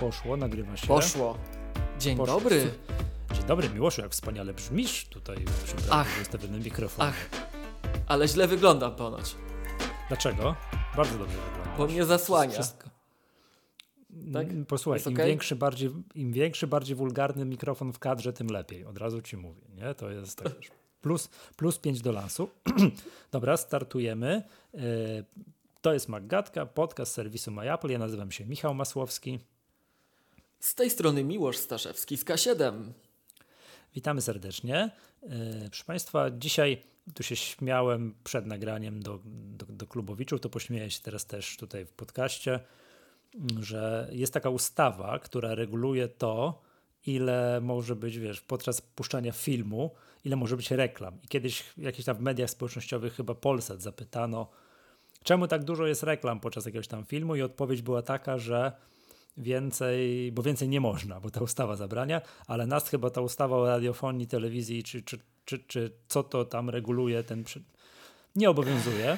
Poszło, nagrywa się. Poszło. Dzień dobry. Dzień dobry, Miłoszu, jak wspaniale brzmisz tutaj przy wystawionym mikrofonie. Ale źle wyglądam ponoć. Dlaczego? Bardzo dobrze wygląda. Bo mnie zasłania. Wszystko. Tak? Posłuchaj, Okay? im większy, bardziej wulgarny mikrofon w kadrze, tym lepiej. Od razu ci mówię, nie? To jest tak plus 5 do lansu. Dobra, startujemy. To jest Maggatka, podcast serwisu MyApple. Ja nazywam się Michał Masłowski. Z tej strony Miłosz Staszewski z K7. Witamy serdecznie. Proszę Państwa, dzisiaj tu się śmiałem przed nagraniem do klubowiczów, to pośmieję się teraz też tutaj w podcaście, że jest taka ustawa, która reguluje to, ile może być, podczas puszczania filmu, ile może być reklam. I kiedyś jakieś tam w mediach społecznościowych, chyba Polsat, zapytano, czemu tak dużo jest reklam podczas jakiegoś tam filmu, i odpowiedź była taka, że więcej nie można, bo ta ustawa zabrania, ale nas chyba ta ustawa o radiofonii, telewizji, czy co to tam reguluje, nie obowiązuje.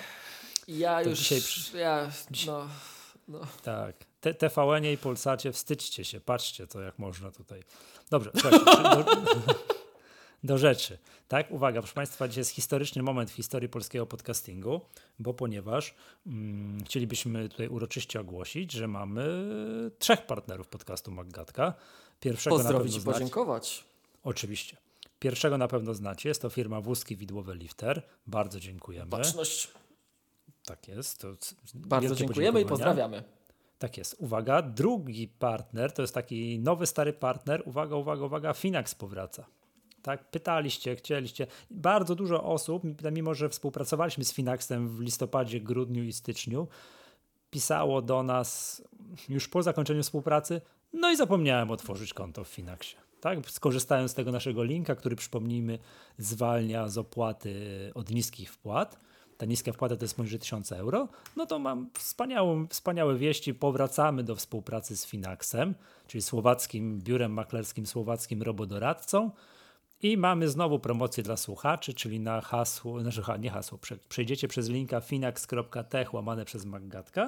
Tak. TVN-ie i Polsacie, wstydźcie się, patrzcie co, jak można tutaj. Dobrze, słuchajcie, do rzeczy. Tak, uwaga, proszę Państwa, dzisiaj jest historyczny moment w historii polskiego podcastingu, ponieważ chcielibyśmy tutaj uroczyście ogłosić, że mamy 3 partnerów podcastu Maggatka. Pierwszego pozdrowić i podziękować. Oczywiście. Pierwszego na pewno znacie, jest to firma Wózki Widłowe Lifter. Bardzo dziękujemy. Baczność. Tak jest. To bardzo dziękujemy i pozdrawiamy. Tak jest. Uwaga, drugi partner, to jest taki nowy, stary partner. Uwaga, Finax powraca. Tak, pytaliście, chcieliście. Bardzo dużo osób, mimo że współpracowaliśmy z Finaxem w listopadzie, grudniu i styczniu, pisało do nas już po zakończeniu współpracy, no i zapomniałem otworzyć konto w Finaxie. Tak, skorzystając z tego naszego linka, który, przypomnijmy, zwalnia z opłaty od niskich wpłat. Ta niska wpłata to jest poniżej 1000 euro. No to mam wspaniałe wieści. Powracamy do współpracy z Finaxem, czyli słowackim biurem maklerskim, słowackim robodoradcą. I mamy znowu promocję dla słuchaczy, czyli na hasło, przejdziecie przez linka finax.tech/Maggatka,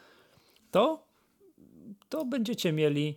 to będziecie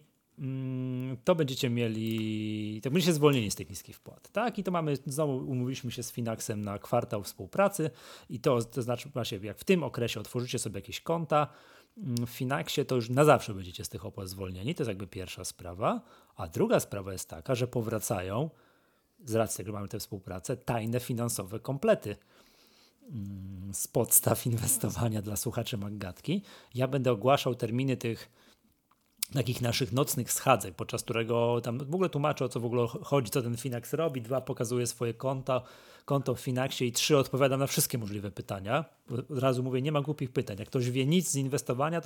zwolnieni z tych niskich wpłat. Tak? I to znowu umówiliśmy się z Finaxem na kwartał współpracy i to znaczy właśnie, jak w tym okresie otworzycie sobie jakieś konta w Finaxie, to już na zawsze będziecie z tych opłat zwolnieni. To jest jakby pierwsza sprawa. A druga sprawa jest taka, że powracają, z racji tego, że mamy tę współpracę, tajne finansowe komplety z podstaw inwestowania dla słuchaczy Maggatki. Ja będę ogłaszał terminy tych takich naszych nocnych schadzek, podczas którego tam w ogóle tłumaczę, o co w ogóle chodzi, co ten Finax robi. 2, pokazuję swoje konto w Finaxie i 3, odpowiadam na wszystkie możliwe pytania. Od razu mówię, nie ma głupich pytań. Jak ktoś wie nic z inwestowania,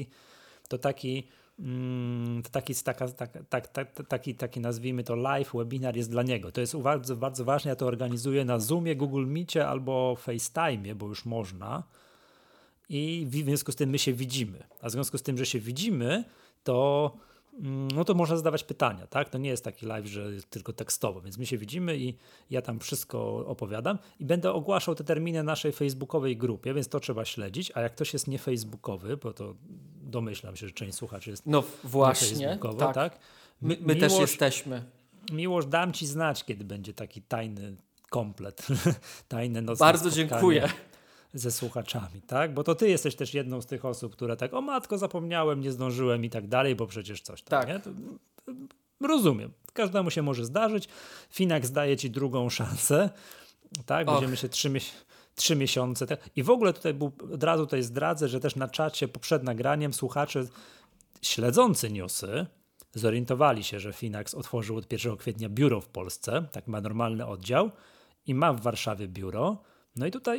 taki nazwijmy to live webinar jest dla niego. To jest bardzo, bardzo ważne. Ja to organizuję na Zoomie, Google Meetie albo FaceTime'ie, bo już można. I w związku z tym my się widzimy. A w związku z tym, że się widzimy, to można zadawać pytania. Tak? To nie jest taki live, że jest tylko tekstowo. Więc my się widzimy i ja tam wszystko opowiadam i będę ogłaszał te terminy naszej facebookowej grupie, więc to trzeba śledzić. A jak ktoś jest nie facebookowy, bo to domyślam się, że część słuchaczy jest facebookowa, tak? My też jesteśmy. Miłosz, dam ci znać, kiedy będzie taki tajny komplet, tajne nocne bardzo dziękuję ze słuchaczami, tak? Bo to ty jesteś też jedną z tych osób, które tak, o matko, zapomniałem, nie zdążyłem i tak dalej, bo przecież coś tam, tak. Nie? To rozumiem. Każdemu się może zdarzyć. Finax daje ci drugą szansę, tak? Będziemy się 3 miesiące. Tak? I w ogóle od razu tutaj zdradzę, że też na czacie przed nagraniem słuchacze śledzący newsy zorientowali się, że Finax otworzył od 1 kwietnia biuro w Polsce, tak ma normalny oddział i ma w Warszawie biuro. No i tutaj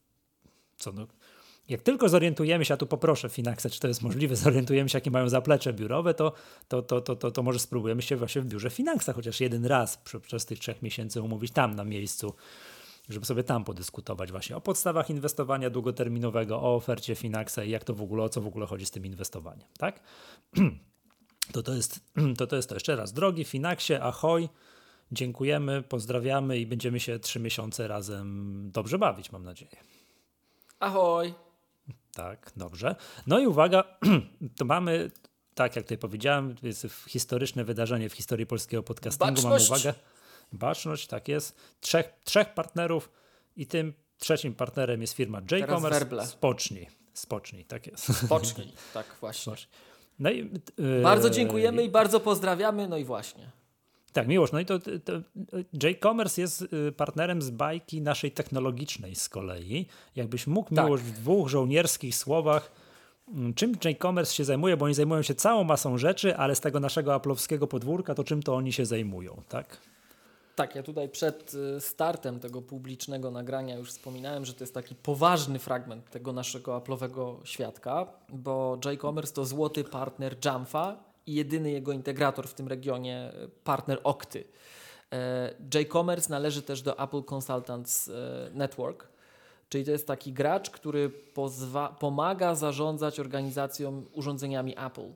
jak tylko zorientujemy się, a tu poproszę Finaxa, czy to jest możliwe, zorientujemy się, jakie mają zaplecze biurowe, to może spróbujemy się właśnie w biurze Finaxa chociaż jeden raz przez tych 3 miesięcy umówić tam na miejscu, żeby sobie tam podyskutować właśnie o podstawach inwestowania długoterminowego, o ofercie Finaxa i o co w ogóle chodzi z tym inwestowaniem. Tak? To jest to. Jeszcze raz, drogi Finaxie, ahoj, dziękujemy, pozdrawiamy i będziemy się 3 miesiące razem dobrze bawić, mam nadzieję. Ahoj. Tak, dobrze. No i uwaga, to mamy tak jak tutaj powiedziałem, jest historyczne wydarzenie w historii polskiego podcastingu. Mamy uwagę. Baczność, tak jest. Trzech partnerów i tym trzecim partnerem jest firma J-Commerce. Spocznij, tak jest. Spocznij, tak właśnie. No i, bardzo dziękujemy i bardzo pozdrawiamy, no i właśnie. Tak, Miłosz, no i to J-Commerce jest partnerem z bajki naszej technologicznej z kolei. Jakbyś mógł, Miłosz, w 2 żołnierskich słowach, czym J-Commerce się zajmuje, bo oni zajmują się całą masą rzeczy, ale z tego naszego aplowskiego podwórka, to czym to oni się zajmują, tak? Tak, ja tutaj przed startem tego publicznego nagrania już wspominałem, że to jest taki poważny fragment tego naszego aplowego świadka, bo J-Commerce to złoty partner Jamfa i jedyny jego integrator w tym regionie, partner Okty. J-Commerce należy też do Apple Consultants Network, czyli to jest taki gracz, który pomaga zarządzać organizacją urządzeniami Apple.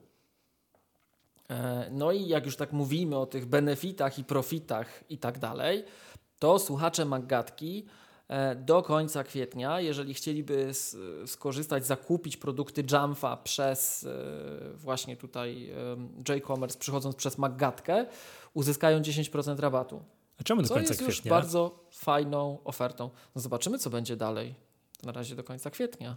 No i jak już tak mówimy o tych benefitach i profitach i tak dalej, to słuchacze Maggatki do końca kwietnia, jeżeli chcieliby skorzystać, zakupić produkty Jamfa przez właśnie tutaj J-Commerce, przychodząc przez Maggatkę, uzyskają 10% rabatu. A czemu do końca kwietnia? To jest już bardzo fajną ofertą. No zobaczymy, co będzie dalej. Na razie do końca kwietnia.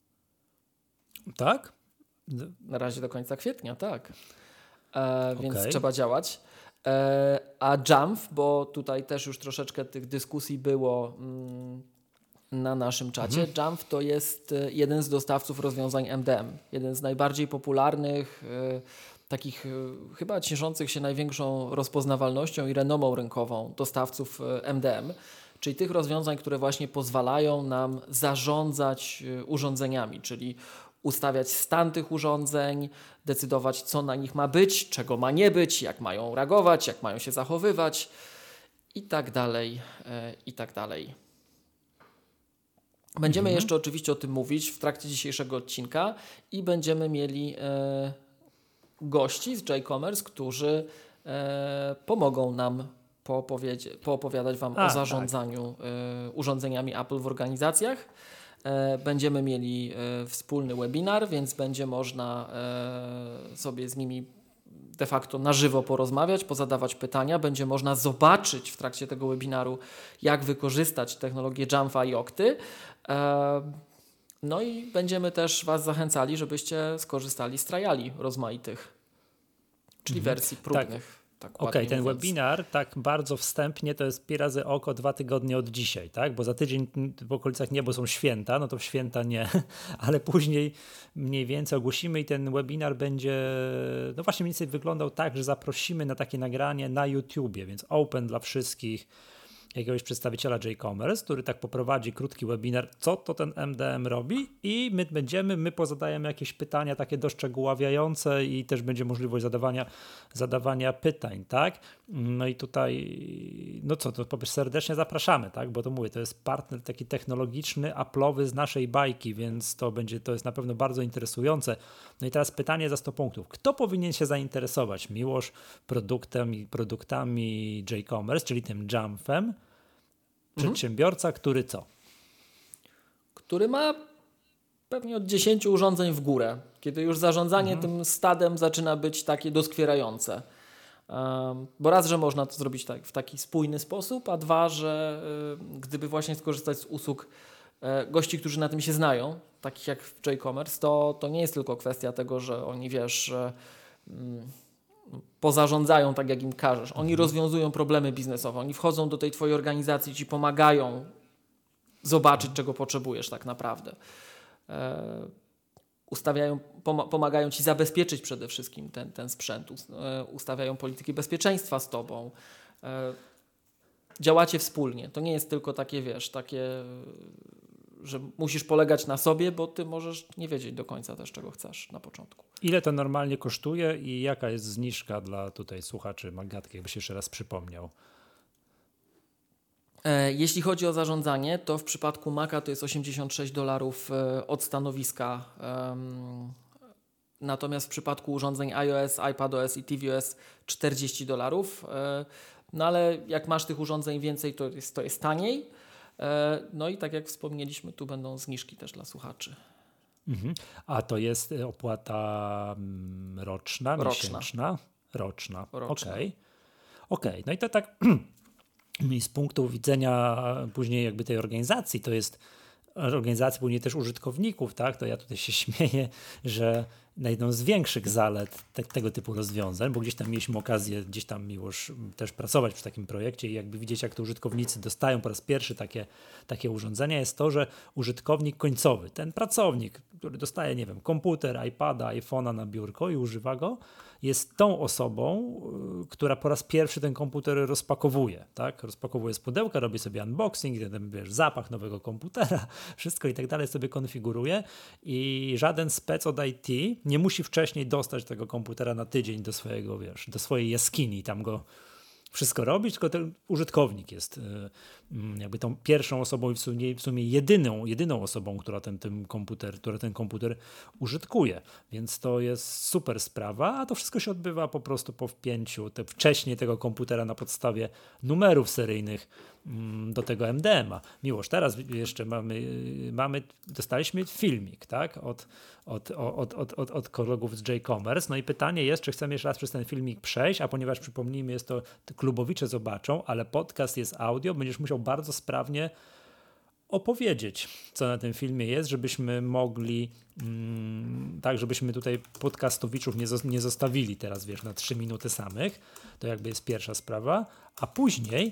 Tak? Na razie do końca kwietnia, tak. Więc trzeba działać. A Jamf, bo tutaj też już troszeczkę tych dyskusji było na naszym czacie. Jamf to jest jeden z dostawców rozwiązań MDM. Jeden z najbardziej popularnych, takich chyba cieszących się największą rozpoznawalnością i renomą rynkową dostawców MDM. Czyli tych rozwiązań, które właśnie pozwalają nam zarządzać urządzeniami, czyli ustawiać stan tych urządzeń, decydować, co na nich ma być, czego ma nie być, jak mają reagować, jak mają się zachowywać i tak dalej, i tak dalej. Będziemy jeszcze oczywiście o tym mówić w trakcie dzisiejszego odcinka i będziemy mieli gości z J-Commerce, którzy pomogą nam poopowiadać Wam o zarządzaniu urządzeniami Apple w organizacjach. Będziemy mieli wspólny webinar, więc będzie można sobie z nimi de facto na żywo porozmawiać, pozadawać pytania. Będzie można zobaczyć w trakcie tego webinaru, jak wykorzystać technologię Jamfa i Okty. No i będziemy też Was zachęcali, żebyście skorzystali z triali rozmaitych, czyli wersji próbnych. Okej, ten webinar tak bardzo wstępnie to jest pi razy oko 2 tygodnie od dzisiaj, tak? Bo za tydzień w okolicach niebo są święta, no to w święta nie, ale później mniej więcej ogłosimy i ten webinar będzie, no właśnie mniej więcej wyglądał tak, że zaprosimy na takie nagranie na YouTubie, więc open dla wszystkich, jakiegoś przedstawiciela J-Commerce, który tak poprowadzi krótki webinar, co to ten MDM robi i my pozadajemy jakieś pytania takie doszczegóławiające i też będzie możliwość zadawania pytań, tak? No i tutaj, no co, to serdecznie zapraszamy, tak? Bo to mówię, to jest partner taki technologiczny, Apple'owy z naszej bajki, więc to jest na pewno bardzo interesujące. No i teraz pytanie za 100 punktów. Kto powinien się zainteresować, Miłosz, produktami J-Commerce, czyli tym Jamfem? Przedsiębiorca, który co? Który ma pewnie od 10 urządzeń w górę, kiedy już zarządzanie tym stadem zaczyna być takie doskwierające. Bo raz, że można to zrobić w taki spójny sposób, a dwa, że gdyby właśnie skorzystać z usług gości, którzy na tym się znają, takich jak w J-Commerce, to nie jest tylko kwestia tego, że oni, że pozarządzają tak, jak im każesz. Oni rozwiązują problemy biznesowe. Oni wchodzą do tej twojej organizacji, ci pomagają zobaczyć, czego potrzebujesz tak naprawdę. Pomagają ci zabezpieczyć przede wszystkim ten sprzęt. Ustawiają polityki bezpieczeństwa z tobą. Działacie wspólnie. To nie jest tylko takie, że musisz polegać na sobie, bo ty możesz nie wiedzieć do końca też, czego chcesz na początku. Ile to normalnie kosztuje i jaka jest zniżka dla tutaj słuchaczy Maggatki, jakbyś jeszcze raz przypomniał? Jeśli chodzi o zarządzanie, to w przypadku Maca to jest $86 od stanowiska. Natomiast w przypadku urządzeń iOS, iPadOS i tvOS $40. No ale jak masz tych urządzeń więcej, to jest taniej. No i tak jak wspomnieliśmy, tu będą zniżki też dla słuchaczy. A to jest opłata roczna, miesięczna? Roczna. Okej. No i to tak z punktu widzenia później jakby tej organizacji, to jest organizacji później też użytkowników, tak? To ja tutaj się śmieję, że na jedną z większych zalet tego typu rozwiązań, bo gdzieś tam mieliśmy okazję gdzieś tam Miłosz też pracować przy takim projekcie i jakby widzieć, jak to użytkownicy dostają po raz pierwszy takie urządzenia, jest to, że użytkownik końcowy, ten pracownik, który dostaje, nie wiem, komputer, iPada, iPhone'a na biurko i używa go, jest tą osobą, która po raz pierwszy ten komputer rozpakowuje, tak? Rozpakowuje z pudełka, robi sobie unboxing, wiesz, zapach nowego komputera, wszystko i tak dalej sobie konfiguruje i żaden spec od IT nie musi wcześniej dostać tego komputera na tydzień do swojego, wiesz, do swojej jaskini, tam go wszystko robić, tylko ten użytkownik jest jakby tą pierwszą osobą i w sumie jedyną osobą, która ten komputer użytkuje. Więc to jest super sprawa, a to wszystko się odbywa po prostu po wpięciu wcześniej tego komputera na podstawie numerów seryjnych do tego MDM-a. Miłosz, teraz jeszcze dostaliśmy filmik, tak, od kolegów z J-Commerce. No i pytanie jest, czy chcemy jeszcze raz przez ten filmik przejść, a ponieważ przypomnijmy, jest to klubowicze zobaczą, ale podcast jest audio, będziesz musiał bardzo sprawnie opowiedzieć, co na tym filmie jest, żebyśmy mogli tak, żebyśmy tutaj podcastowiczów nie zostawili teraz, wiesz, na 3 minuty samych. To jakby jest pierwsza sprawa, a później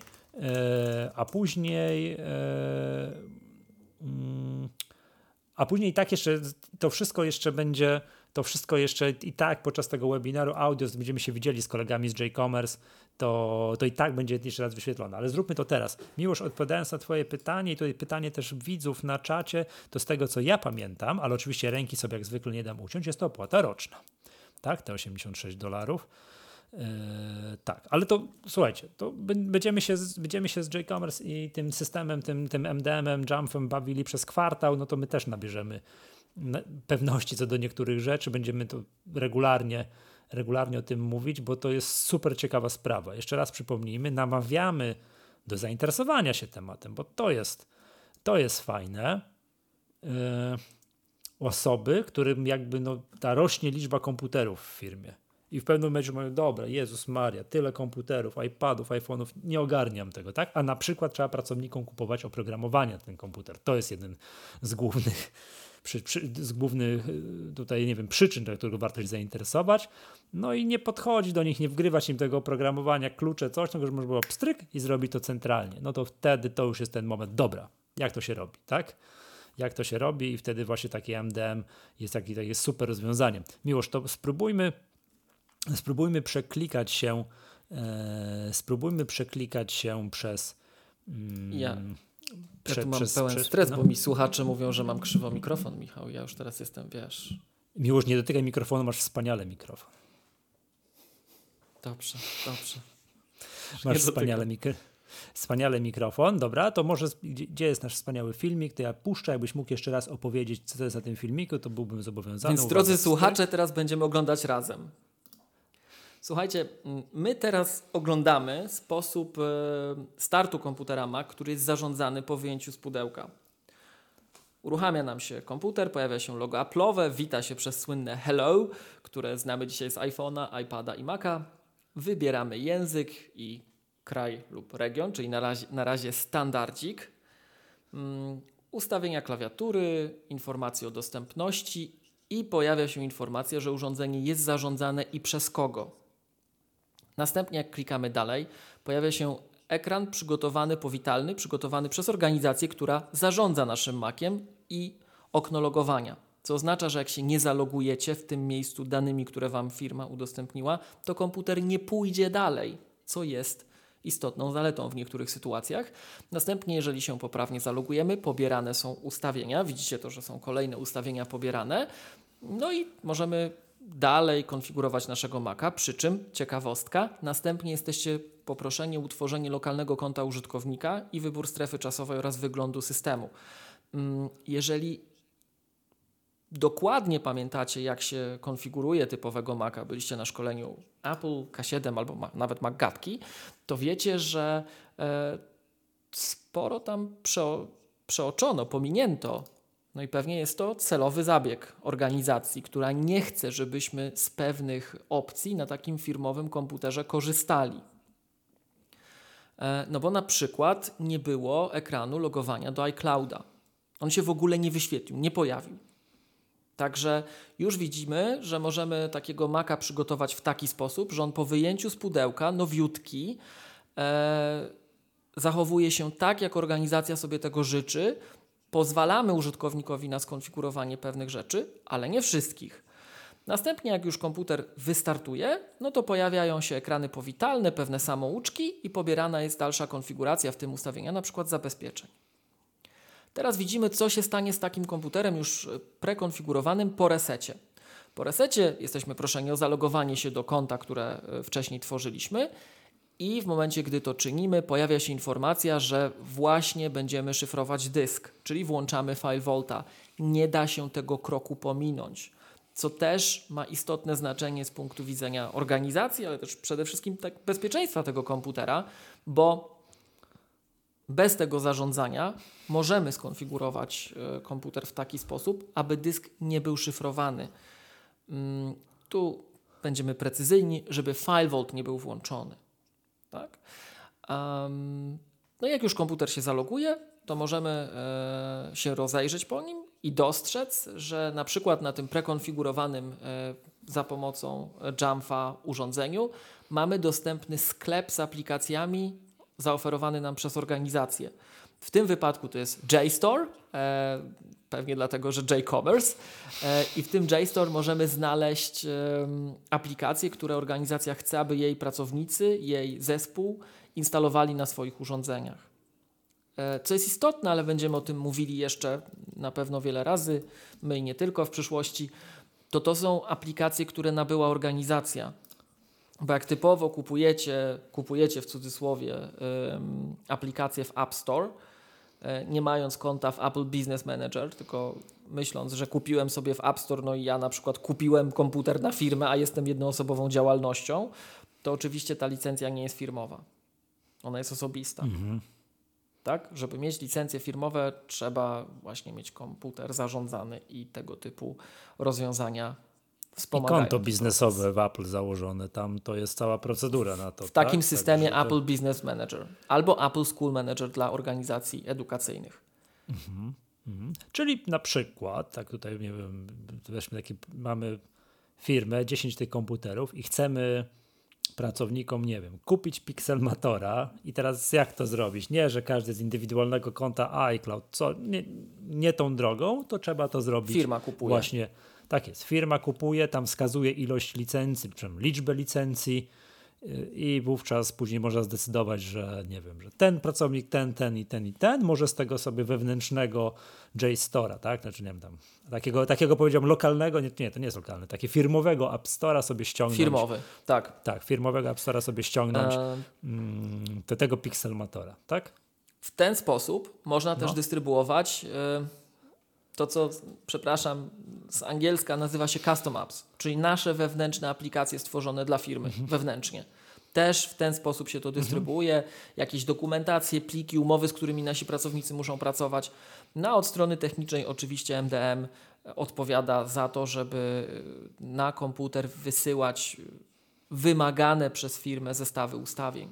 i tak jeszcze to wszystko jeszcze i tak podczas tego webinaru audio będziemy się widzieli z kolegami z J-Commerce, to i tak będzie jeszcze raz wyświetlone. Ale zróbmy to teraz. Miłosz, odpowiadając na twoje pytanie i tutaj pytanie też widzów na czacie, to z tego, co ja pamiętam, ale oczywiście ręki sobie jak zwykle nie dam uciąć, jest to opłata roczna. Tak, te $86. Tak, ale to słuchajcie, to będziemy się z J-Commerce i tym systemem, tym MDM-em, Jumpem bawili przez kwartał, no to my też nabierzemy pewności co do niektórych rzeczy, będziemy to regularnie o tym mówić, bo to jest super ciekawa sprawa. Jeszcze raz przypomnijmy, namawiamy do zainteresowania się tematem, bo to jest fajne. Osoby, którym jakby ta rośnie liczba komputerów w firmie. I w pewnym momencie mówią, dobra, Jezus Maria, tyle komputerów, iPadów, iPhone'ów, nie ogarniam tego, tak? A na przykład trzeba pracownikom kupować oprogramowanie na ten komputer. To jest jeden z głównych tutaj, nie wiem, przyczyn, dla którego warto się zainteresować. No i nie podchodzi do nich, nie wgrywać im tego oprogramowania, klucze, coś, tylko że można było pstryk i zrobić to centralnie. No to wtedy to już jest ten moment, dobra, jak to się robi, tak? Jak to się robi i wtedy właśnie taki MDM jest takie super rozwiązaniem. Miłosz, to spróbujmy przeklikać się przez... Ja tu mam pełen stres, bo mi słuchacze mówią, że mam krzywo mikrofon, Michał. Ja już teraz jestem, wiesz... Miłosz, nie dotykaj mikrofonu, masz wspaniale mikrofon. Dobrze. Masz wspaniale mikrofon. Dobra, to może gdzie jest nasz wspaniały filmik, to ja puszczę, jakbyś mógł jeszcze raz opowiedzieć, co to jest na tym filmiku, to byłbym zobowiązany. Więc drodzy słuchacze, teraz będziemy oglądać razem. Słuchajcie, my teraz oglądamy sposób startu komputera Mac, który jest zarządzany po wyjęciu z pudełka. Uruchamia nam się komputer, pojawia się logo Apple'owe, wita się przez słynne hello, które znamy dzisiaj z iPhone'a, iPada i Maca. Wybieramy język i kraj lub region, czyli na razie standardzik. Ustawienia klawiatury, informacje o dostępności i pojawia się informacja, że urządzenie jest zarządzane i przez kogo. Następnie jak klikamy dalej, pojawia się ekran powitalny, przygotowany przez organizację, która zarządza naszym Maciem i okno logowania. Co oznacza, że jak się nie zalogujecie w tym miejscu danymi, które Wam firma udostępniła, to komputer nie pójdzie dalej, co jest istotną zaletą w niektórych sytuacjach. Następnie, jeżeli się poprawnie zalogujemy, pobierane są ustawienia. Widzicie to, że są kolejne ustawienia pobierane. No i możemy dalej konfigurować naszego Maca, przy czym ciekawostka, następnie jesteście poproszeni o utworzenie lokalnego konta użytkownika i wybór strefy czasowej oraz wyglądu systemu. Jeżeli dokładnie pamiętacie, jak się konfiguruje typowego Maca, byliście na szkoleniu Apple K7 albo nawet MacGatki, to wiecie, że sporo tam pominięto No i pewnie jest to celowy zabieg organizacji, która nie chce, żebyśmy z pewnych opcji na takim firmowym komputerze korzystali. No bo na przykład nie było ekranu logowania do iClouda. On się w ogóle nie wyświetlił, nie pojawił. Także już widzimy, że możemy takiego Maca przygotować w taki sposób, że on po wyjęciu z pudełka, nowiutki, zachowuje się tak, jak organizacja sobie tego życzy. Pozwalamy użytkownikowi na skonfigurowanie pewnych rzeczy, ale nie wszystkich. Następnie jak już komputer wystartuje, no to pojawiają się ekrany powitalne, pewne samouczki i pobierana jest dalsza konfiguracja, w tym ustawienia na przykład zabezpieczeń. Teraz widzimy, co się stanie z takim komputerem już prekonfigurowanym po resecie. Po resecie jesteśmy proszeni o zalogowanie się do konta, które wcześniej tworzyliśmy i w momencie, gdy to czynimy, pojawia się informacja, że właśnie będziemy szyfrować dysk, czyli włączamy FileVaulta. Nie da się tego kroku pominąć, co też ma istotne znaczenie z punktu widzenia organizacji, ale też przede wszystkim bezpieczeństwa tego komputera, bo bez tego zarządzania możemy skonfigurować komputer w taki sposób, aby dysk nie był szyfrowany. Tu będziemy precyzyjni, żeby FileVault nie był włączony. Tak? No i jak już komputer się zaloguje, to możemy się rozejrzeć po nim i dostrzec, że na przykład na tym prekonfigurowanym za pomocą Jamfa urządzeniu mamy dostępny sklep z aplikacjami zaoferowany nam przez organizację. W tym wypadku to jest JSTOR, pewnie dlatego, że JCommerce, i w tym JSTOR możemy znaleźć aplikacje, które organizacja chce, aby jej pracownicy, jej zespół instalowali na swoich urządzeniach. Co jest istotne, ale będziemy o tym mówili jeszcze na pewno wiele razy, my i nie tylko w przyszłości, to są aplikacje, które nabyła organizacja. Bo jak typowo kupujecie w cudzysłowie aplikacje w App Store, nie mając konta w Apple Business Manager, tylko myśląc, że kupiłem sobie w App Store, no i ja na przykład kupiłem komputer na firmę, a jestem jednoosobową działalnością, to oczywiście ta licencja nie jest firmowa. Ona jest osobista. Tak? Żeby mieć licencje firmowe, trzeba właśnie mieć komputer zarządzany i tego typu rozwiązania wspomagają. I konto biznesowe w Apple założone, tam to jest cała procedura na to. W takim systemie także Apple Business Manager albo Apple School Manager dla organizacji edukacyjnych. Czyli na przykład, tak tutaj nie wiem, weźmy mamy firmę, 10 tych komputerów i chcemy pracownikom, nie wiem, kupić Pixelmatora i teraz jak to zrobić? Nie, że każdy z indywidualnego konta iCloud, nie tą drogą, to trzeba to zrobić. Firma kupuje. Właśnie, tak jest, firma kupuje, tam wskazuje ilość licencji, liczbę licencji i wówczas później można zdecydować, że nie wiem, że ten pracownik, ten może z tego sobie wewnętrznego JSTORa, tak? Znaczy nie wiem, tam takiego powiedziałem lokalnego, nie, to nie jest lokalny, takie firmowego App Store'a sobie ściągnąć. Firmowy, tak. Tak, firmowego App Store'a sobie ściągnąć do tego Pixelmatora, tak? W ten sposób można też dystrybuować to, co, przepraszam, z angielska nazywa się custom apps, czyli nasze wewnętrzne aplikacje stworzone dla firmy wewnętrznie. Też w ten sposób się to dystrybuuje, jakieś dokumentacje, pliki, umowy, z którymi nasi pracownicy muszą pracować. No, od strony technicznej oczywiście MDM odpowiada za to, żeby na komputer wysyłać wymagane przez firmę zestawy ustawień.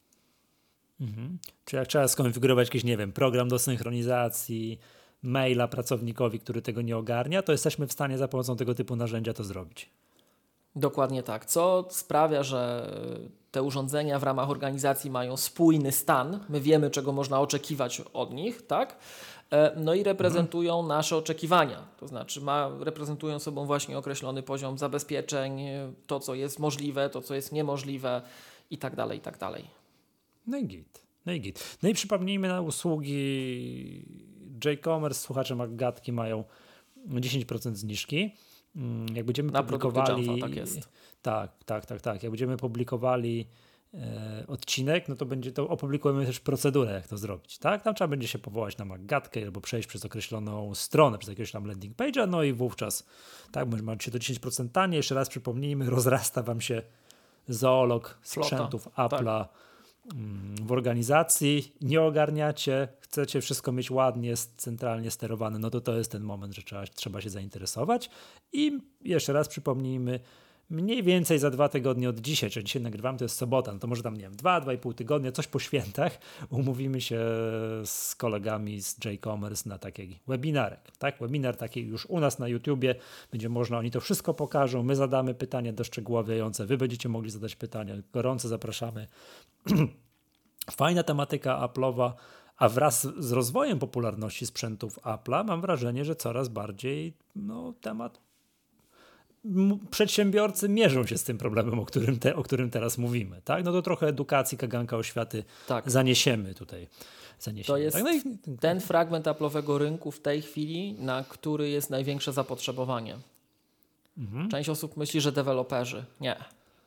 Czy jak trzeba skonfigurować jakiś, nie wiem, program do synchronizacji, maila pracownikowi, który tego nie ogarnia, to jesteśmy w stanie za pomocą tego typu narzędzia to zrobić. Dokładnie tak, co sprawia, że te urządzenia w ramach organizacji mają spójny stan, my wiemy, czego można oczekiwać od nich, tak? No i reprezentują nasze oczekiwania, to znaczy reprezentują sobą właśnie określony poziom zabezpieczeń, to, co jest możliwe, to, co jest niemożliwe i tak dalej, i tak dalej. No i git. No i przypomnijmy na usługi JCommerce, słuchacze Maggatki mają 10% zniżki. Jak będziemy publikowali Jamfa, tak jest. Tak. Jak będziemy publikowali odcinek, no to opublikujemy też procedurę, jak to zrobić. Tak? Tam trzeba będzie się powołać na Maggatkę albo przejść przez określoną stronę, przez jakiegoś tam landing page'a, no i wówczas macie to 10% taniej. Jeszcze raz przypomnijmy, rozrasta wam się zoolog sprzętów Apple'a w organizacji, nie ogarniacie, chcecie wszystko mieć ładnie, centralnie sterowane, no to jest ten moment, że trzeba się zainteresować. I jeszcze raz przypomnijmy, mniej więcej za 2 tygodnie od dzisiaj, czyli dzisiaj nagrywamy, to jest sobota, no to może tam, nie wiem, 2,5 tygodnia, coś po świętach, umówimy się z kolegami z J-Commerce na taki webinarek, tak? Webinar taki już u nas na YouTubie, będzie można, oni to wszystko pokażą, my zadamy pytania doszczegóławiające, wy będziecie mogli zadać pytania, gorąco zapraszamy. Fajna tematyka Apple'owa, a wraz z rozwojem popularności sprzętów Apple'a mam wrażenie, że coraz bardziej temat przedsiębiorcy mierzą się z tym problemem, o którym teraz mówimy. Tak? No to trochę edukacji, kaganka oświaty zaniesiemy tutaj. To jest ten fragment Apple'owego rynku w tej chwili, na który jest największe zapotrzebowanie. Część osób myśli, że deweloperzy. Nie.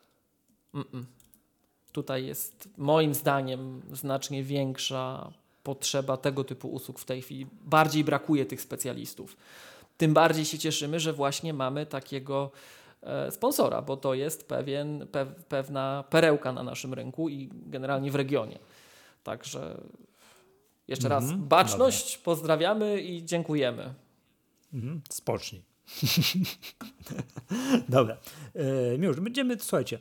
Tutaj jest moim zdaniem znacznie większa potrzeba tego typu usług w tej chwili. Bardziej brakuje tych specjalistów. Tym bardziej się cieszymy, że właśnie mamy takiego sponsora, bo to jest pewna perełka na naszym rynku i generalnie w regionie. Także jeszcze raz baczność, dobra. Pozdrawiamy i dziękujemy. Spocznij. Dobra. Już będziemy, słuchajcie,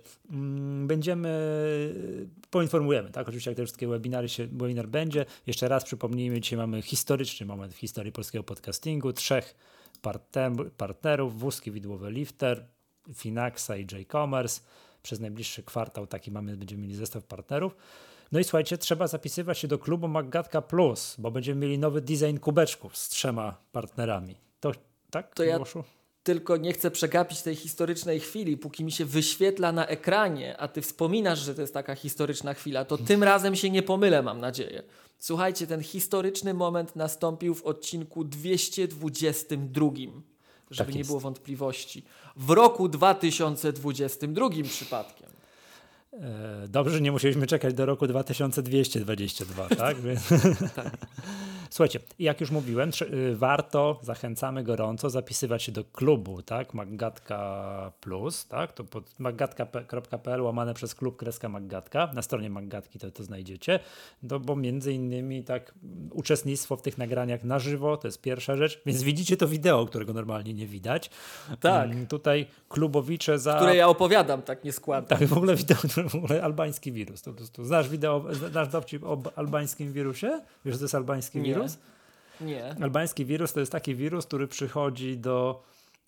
poinformujemy, tak? Oczywiście jak te wszystkie webinar będzie. Jeszcze raz przypomnijmy, dzisiaj mamy historyczny moment w historii polskiego podcastingu. 3 partnerów, Wózki Widłowe Lifter, Finaxa i J-Commerce. Przez najbliższy kwartał będziemy mieli zestaw partnerów. No i słuchajcie, trzeba zapisywać się do klubu Maggatka Plus, bo będziemy mieli nowy design kubeczków z 3 partnerami. To ja tylko nie chcę przegapić tej historycznej chwili, póki mi się wyświetla na ekranie, a ty wspominasz, że to jest taka historyczna chwila, to tym razem się nie pomylę, mam nadzieję. Słuchajcie, ten historyczny moment nastąpił w odcinku 222, żeby nie było wątpliwości. W roku 2022 przypadkiem. Dobrze, że nie musieliśmy czekać do roku 2222, tak? Tak. Słuchajcie, jak już mówiłem, zachęcamy gorąco zapisywać się do klubu, tak? Maggatka Plus, tak? To pod maggatka.pl / klub Maggatka. Na stronie Maggatki to znajdziecie, bo między innymi tak uczestnictwo w tych nagraniach na żywo, to jest pierwsza rzecz, więc widzicie to wideo, którego normalnie nie widać. Tak. Tutaj klubowicze które ja opowiadam tak nieskładnie. Tak, w ogóle wideo, albański wirus. To po prostu znasz dowcip o albańskim wirusie? Wiesz, co to jest albański wirus? Nie. Albański wirus to jest taki wirus, który przychodzi do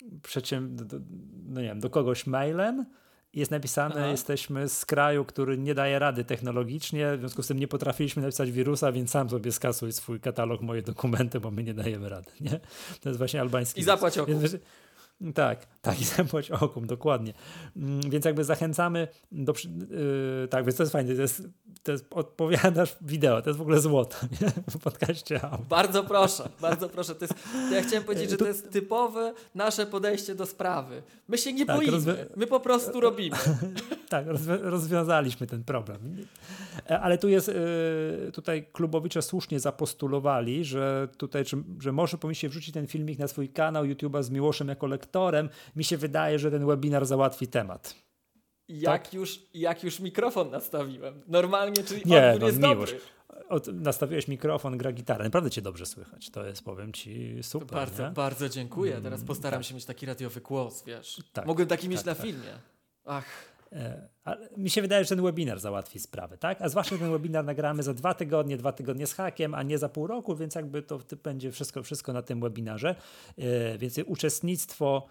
kogoś mailem. Jest napisane, jesteśmy z kraju, który nie daje rady technologicznie, w związku z tym nie potrafiliśmy napisać wirusa, więc sam sobie skasuj swój katalog, moje dokumenty, bo my nie dajemy rady. Nie? To jest właśnie albański wirus. I zapłać okup. Tak, i zapłać okup, dokładnie. Więc jakby zachęcamy tak, więc to jest fajne, to jest odpowiadasz wideo, to jest w ogóle złoto, nie? W podcaście. Bardzo proszę. Ja chciałem powiedzieć, że to jest typowe nasze podejście do sprawy. My się nie boimy, my po prostu robimy. Tak, rozwiązaliśmy ten problem. Ale tu jest, tutaj klubowicze słusznie zapostulowali, że może powinniście wrzucić ten filmik na swój kanał YouTube'a z Miłoszem jako lektorem. Mi się wydaje, że ten webinar załatwi temat. Jak już mikrofon nastawiłem. Normalnie, czyli odbiór jest Miłosz. dobry. Nastawiłeś mikrofon, gra gitarę. Naprawdę cię dobrze słychać. To jest, powiem ci, super. Bardzo dziękuję. Teraz postaram się mieć taki radiowy głos, wiesz. Mogłem taki mieć na filmie. Ale mi się wydaje, że ten webinar załatwi sprawę, tak? A zwłaszcza ten webinar nagramy za 2 tygodnie z hakiem, a nie za pół roku, więc jakby to będzie wszystko na tym webinarze. Więc uczestnictwo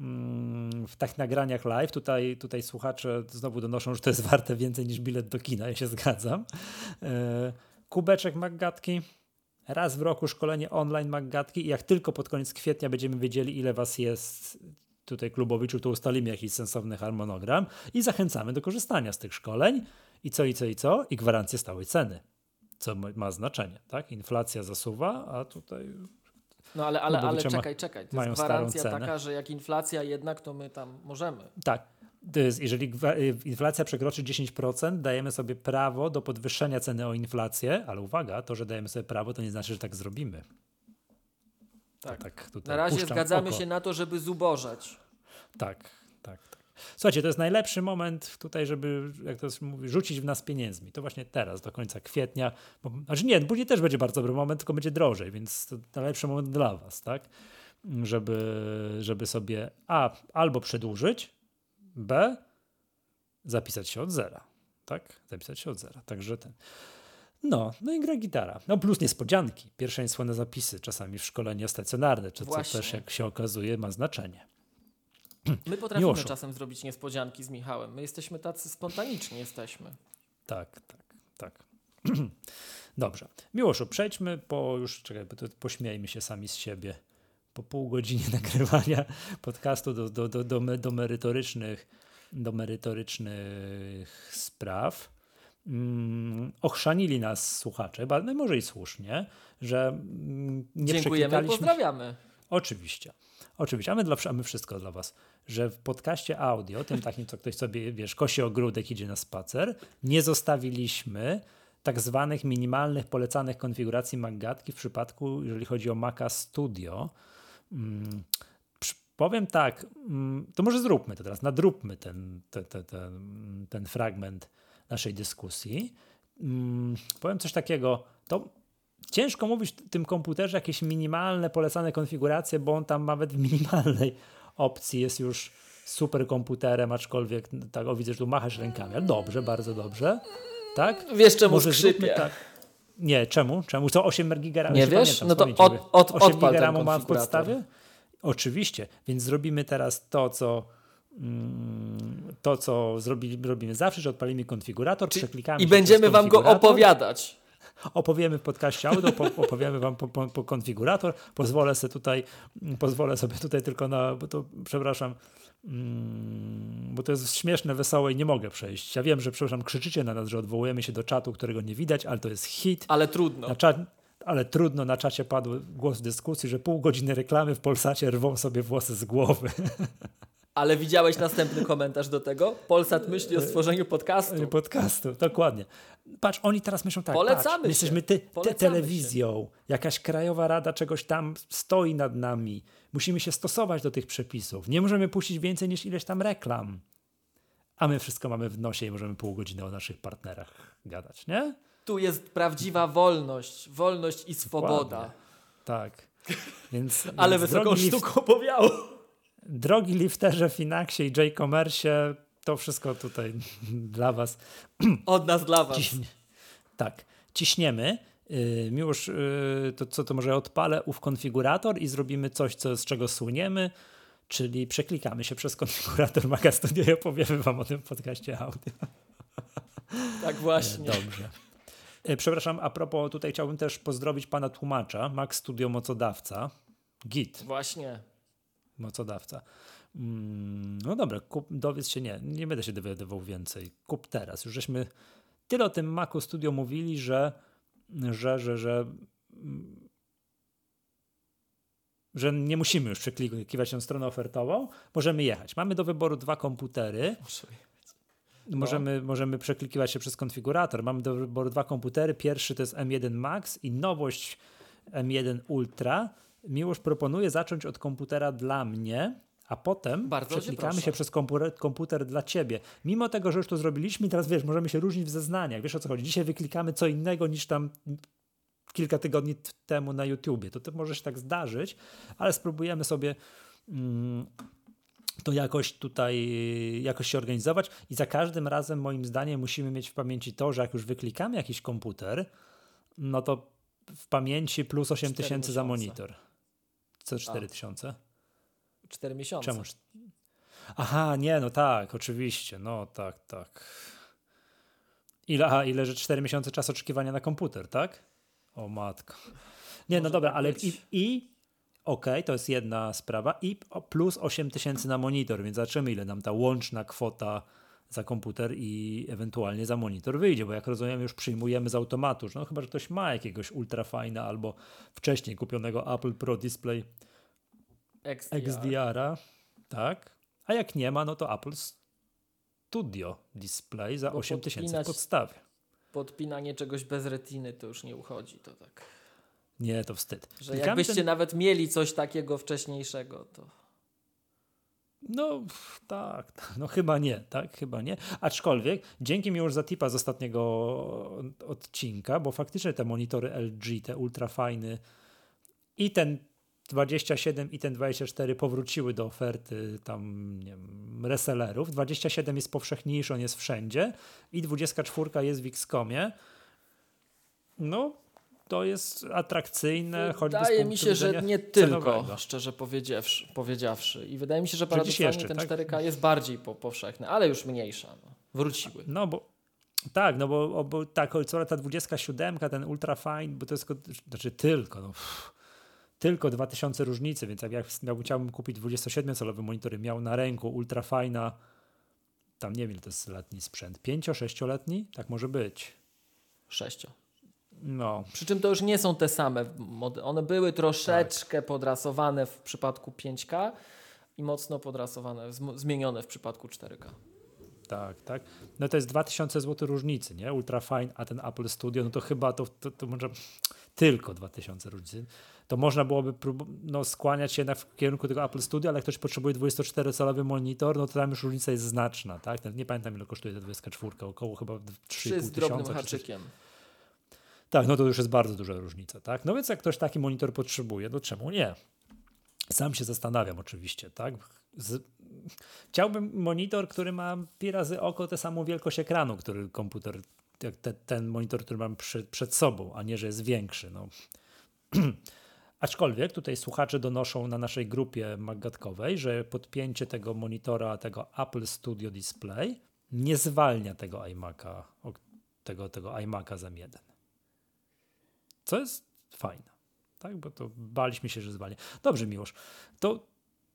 w tak nagraniach live. Tutaj słuchacze znowu donoszą, że to jest warte więcej niż bilet do kina. Ja się zgadzam. Kubeczek Maggatki. Raz w roku szkolenie online Maggatki i jak tylko pod koniec kwietnia będziemy wiedzieli, ile was jest tutaj klubowiczu, to ustalimy jakiś sensowny harmonogram i zachęcamy do korzystania z tych szkoleń. I co? I gwarancję stałej ceny. Co ma znaczenie, tak? Inflacja zasuwa, a tutaj... No ale czekaj. To jest gwarancja taka, że jak inflacja jednak, to my tam możemy. Tak. To jest, jeżeli inflacja przekroczy 10%, dajemy sobie prawo do podwyższenia ceny o inflację, ale uwaga, to, że dajemy sobie prawo, to nie znaczy, że tak zrobimy. Tak. Na razie zgadzamy się na to, żeby zubożać. Tak. Słuchajcie, to jest najlepszy moment tutaj, żeby, jak to się mówi, rzucić w nas pieniędzmi. To właśnie teraz, do końca kwietnia. Znaczy nie, później też będzie bardzo dobry moment, tylko będzie drożej, więc to najlepszy moment dla was, tak? Żeby sobie albo przedłużyć, zapisać się od zera. Tak? Zapisać się od zera. Także No i gra gitara. No plus niespodzianki. Pierwszeństwo na zapisy, czasami w szkolenia stacjonarne, co też, jak się okazuje, ma znaczenie. My potrafimy czasem zrobić niespodzianki z Michałem. My jesteśmy tacy spontaniczni, jesteśmy. Tak. Dobrze. Miłoszu, przejdźmy pośmiejmy się sami z siebie. Po pół godziny nagrywania podcastu do merytorycznych spraw. Ochrzanili nas słuchacze, może i słusznie, że nie dziękujemy i pozdrawiamy. Oczywiście, a my wszystko dla was, że w podcaście audio, tym takim, co ktoś sobie, kosi ogródek, idzie na spacer, nie zostawiliśmy tak zwanych minimalnych polecanych konfiguracji Maggatki w przypadku, jeżeli chodzi o Maca Studio. Powiem tak, to może zróbmy to teraz, nadróbmy ten fragment naszej dyskusji. Powiem coś takiego, to ciężko mówić w tym komputerze jakieś minimalne polecane konfiguracje, bo on tam nawet w minimalnej opcji jest już super komputerem, aczkolwiek tak, widzę, że tu machasz rękami, ale dobrze, bardzo dobrze. Tak? Wiesz, czemu skrzypie? Tak. Nie, czemu? To 8 giga? Nie wiesz? Pamiętam, no to 8 giga ma w podstawie? Oczywiście, więc zrobimy teraz to, co robimy zawsze, że odpalimy konfigurator, przeklikamy i będziemy wam go opowiadać. Opowiemy w podcaście audio, opowiemy wam po konfigurator. Pozwolę sobie tutaj tylko bo to jest śmieszne, wesołe i nie mogę przejść. Ja wiem, że krzyczycie na nas, że odwołujemy się do czatu, którego nie widać, ale to jest hit. Ale trudno. Ale trudno, na czacie padł głos dyskusji, że pół godziny reklamy w Polsacie rwą sobie włosy z głowy. Ale widziałeś następny komentarz do tego? Polsat myśli o stworzeniu podcastu. Dokładnie. Patrz, oni teraz myślą tak, my jesteśmy telewizją, jakaś krajowa rada czegoś tam stoi nad nami. Musimy się stosować do tych przepisów. Nie możemy puścić więcej niż ileś tam reklam. A my wszystko mamy w nosie i możemy pół godziny o naszych partnerach gadać, nie? Tu jest prawdziwa wolność i swoboda. Dokładnie. Tak. Ale wysoką sztuką powiało. Drogi lifterze, Finaxie i J-Commerce, to wszystko tutaj dla was. Od nas dla was. Ciśniemy. Miłosz, to może odpalę ów konfigurator i zrobimy coś, z czego słyniemy, czyli przeklikamy się przez konfigurator Maca Studio i opowiemy wam o tym podcaście audio. Tak właśnie. Dobrze. Przepraszam, a propos, tutaj chciałbym też pozdrowić pana tłumacza, Mac Studio Mocodawca, Git. Właśnie. Mocodawca. No dobra, dowiedz się, nie będę się dowiadywał więcej. Kup teraz. Już żeśmy tyle o tym Macu Studio mówili, że nie musimy już przeklikiwać na stronę ofertową. Możemy jechać. Mamy do wyboru 2 komputery. Możemy przeklikiwać się przez konfigurator. Mamy do wyboru 2 komputery. Pierwszy to jest M1 Max i nowość M1 Ultra. Miłosz proponuje zacząć od komputera dla mnie, a potem przeklikamy się przez komputer dla ciebie. Mimo tego, że już to zrobiliśmy, teraz możemy się różnić w zeznaniach. Wiesz, o co chodzi? Dzisiaj wyklikamy co innego niż tam kilka tygodni temu na YouTubie. To może się tak zdarzyć, ale spróbujemy sobie to jakoś się organizować i za każdym razem moim zdaniem musimy mieć w pamięci to, że jak już wyklikamy jakiś komputer, no to w pamięci plus 8000 za monitor. Co 4000? 4 miesiące. Czemu? Aha, nie, no tak, oczywiście. No tak. Ile, że 4 miesiące czasu oczekiwania na komputer, tak? O matko. Nie, no dobra, ale to jest jedna sprawa i plus 8000 na monitor, więc zobaczymy, ile nam ta łączna kwota za komputer i ewentualnie za monitor wyjdzie, bo jak rozumiem, już przyjmujemy z automatu, no chyba, że ktoś ma jakiegoś ultrafajna albo wcześniej kupionego Apple Pro Display XDR-a, tak? A jak nie ma, no to Apple Studio Display za 8000 w podstawie. Podpinanie czegoś bez retiny to już nie uchodzi, to tak. Nie, to wstyd. Że jakbyście nawet mieli coś takiego wcześniejszego, to... No tak, no chyba nie, tak, chyba nie. Aczkolwiek dzięki mi już za tipa z ostatniego odcinka, bo faktycznie te monitory LG, te ultrafajny i ten 27 i ten 24 powróciły do oferty tam, nie wiem, resellerów. 27 jest powszechniejszy, on jest wszędzie i 24 jest w X-comie. No, to jest atrakcyjne, choćby z Wydaje punktu mi się, że nie tylko, cenowego. szczerze powiedziawszy. I wydaje mi się, że paradoksalnie jeszcze, ten tak? 4K jest bardziej powszechny, ale już mniejsza. No. Wróciły. No bo tak, no bo tak, co ta 27, ten ultra fine, bo to jest znaczy tylko 2000 różnicy, więc jak chciałbym kupić 27-calowy monitor i miał na ręku ultra fajna, tam nie wiem, to jest letni sprzęt, 5-6-letni? Tak może być. 6. No. Przy czym to już nie są te same. One były troszeczkę podrasowane w przypadku 5K i mocno podrasowane, zmienione w przypadku 4K. Tak. No to jest 2000 zł różnicy, nie? Ultra fine, a ten Apple Studio, no to chyba to może tylko 2000 różnicy. To można byłoby skłaniać się w kierunku tego Apple Studio, ale jak ktoś potrzebuje 24-calowy monitor, no to tam już różnica jest znaczna, tak? Nie pamiętam, ile kosztuje ta 24, około chyba 3,5 z drobnym haczykiem. Tak, no to już jest bardzo duża różnica, tak? No więc jak ktoś taki monitor potrzebuje, no czemu nie? Sam się zastanawiam oczywiście, tak? Chciałbym monitor, który ma 5 razy oko tę samą wielkość ekranu, który komputer, jak ten monitor, który mam przed sobą, a nie, że jest większy. No. Aczkolwiek tutaj słuchacze donoszą na naszej grupie maggatkowej, że podpięcie tego monitora, tego Apple Studio Display nie zwalnia tego iMac'a, tego iMac'a z M1. Co jest fajne, tak? Bo to baliśmy się, że zwalnia. Dobrze, Miłosz, to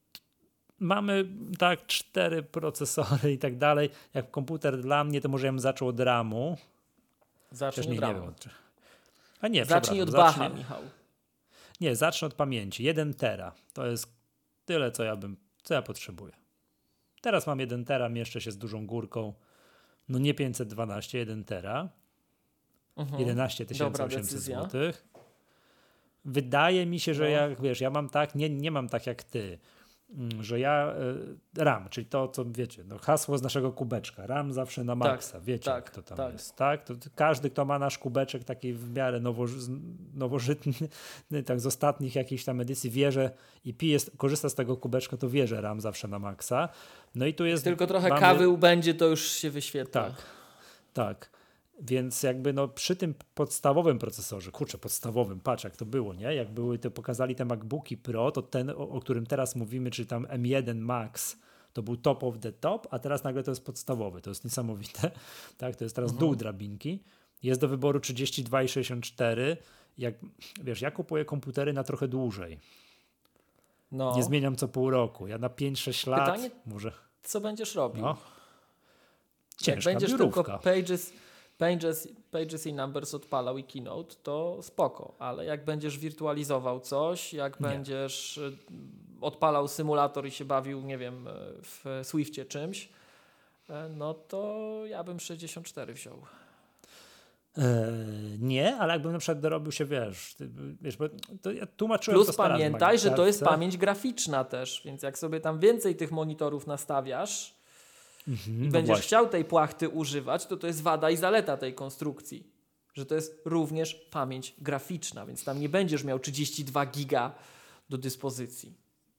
mamy tak 4 procesory i tak dalej. Jak komputer dla mnie, to może ja bym zaczął od RAM-u. Zacznij od RAM-u. A nie, zacznij od Bacha, Michał. Nie, zacznę od pamięci. 1 tera. To jest tyle, co ja potrzebuję. Teraz mam 1 tera, mieszczę się z dużą górką. No nie 512, 1 tera. 11 800 zł. Wydaje mi się, że ja mam tak, nie mam tak jak ty, że ja RAM, czyli to, co wiecie, hasło z naszego kubeczka, RAM zawsze na maksa, wiecie jak to tam jest, tak? To każdy, kto ma nasz kubeczek taki w miarę nowożytny, tak z ostatnich jakichś tam edycji wie, że i korzysta z tego kubeczka, to wie, że RAM zawsze na maksa. No i tu jest... Tylko trochę kawy ubędzie, to już się wyświetla. Tak. Więc jakby przy tym podstawowym procesorze, podstawowym, patrz jak to było, nie? Jak pokazali te MacBooki Pro, to ten, o którym teraz mówimy, czyli tam M1 Max, to był top of the top, a teraz nagle to jest podstawowy. To jest niesamowite. Tak? To jest teraz dół drabinki. Jest do wyboru 32 i 64. Ja kupuję komputery na trochę dłużej. Nie zmieniam co pół roku. Ja na 5-6 lat Pytanie, może... co będziesz robił? Ciężka jak będziesz biurówka. tylko Pages i Numbers odpalał i Keynote, to spoko, ale jak będziesz wirtualizował coś, jak będziesz odpalał symulator i się bawił, nie wiem, w Swiftie czymś, no to ja bym 64 wziął. Nie, ale jakbym na przykład dorobił się, wiesz, bo to ja tłumaczyłem. Plus pamiętaj, że to jest pamięć graficzna też, więc jak sobie tam więcej tych monitorów nastawiasz i będziesz chciał tej płachty używać, to jest wada i zaleta tej konstrukcji, że to jest również pamięć graficzna, więc tam nie będziesz miał 32 giga do dyspozycji.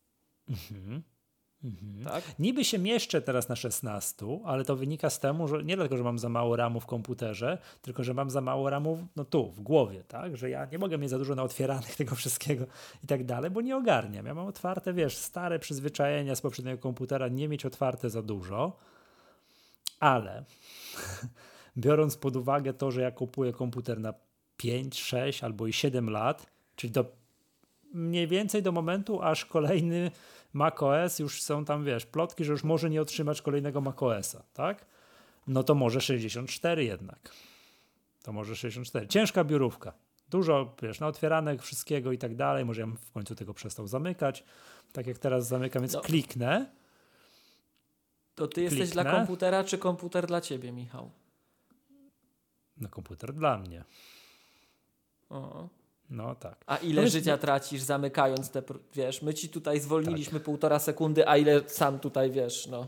Tak? Niby się mieszczę teraz na 16, ale to wynika z temu, że nie dlatego, że mam za mało RAMu w komputerze, tylko że mam za mało RAMu tu, w głowie, tak? Że ja nie mogę mieć za dużo na otwieranych tego wszystkiego i tak dalej, bo nie ogarniam. Ja mam otwarte, stare przyzwyczajenia z poprzedniego komputera, nie mieć otwarte za dużo, ale biorąc pod uwagę to, że ja kupuję komputer na 5, 6 albo i 7 lat, czyli mniej więcej do momentu, aż kolejny macOS już są tam, plotki, że już może nie otrzymać kolejnego macOSa, tak? No to może 64 jednak. To może 64. Ciężka biurówka. Dużo, na otwieranek wszystkiego i tak dalej. Może ja bym w końcu tego przestał zamykać. Tak jak teraz zamykam, więc kliknę. To ty jesteś dla komputera, czy komputer dla ciebie, Michał? No komputer dla mnie. No tak. A ile życia tracisz zamykając te, wiesz, my ci tutaj zwolniliśmy 1,5 sekundy, a ile sam tutaj, wiesz, no.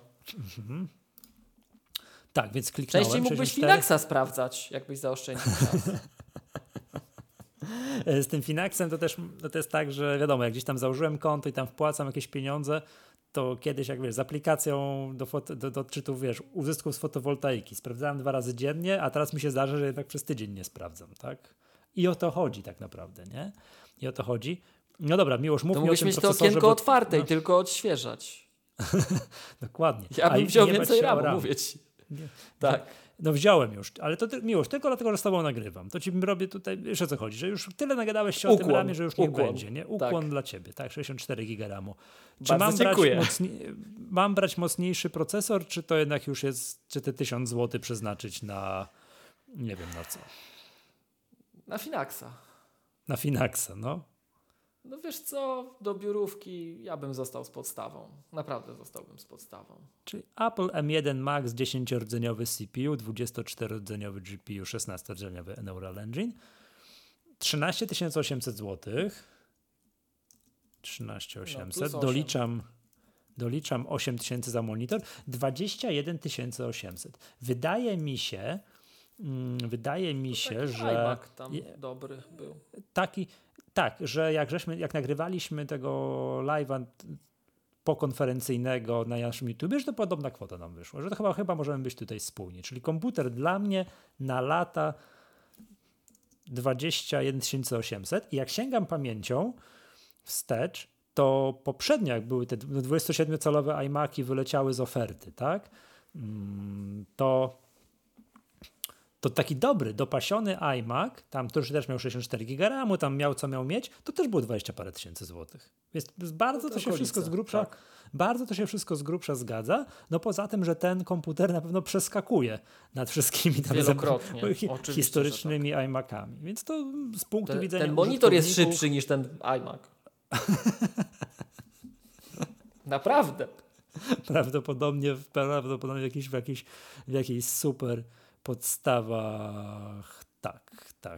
Tak, więc kliknąłem. Częściej mógłbyś Finaxa sprawdzać, jakbyś zaoszczędził czas. Z tym Finaxem to jest tak, że wiadomo, jak gdzieś tam założyłem konto i tam wpłacam jakieś pieniądze, to kiedyś, jak wiesz, z aplikacją do odczytów, wiesz, uzysków z fotowoltaiki sprawdzałem 2 razy dziennie, a teraz mi się zdarza, że jednak przez tydzień nie sprawdzam, tak? I o to chodzi tak naprawdę, nie? I o to chodzi. No dobra, Miłosz, mów mi o tym mieć procesorze. To okienko otwarte i tylko odświeżać. Dokładnie. Ja bym wziął więcej ramu, mówię ci. Tak. No wziąłem już, ale to Miłosz, tylko dlatego, że z tobą nagrywam. To ci robię tutaj, wiesz o co chodzi, że już tyle nagadałeś się o tym ramie, że już niech będzie, nie? Ukłon dla ciebie, tak, 64 giga ramu. Czy mam brać mocniejszy procesor, czy to jednak już jest, czy te 1000 zł przeznaczyć na, nie wiem na co? Na Finaxa. Na Finaxa, no. No wiesz co, do biurówki ja bym został z podstawą. Naprawdę zostałbym z podstawą. Czyli Apple M1 Max 10-rdzeniowy CPU, 24-rdzeniowy GPU, 16-rdzeniowy Neural Engine. 13 800 zł. 13 800. Doliczam 8 000 za monitor. 21 800. Wydaje mi się, że iMac tam dobry był. Tak, że jak nagrywaliśmy tego live'a pokonferencyjnego na naszym YouTubie, że to podobna kwota nam wyszła, że to chyba możemy być tutaj spójni. Czyli komputer dla mnie na lata 21 800 i jak sięgam pamięcią wstecz, to poprzednio jak były te 27-calowe iMaki wyleciały z oferty, tak? To taki dobry, dopasiony iMac, tam który też miał 64 GB RAMu, tam miał co miał mieć, to też było 20 parę tysięcy złotych. Jest bardzo to się wszystko z grubsza, tak. Bardzo to się wszystko z grubsza zgadza. No poza tym, że ten komputer na pewno przeskakuje nad wszystkimi tam historycznymi iMacami. Więc to z punktu widzenia ten monitor jest szybszy niż ten iMac. Naprawdę. Prawdopodobnie w jakiejś super podstawach. Tak.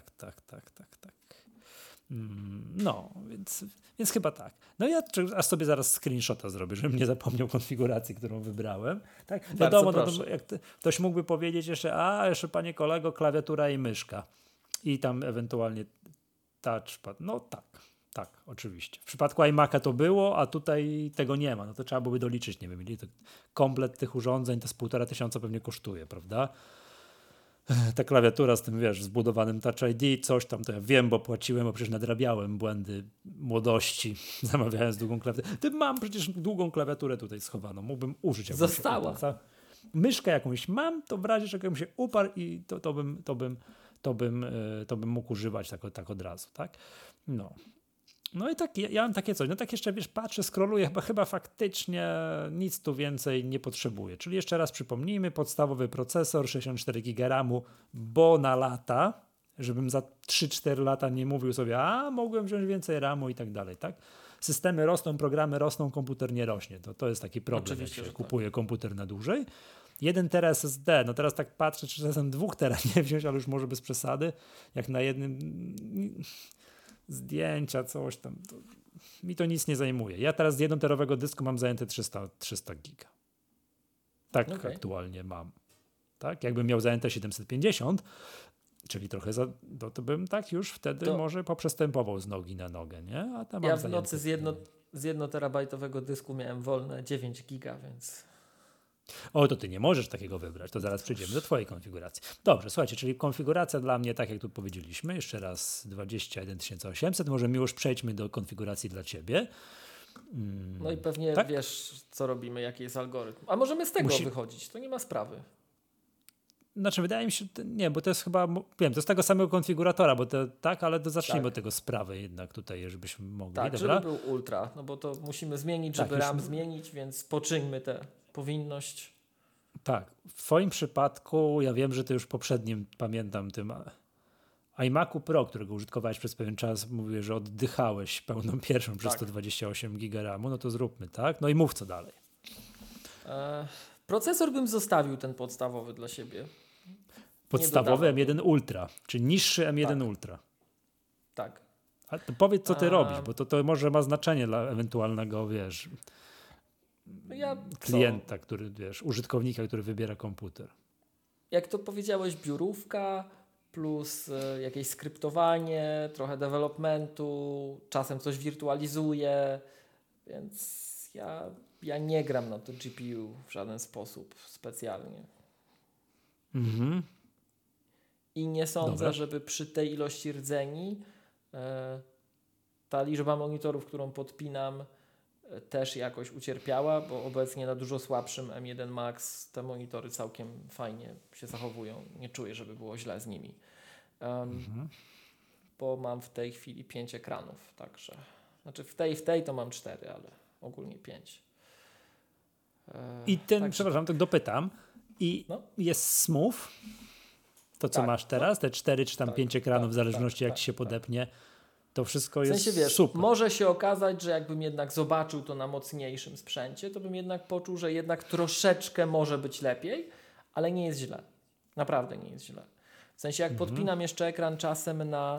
No, więc chyba tak. No ja aż sobie zaraz screenshota zrobię, żebym nie zapomniał konfiguracji, którą wybrałem. Tak? Wiadomo, jak ktoś mógłby powiedzieć jeszcze panie kolego, klawiatura i myszka. I tam ewentualnie touchpad. No tak, oczywiście. W przypadku iMac'a to było, a tutaj tego nie ma. No to trzeba byłoby doliczyć, nie wiem, ile to komplet tych urządzeń to z 1500 pewnie kosztuje, prawda? Ta klawiatura z tym, wiesz, zbudowanym Touch ID, coś tam, to ja wiem, bo płaciłem, bo przecież nadrabiałem błędy młodości, zamawiając długą klawiaturę. Mam przecież długą klawiaturę tutaj schowaną, mógłbym użyć. Została. Myszkę jakąś mam, to w razie czego bym się uparł i to bym mógł używać tak od razu, tak? No i tak, ja mam takie coś, no tak jeszcze, wiesz, patrzę, scrolluję, chyba faktycznie nic tu więcej nie potrzebuję. Czyli jeszcze raz przypomnijmy, podstawowy procesor, 64 GB RAMu, bo na lata, żebym za 3-4 lata nie mówił sobie, mogłem wziąć więcej RAMu i tak dalej, tak? Systemy rosną, programy rosną, komputer nie rośnie. To jest taki problem, oczywiście, jak się kupuje komputer na dłużej. 1 TB SSD, no teraz tak patrzę, czy czasem 2 TB nie wziąć, ale już może bez przesady, jak na jednym... zdjęcia, coś tam. Mi to nic nie zajmuje. Ja teraz z 1-terowego dysku mam zajęte 300 giga. Tak aktualnie mam. Tak? Jakbym miał zajęte 750, czyli trochę to bym tak już wtedy może poprzestępował z nogi na nogę, nie? A tam ja w nocy z 1-terabajtowego dysku miałem wolne 9 giga, więc... To ty nie możesz takiego wybrać, to zaraz przejdziemy do twojej konfiguracji. Dobrze, słuchajcie, czyli konfiguracja dla mnie, tak jak tu powiedzieliśmy, jeszcze raz 21 800, może już przejdźmy do konfiguracji dla ciebie. No i pewnie wiesz, co robimy, jaki jest algorytm. A możemy z tego wychodzić, to nie ma sprawy. Znaczy, wydaje mi się, nie, bo to jest chyba, wiem, to z tego samego konfiguratora, bo to ale to zacznijmy od tego sprawy jednak tutaj, żebyśmy mogli. Tak, dobra? żeby był ultra, no bo to musimy zmienić, żeby RAM zmienić, więc poczyńmy tę powinność. Tak, w twoim przypadku, ja wiem, że ty już poprzednim, pamiętam tym iMacu Pro, którego użytkowałeś przez pewien czas, mówię, że oddychałeś pełną pierwszą przez 128 GB RAMu, no to zróbmy, tak? No i mów co dalej. Procesor bym zostawił ten podstawowy dla siebie. Podstawowy M1 Ultra, czyli niższy M1 Ultra. Tak. Ale to powiedz, co ty robisz, bo to może ma znaczenie dla ewentualnego, klienta, który, użytkownika, który wybiera komputer. Jak to powiedziałeś, biurówka plus jakieś skryptowanie, trochę developmentu, czasem coś wirtualizuję, więc ja nie gram na to GPU w żaden sposób specjalnie. I nie sądzę, żeby przy tej ilości rdzeni ta liczba monitorów, którą podpinam, też jakoś ucierpiała, bo obecnie na dużo słabszym M1 Max te monitory całkiem fajnie się zachowują. Nie czuję, żeby było źle z nimi. Bo mam w tej chwili 5 ekranów, także znaczy w tej to mam 4, ale ogólnie 5. I przepraszam, tak dopytam. I jest smooth? To, co masz teraz? Te 4 czy tam 5 ekranów, w zależności jak ci się podepnie. To wszystko jest super. Może się okazać, że jakbym jednak zobaczył to na mocniejszym sprzęcie, to bym jednak poczuł, że jednak troszeczkę może być lepiej, ale nie jest źle. Naprawdę nie jest źle. W sensie jak podpinam jeszcze ekran czasem na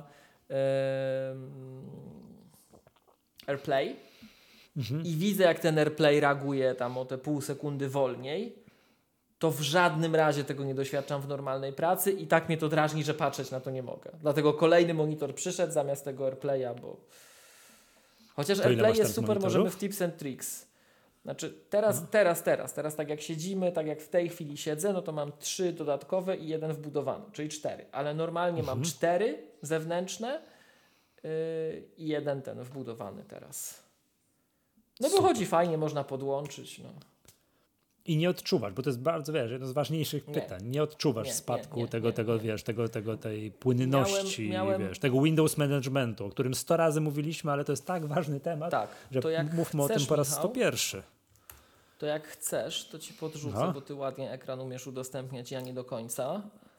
AirPlay i widzę, jak ten AirPlay reaguje tam o te pół sekundy wolniej, to w żadnym razie tego nie doświadczam w normalnej pracy i tak mnie to drażni, że patrzeć na to nie mogę. Dlatego kolejny monitor przyszedł zamiast tego AirPlaya, bo chociaż to AirPlay jest super, możemy w Tips and Tricks. Znaczy teraz tak jak siedzimy, tak jak w tej chwili siedzę, no to mam 3 dodatkowe i 1 wbudowany, czyli 4. Ale normalnie mam 4 zewnętrzne i 1 ten wbudowany teraz. No bo chodzi fajnie, można podłączyć, no. I nie odczuwasz, bo to jest bardzo, jedno z ważniejszych pytań. Nie odczuwasz spadku tej płynności, tego Windows managementu, o którym 100 razy mówiliśmy, ale to jest tak ważny temat, że mówmy o tym po raz 101. To jak chcesz, to ci podrzucę, bo ty ładnie ekran umiesz udostępniać, ja nie do końca.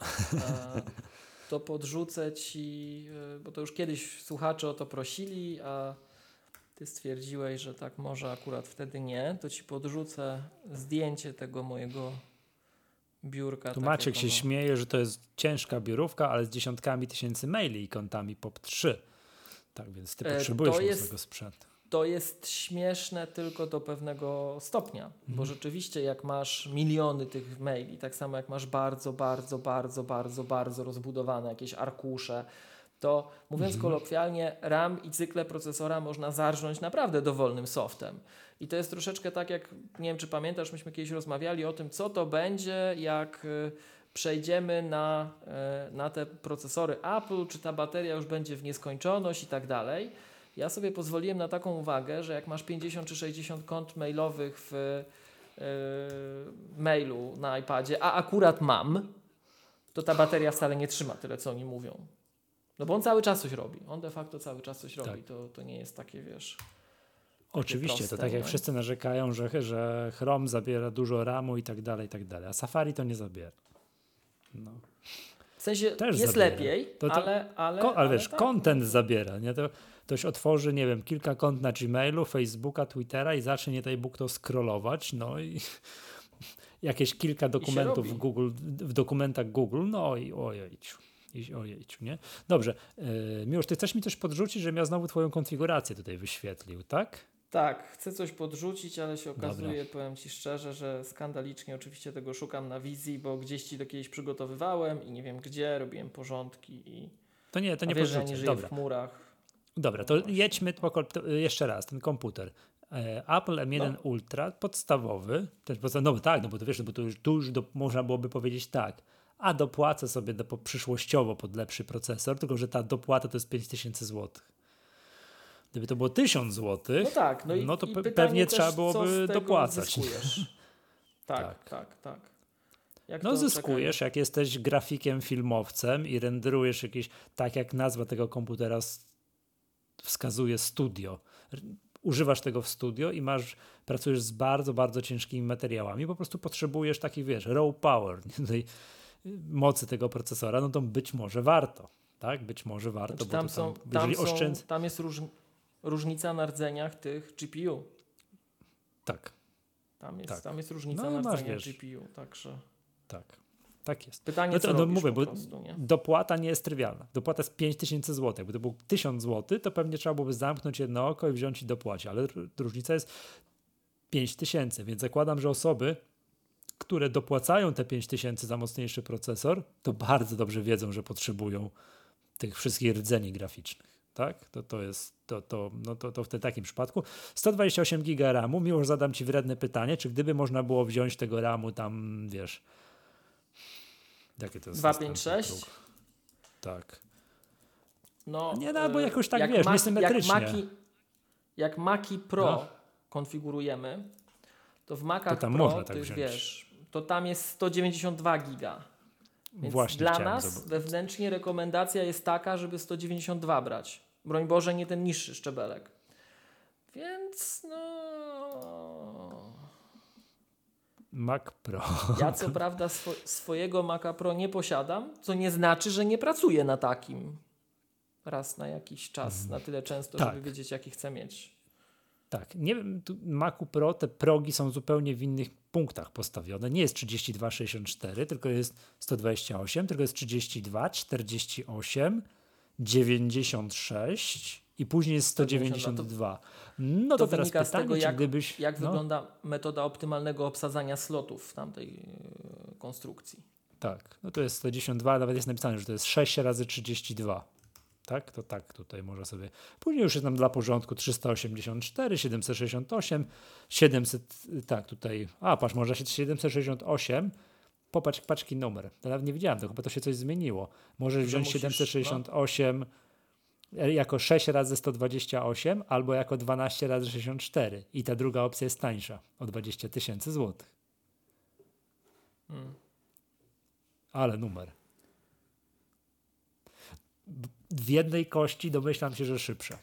To podrzucę ci, bo to już kiedyś słuchacze o to prosili, a ty stwierdziłeś, że tak może akurat wtedy nie, to ci podrzucę zdjęcie tego mojego biurka. Tu Maciek się śmieje, że to jest ciężka biurówka, ale z dziesiątkami tysięcy maili i kontami POP3. Tak więc ty potrzebujesz mocnego sprzętu. To jest śmieszne tylko do pewnego stopnia, bo rzeczywiście jak masz miliony tych maili, tak samo jak masz bardzo rozbudowane jakieś arkusze, to mówiąc kolokwialnie, RAM i cykle procesora można zarżnąć naprawdę dowolnym softem. I to jest troszeczkę tak jak, nie wiem czy pamiętasz, myśmy kiedyś rozmawiali o tym, co to będzie, jak przejdziemy na te procesory Apple, czy ta bateria już będzie w nieskończoność i tak dalej. Ja sobie pozwoliłem na taką uwagę, że jak masz 50 czy 60 kont mailowych w mailu na iPadzie, a akurat mam, to ta bateria wcale nie trzyma tyle, co oni mówią. No bo on cały czas coś robi. On de facto cały czas coś robi. To nie jest takie, Oczywiście, proste, to tak jak wszyscy narzekają, że Chrome zabiera dużo RAMu i tak dalej, a Safari to nie zabiera. No. W sensie też jest zabiera. Lepiej, ale wiesz, content zabiera. Nie? To ktoś otworzy, nie wiem, kilka kont na Gmailu, Facebooka, Twittera i zacznie, nie daj Bóg, to scrollować, no i jakieś kilka dokumentów w dokumentach Google, no i ojejciu, nie? Dobrze, Miłosz, ty chcesz mi coś podrzucić, żebym ja znowu twoją konfigurację tutaj wyświetlił, tak? Tak, chcę coś podrzucić, ale się okazuje, powiem ci szczerze, że skandalicznie oczywiście tego szukam na wizji, bo gdzieś ci to kiedyś przygotowywałem i nie wiem gdzie, robiłem porządki i... To nie podrzucę. Nie żyję w chmurach. Dobra, to jedźmy jeszcze raz, ten komputer. Apple M1 Ultra, podstawowy, bo to wiesz, bo tu już można byłoby powiedzieć tak, a dopłacę sobie przyszłościowo pod lepszy procesor, tylko że ta dopłata to jest 5000 zł. Gdyby to było 1000 zł, no to pewnie trzeba byłoby dopłacać. Tak. Zyskujesz, jak jesteś grafikiem, filmowcem i renderujesz jakieś, tak jak nazwa tego komputera wskazuje, studio. Używasz tego w studio i pracujesz z bardzo, bardzo ciężkimi materiałami, po prostu potrzebujesz takich, raw power, tej mocy tego procesora, no to być może warto, tak? Być może warto, znaczy, tam jest różnica na rdzeniach tych GPU. Tak. Tam jest różnica na rdzeniach GPU, także... Tak. Tak jest. Pytanie, co robisz mówię, po bo prostu, nie? dopłata nie jest trywialna. Dopłata jest 5000 zł. Jakby to było 1000 zł, to pewnie trzeba byłoby zamknąć jedno oko i wziąć i dopłacić, ale różnica jest 5000, więc zakładam, że osoby, które dopłacają te 5000 za mocniejszy procesor, to bardzo dobrze wiedzą, że potrzebują tych wszystkich rdzeni graficznych. Tak? To w takim przypadku 128 GB RAMu. Miłość, zadam ci wredne pytanie, czy gdyby można było wziąć tego RAMu tam, wiesz, jakie to jest 256? Tak. No, nie, no, bo jakoś tak, wiesz, niesymetrycznie. Jak Maci Pro konfigurujemy, to w Macach tam Pro, można tak wziąć. Wiesz, to tam jest 192 giga. Więc Właśnie dla nas wewnętrznie rekomendacja jest taka, żeby 192 brać. Broń Boże, nie ten niższy szczebelek. Więc Mac Pro. Ja co prawda swojego Maca Pro nie posiadam, co nie znaczy, że nie pracuję na takim raz na jakiś czas, na tyle często, żeby wiedzieć, jaki chcę mieć. Tak, nie wiem, tu Macu Pro te progi są zupełnie w innych punktach postawione. Nie jest 32,64, tylko jest 128, tylko jest 32, 48, 96 i później jest 192. No to teraz wynika pytanie, z tego, czy gdybyś... jak wygląda metoda optymalnego obsadzania slotów w tamtej konstrukcji. Tak, no to jest 192, nawet jest napisane, że to jest 6 razy 32. Tak, to tak tutaj można sobie. Później już jest nam dla porządku 384, 768, 700, tak tutaj, patrz, można się 768, popatrz, paczki numer. Ja nawet nie widziałem, to chyba to się coś zmieniło. Możesz wziąć 768 jako 6 razy 128 albo jako 12 razy 64 i ta druga opcja jest tańsza o 20 000 złotych. Ale numer. W jednej kości domyślam się, że szybsze.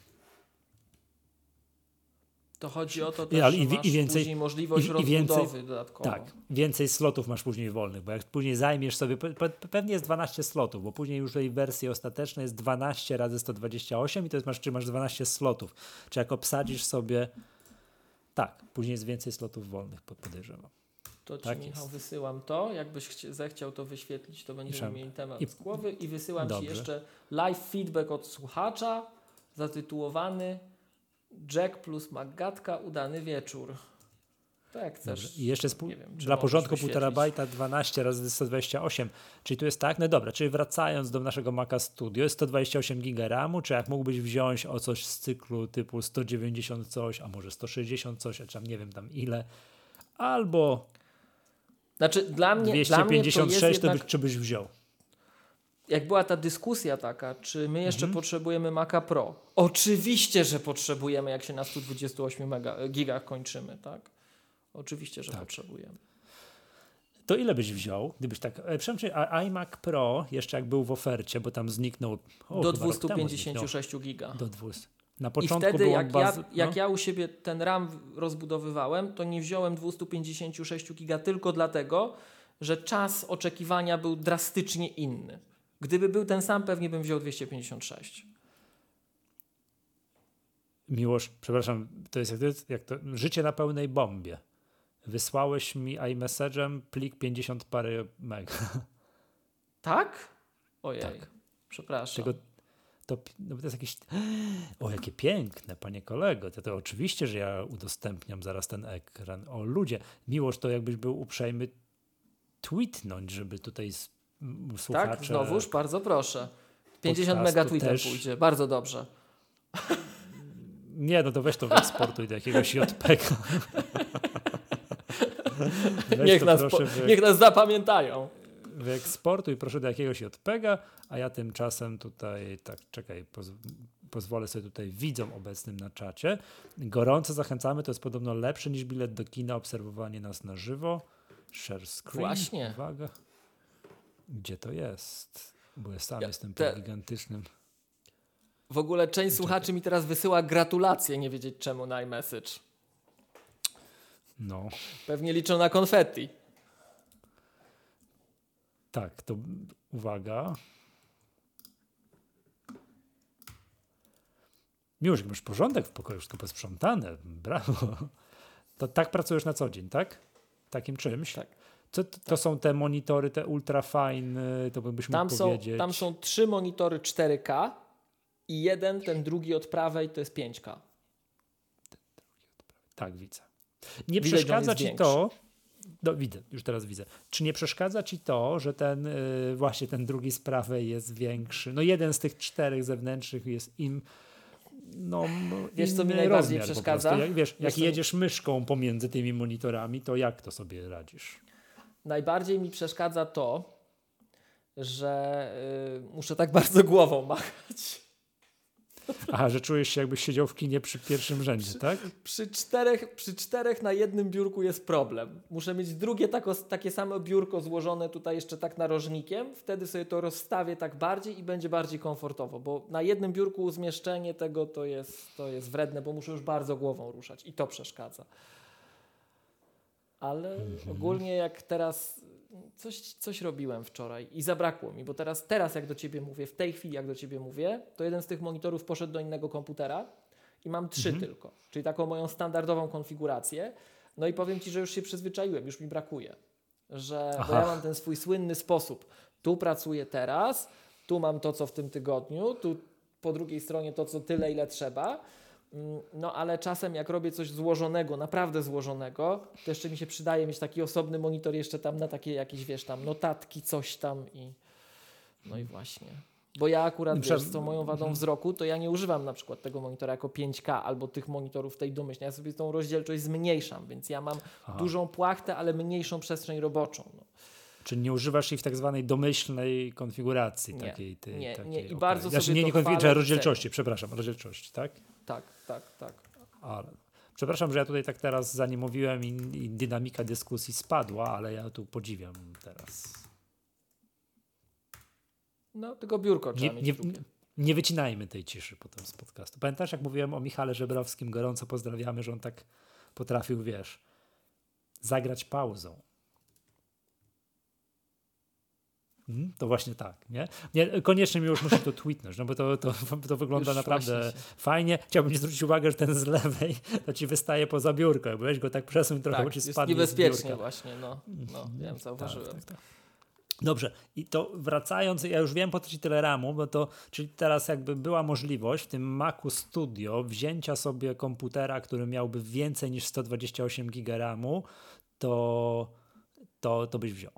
To chodzi o to też, że masz później możliwość rozbudowy dodatkowo. Tak, więcej slotów masz później wolnych, bo jak później zajmiesz sobie, pewnie jest 12 slotów, bo później już w tej wersji ostatecznej jest 12 razy 128 i to jest, masz 12 slotów. Czy jak obsadzisz sobie, tak, później jest więcej slotów wolnych, podejrzewam. To ci, Michał, wysyłam to. Jakbyś zechciał to wyświetlić, to będziemy mieli temat z głowy. I wysyłam ci jeszcze live feedback od słuchacza zatytułowany Jack plus Maggatka, udany wieczór. Tak, chcesz. I jeszcze dla porządku 1,5 bajta 12 razy 128. Czyli tu jest tak, no dobra, czyli wracając do naszego Maca Studio, jest 128 GB RAMu, czy jak mógłbyś wziąć o coś z cyklu typu 190 coś, a może 160 coś, a tam nie wiem tam ile, albo znaczy, dla mnie 256 to czy byś wziął? Jak była ta dyskusja taka, czy my jeszcze potrzebujemy Maca Pro? Oczywiście, że potrzebujemy, jak się na 128 gigach kończymy, tak? Oczywiście, że potrzebujemy. To ile byś wziął, gdybyś tak... iMac Pro jeszcze jak był w ofercie, bo tam zniknął... do 256 giga. Do 200. Na początku i wtedy jak ja u siebie ten RAM rozbudowywałem, to nie wziąłem 256 giga tylko dlatego, że czas oczekiwania był drastycznie inny. Gdyby był ten sam, pewnie bym wziął 256. Miłosz, przepraszam, to jest jak to życie na pełnej bombie. Wysłałeś mi iMessage'em plik 50 parę meg. Tak? Ojej, tak. Przepraszam. To jest jakieś... O, jakie piękne, panie kolego. To oczywiście, że ja udostępniam zaraz ten ekran. O, ludzie, Miłosz, to jakbyś był uprzejmy tweetnąć, żeby tutaj słuchacze... Tak, znowuż, bardzo proszę. 50 mega tweetem pójdzie, bardzo dobrze. Nie, no to weź to wyeksportuj do jakiegoś JPEG-a. Niech nas zapamiętają. Wyeksportuj proszę do jakiegoś JPEG-a, a ja tymczasem tutaj, tak, czekaj, pozwolę sobie tutaj widzom obecnym na czacie. Gorąco zachęcamy, to jest podobno lepsze niż bilet do kina, obserwowanie nas na żywo. Share screen. Właśnie. Uwaga. Gdzie to jest? Bo ja sam jestem pod gigantycznym... W ogóle część słuchaczy mi teraz wysyła gratulacje, nie wiedzieć czemu na iMessage. No. Pewnie liczą na konfetti. Tak, to uwaga. Miłosz, masz porządek w pokoju, wszystko posprzątane. Brawo. To tak pracujesz na co dzień, tak? Takim czymś? Tak. To są te monitory, te ultra fine, to byś mógł powiedzieć. Tam są 3 monitory 4K i jeden, ten drugi od prawej to jest 5K. Tak, widzę. Nie przeszkadza ci to, widzę, już teraz widzę. Czy nie przeszkadza ci to, że właśnie ten drugi z prawej jest większy? No jeden z tych 4 zewnętrznych jest wiesz, co mi najbardziej przeszkadza? Jak jedziesz myszką pomiędzy tymi monitorami, to jak to sobie radzisz? Najbardziej mi przeszkadza to, że muszę tak bardzo głową machać. Aha, że czujesz się, jakbyś siedział w kinie przy pierwszym rzędzie, tak? Przy 4 na jednym biurku jest problem. Muszę mieć drugie takie samo biurko złożone tutaj jeszcze tak narożnikiem, wtedy sobie to rozstawię tak bardziej i będzie bardziej komfortowo, bo na jednym biurku zmieszczenie tego to jest wredne, bo muszę już bardzo głową ruszać i to przeszkadza. Ale ogólnie jak teraz coś robiłem wczoraj i zabrakło mi, bo teraz jak do ciebie mówię, w tej chwili jak do ciebie mówię, to jeden z tych monitorów poszedł do innego komputera i mam 3 tylko, czyli taką moją standardową konfigurację. No i powiem ci, że już się przyzwyczaiłem, już mi brakuje, bo ja mam ten swój słynny sposób. Tu pracuję teraz, tu mam to, co w tym tygodniu, tu po drugiej stronie to, co tyle, ile trzeba. No ale czasem jak robię coś złożonego, naprawdę złożonego, to jeszcze mi się przydaje mieć taki osobny monitor jeszcze tam na takie jakieś, wiesz, tam notatki, coś tam no i właśnie. Bo ja akurat, z tą moją wadą wzroku, to ja nie używam na przykład tego monitora jako 5K albo tych monitorów tej domyślnej. Ja sobie tą rozdzielczość zmniejszam, więc ja mam dużą płachtę, ale mniejszą przestrzeń roboczą. No. Czyli nie używasz jej w tak zwanej domyślnej konfiguracji? Nie. I bardzo sobie rozdzielczości, przepraszam, rozdzielczości, tak? Tak. Ale, przepraszam, że ja tutaj tak teraz za nie mówiłem i dynamika dyskusji spadła, ale ja tu podziwiam teraz. No, tylko biurko trzeba mieć. Nie wycinajmy tej ciszy potem z podcastu. Pamiętasz, jak mówiłem o Michale Żebrowskim, gorąco pozdrawiamy, że on tak potrafił, zagrać pauzą. To właśnie tak, nie? Koniecznie mi już muszę to tweetnąć, no bo to wygląda już naprawdę fajnie. Chciałbym ci zwrócić uwagę, że ten z lewej to ci wystaje poza biurko, bo weź go tak przesuń trochę, bo ci spadnie jest niebezpiecznie właśnie, wiem, zauważyłem. Tak. Dobrze, i to wracając, ja już wiem po co ci tyle ramu, czyli teraz jakby była możliwość w tym Macu Studio wzięcia sobie komputera, który miałby więcej niż 128 GB ramu, to byś wziął.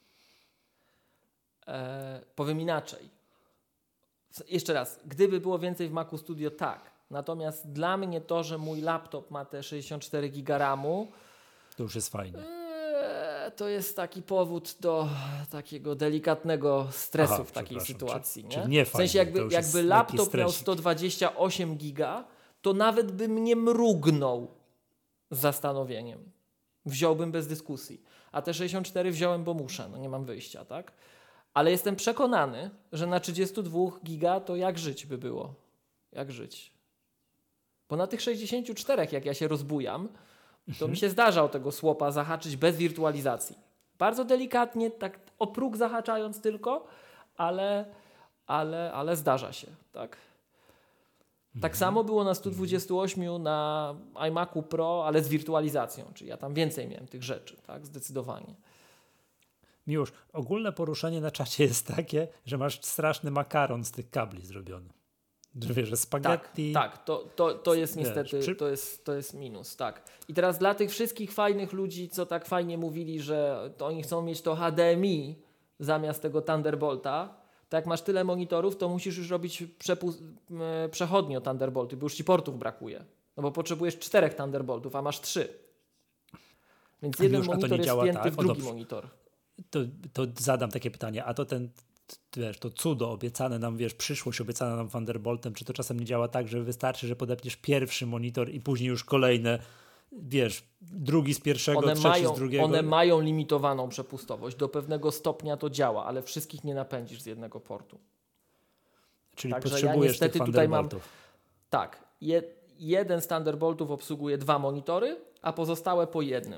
Powiem inaczej. Jeszcze raz, gdyby było więcej w Macu Studio, tak. Natomiast dla mnie to, że mój laptop ma te 64 GB RAMu, to już jest fajnie. To jest taki powód do takiego delikatnego stresu w takiej sytuacji. Czyli nie fajnie, w sensie jakby laptop miał 128 giga, to nawet bym nie mrugnął z zastanowieniem. Wziąłbym bez dyskusji. A te 64 wziąłem, bo muszę. Nie mam wyjścia, tak? Ale jestem przekonany, że na 32 giga to jak żyć by było. Jak żyć. Bo na tych 64, jak ja się rozbujam, to mi się zdarza o tego słopa zahaczyć bez wirtualizacji. Bardzo delikatnie, tak o próg zahaczając tylko, ale zdarza się. Tak? Tak samo było na 128 na iMacu Pro, ale z wirtualizacją. Czyli ja tam więcej miałem tych rzeczy, tak? Zdecydowanie. Miłosz, ogólne poruszenie na czacie jest takie, że masz straszny makaron z tych kabli zrobiony. Że spaghetti... Tak, to jest niestety, to jest minus, tak. I teraz dla tych wszystkich fajnych ludzi, co tak fajnie mówili, że to oni chcą mieć to HDMI zamiast tego Thunderbolta, to jak masz tyle monitorów, to musisz już robić przechodnie o Thunderbolty, bo już ci portów brakuje. No bo potrzebujesz 4 Thunderboltów, a masz 3. Więc jeden monitor jest wpięty w drugi monitor. To zadam takie pytanie, a to to cudo obiecane nam, przyszłość obiecana nam Thunderboltem, czy to czasem nie działa tak, że wystarczy, że podepniesz pierwszy monitor i później już kolejne, drugi z pierwszego, trzeci z drugiego? One mają limitowaną przepustowość. Do pewnego stopnia to działa, ale wszystkich nie napędzisz z jednego portu. Czyli także potrzebujesz tych Thunderboltów. Tak. Jeden z Thunderboltów obsługuje 2 monitory, a pozostałe po jednym.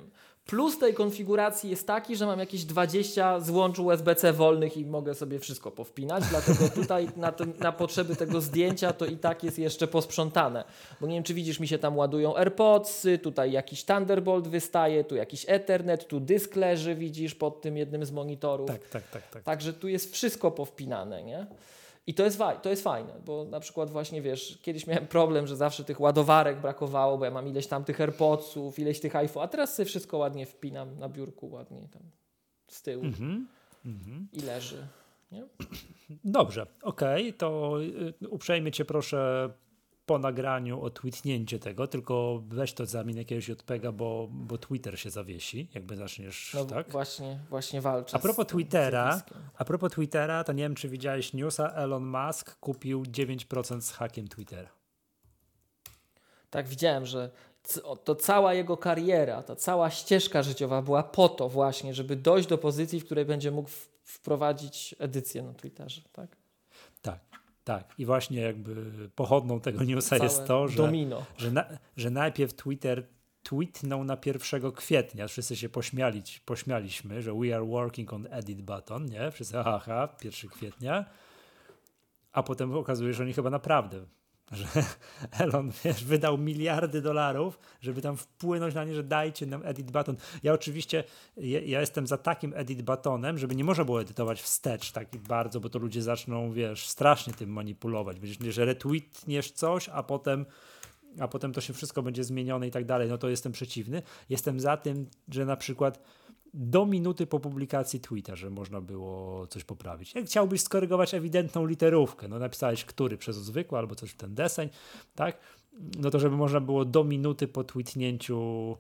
Plus tej konfiguracji jest taki, że mam jakieś 20 złącz USB-C wolnych i mogę sobie wszystko powpinać, dlatego tutaj na potrzeby tego zdjęcia to i tak jest jeszcze posprzątane. Bo nie wiem, czy widzisz, mi się tam ładują AirPodsy, tutaj jakiś Thunderbolt wystaje, tu jakiś Ethernet, tu dysk leży, widzisz, pod tym jednym z monitorów. Tak. Także tu jest wszystko powpinane, nie? I to jest fajne, bo na przykład właśnie wiesz, kiedyś miałem problem, że zawsze tych ładowarek brakowało, bo ja mam ileś tam tych AirPodsów, ileś tych iPhone, a teraz sobie wszystko ładnie wpinam na biurku, ładnie tam z tyłu i leży. Nie? Dobrze, okej, to uprzejmie cię proszę po nagraniu o tweetnięcie tego, tylko weź to zamień jakiegoś JPEGa, bo Twitter się zawiesi, jakby zaczniesz, no, tak? Właśnie walczę. A propos Twittera, to nie wiem, czy widziałeś newsa, Elon Musk kupił 9% z hakiem Twittera. Tak, widziałem, że to cała jego kariera, ta cała ścieżka życiowa była po to właśnie, żeby dojść do pozycji, w której będzie mógł wprowadzić edycję na Twitterze, tak? Tak. I właśnie jakby pochodną tego newsa jest to, że najpierw Twitter tweetnął na 1 kwietnia. Wszyscy się pośmialiśmy, że we are working on edit button, nie? Wszyscy 1 kwietnia. A potem okazuje się, że oni chyba naprawdę, że Elon, wydał miliardy dolarów, żeby tam wpłynąć na nie, że dajcie nam edit button. Ja oczywiście, ja jestem za takim edit buttonem, żeby nie można było edytować wstecz tak bardzo, bo to ludzie zaczną, strasznie tym manipulować. Będziesz, że retweetniesz coś, a potem to się wszystko będzie zmienione i tak dalej, no to jestem przeciwny. Jestem za tym, że na przykład do minuty po publikacji tweeta, że można było coś poprawić. Jak chciałbyś skorygować ewidentną literówkę, no napisałeś który przez zwykły albo coś w ten deseń, tak? No to żeby można było do minuty po tweetnięciu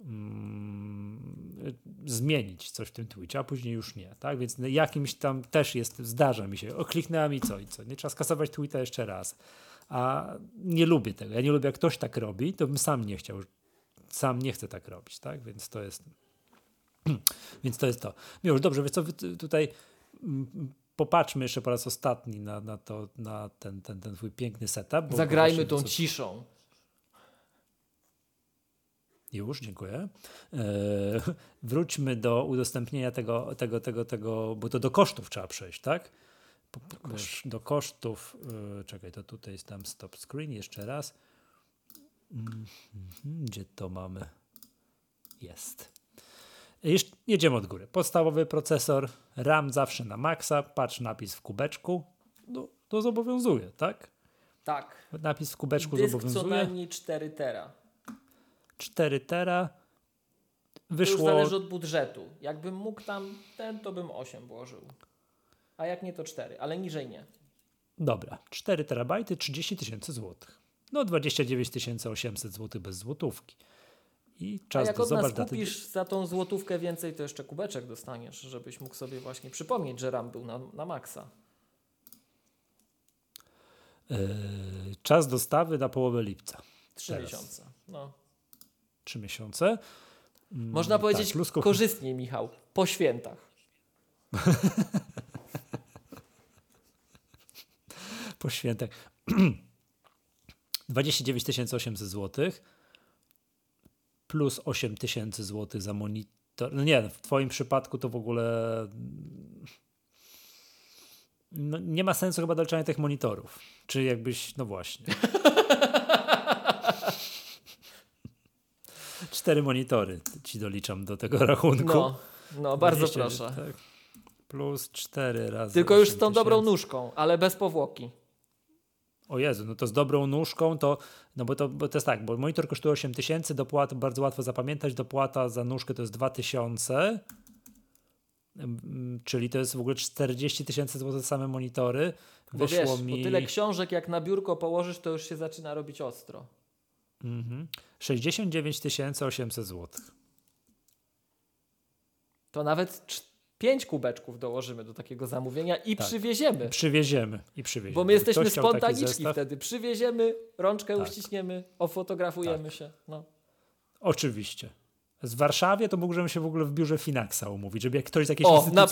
zmienić coś w tym tweetie, a później już nie, tak? Więc jakimś tam też zdarza mi się, kliknęłam i co? Nie trzeba skasować tweeta jeszcze raz. A nie lubię tego. Ja nie lubię, jak ktoś tak robi, to bym sam nie chciał. Sam nie chcę tak robić, tak? Więc to jest to. Już dobrze, więc co tutaj popatrzmy jeszcze po raz ostatni na ten twój piękny setup. Zagrajmy tą ciszą. Już, dziękuję. Wróćmy do udostępnienia tego, bo to do kosztów trzeba przejść, tak? Do kosztów, czekaj, to tutaj jest tam stop screen, jeszcze raz. Gdzie to mamy? Jest. Jedziemy od góry. Podstawowy procesor, RAM zawsze na maksa, patrz napis w kubeczku, to zobowiązuje, tak? Tak. Napis w kubeczku dysk zobowiązuje. Co najmniej 4 tera. 4 tera. Wyszło... To już zależy od budżetu. Jakbym mógł tam to bym 8 włożył. A jak nie, to 4, ale niżej nie. Dobra, 4 terabajty, 30 000 złotych. No 29 800 złotych bez złotówki. I czas jak do od nas zobacz kupisz za tą złotówkę więcej, to jeszcze kubeczek dostaniesz, żebyś mógł sobie właśnie przypomnieć, że RAM był na maksa. Czas dostawy na połowę lipca. 3 miesiące. No. 3 miesiące. Można powiedzieć korzystniej, Michał, po świętach. Po świętach. 29 800 zł plus 8 000 zł za monitor. No nie, w twoim przypadku to w ogóle nie ma sensu chyba doliczania tych monitorów. Czy jakbyś, no właśnie. 4 monitory ci doliczam do tego rachunku. No bardzo proszę. Tak. Plus 4 razy. Tylko już z tą dobrą nóżką, ale bez powłoki. O Jezu, no to z dobrą nóżką to, no bo to jest tak, bo monitor kosztuje 8 000, dopłata, bardzo łatwo zapamiętać, dopłata za nóżkę to jest 2000, czyli to jest w ogóle 40 000 zł za same monitory. Bo wyszło mi... bo tyle książek jak na biurko położysz, to już się zaczyna robić ostro. 69 800 zł. To nawet 5 kubeczków dołożymy do takiego zamówienia i przywieziemy. Przywieziemy. Bo my jesteśmy spontaniczni wtedy. Przywieziemy, rączkę uściśniemy, ofotografujemy się. No. Oczywiście. Z Warszawie to możemy się w ogóle w biurze Finaxa umówić, żeby jak ktoś z jakiejś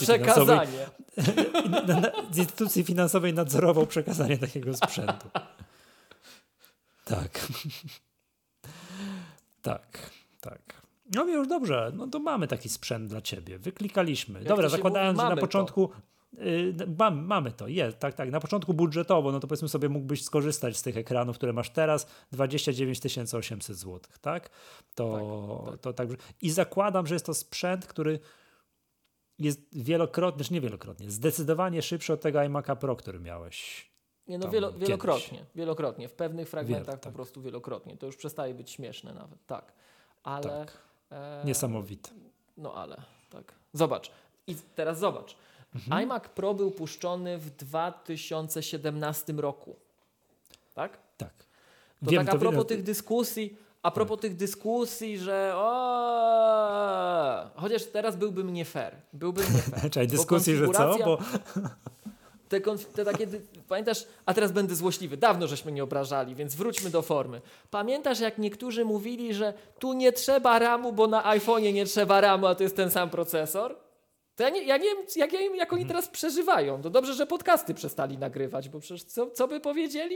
instytucji finansowej nadzorował przekazanie takiego sprzętu. Tak. Tak. No już dobrze, no to mamy taki sprzęt dla ciebie. Wyklikaliśmy. Jak Dobra, to się zakładając, mówi, że na mamy początku mamy to, jest, tak. Na początku budżetowo, no to powiedzmy sobie mógłbyś skorzystać z tych ekranów, które masz teraz, 29 800 zł, tak? Tak. I zakładam, że jest to sprzęt, który jest zdecydowanie szybszy od tego iMac'a Pro, który miałeś. Nie, no wielokrotnie. W pewnych fragmentach po prostu wielokrotnie. To już przestaje być śmieszne nawet, tak. Ale... Tak. Niesamowite. No ale, tak. Zobacz. I teraz zobacz. iMac Pro był puszczony w 2017 roku. Tak? Tak. To tak a propos tych dyskusji, że chociaż teraz byłbym nie fair. Czyli dyskusji, że co? Bo... Te takie, pamiętasz, a teraz będę złośliwy, dawno żeśmy nie obrażali, więc wróćmy do formy. Pamiętasz, jak niektórzy mówili, że tu nie trzeba RAM-u, bo na iPhone'ie nie trzeba RAM-u, a to jest ten sam procesor? To ja nie wiem, jak oni teraz przeżywają. To dobrze, że podcasty przestali nagrywać, bo przecież co by powiedzieli?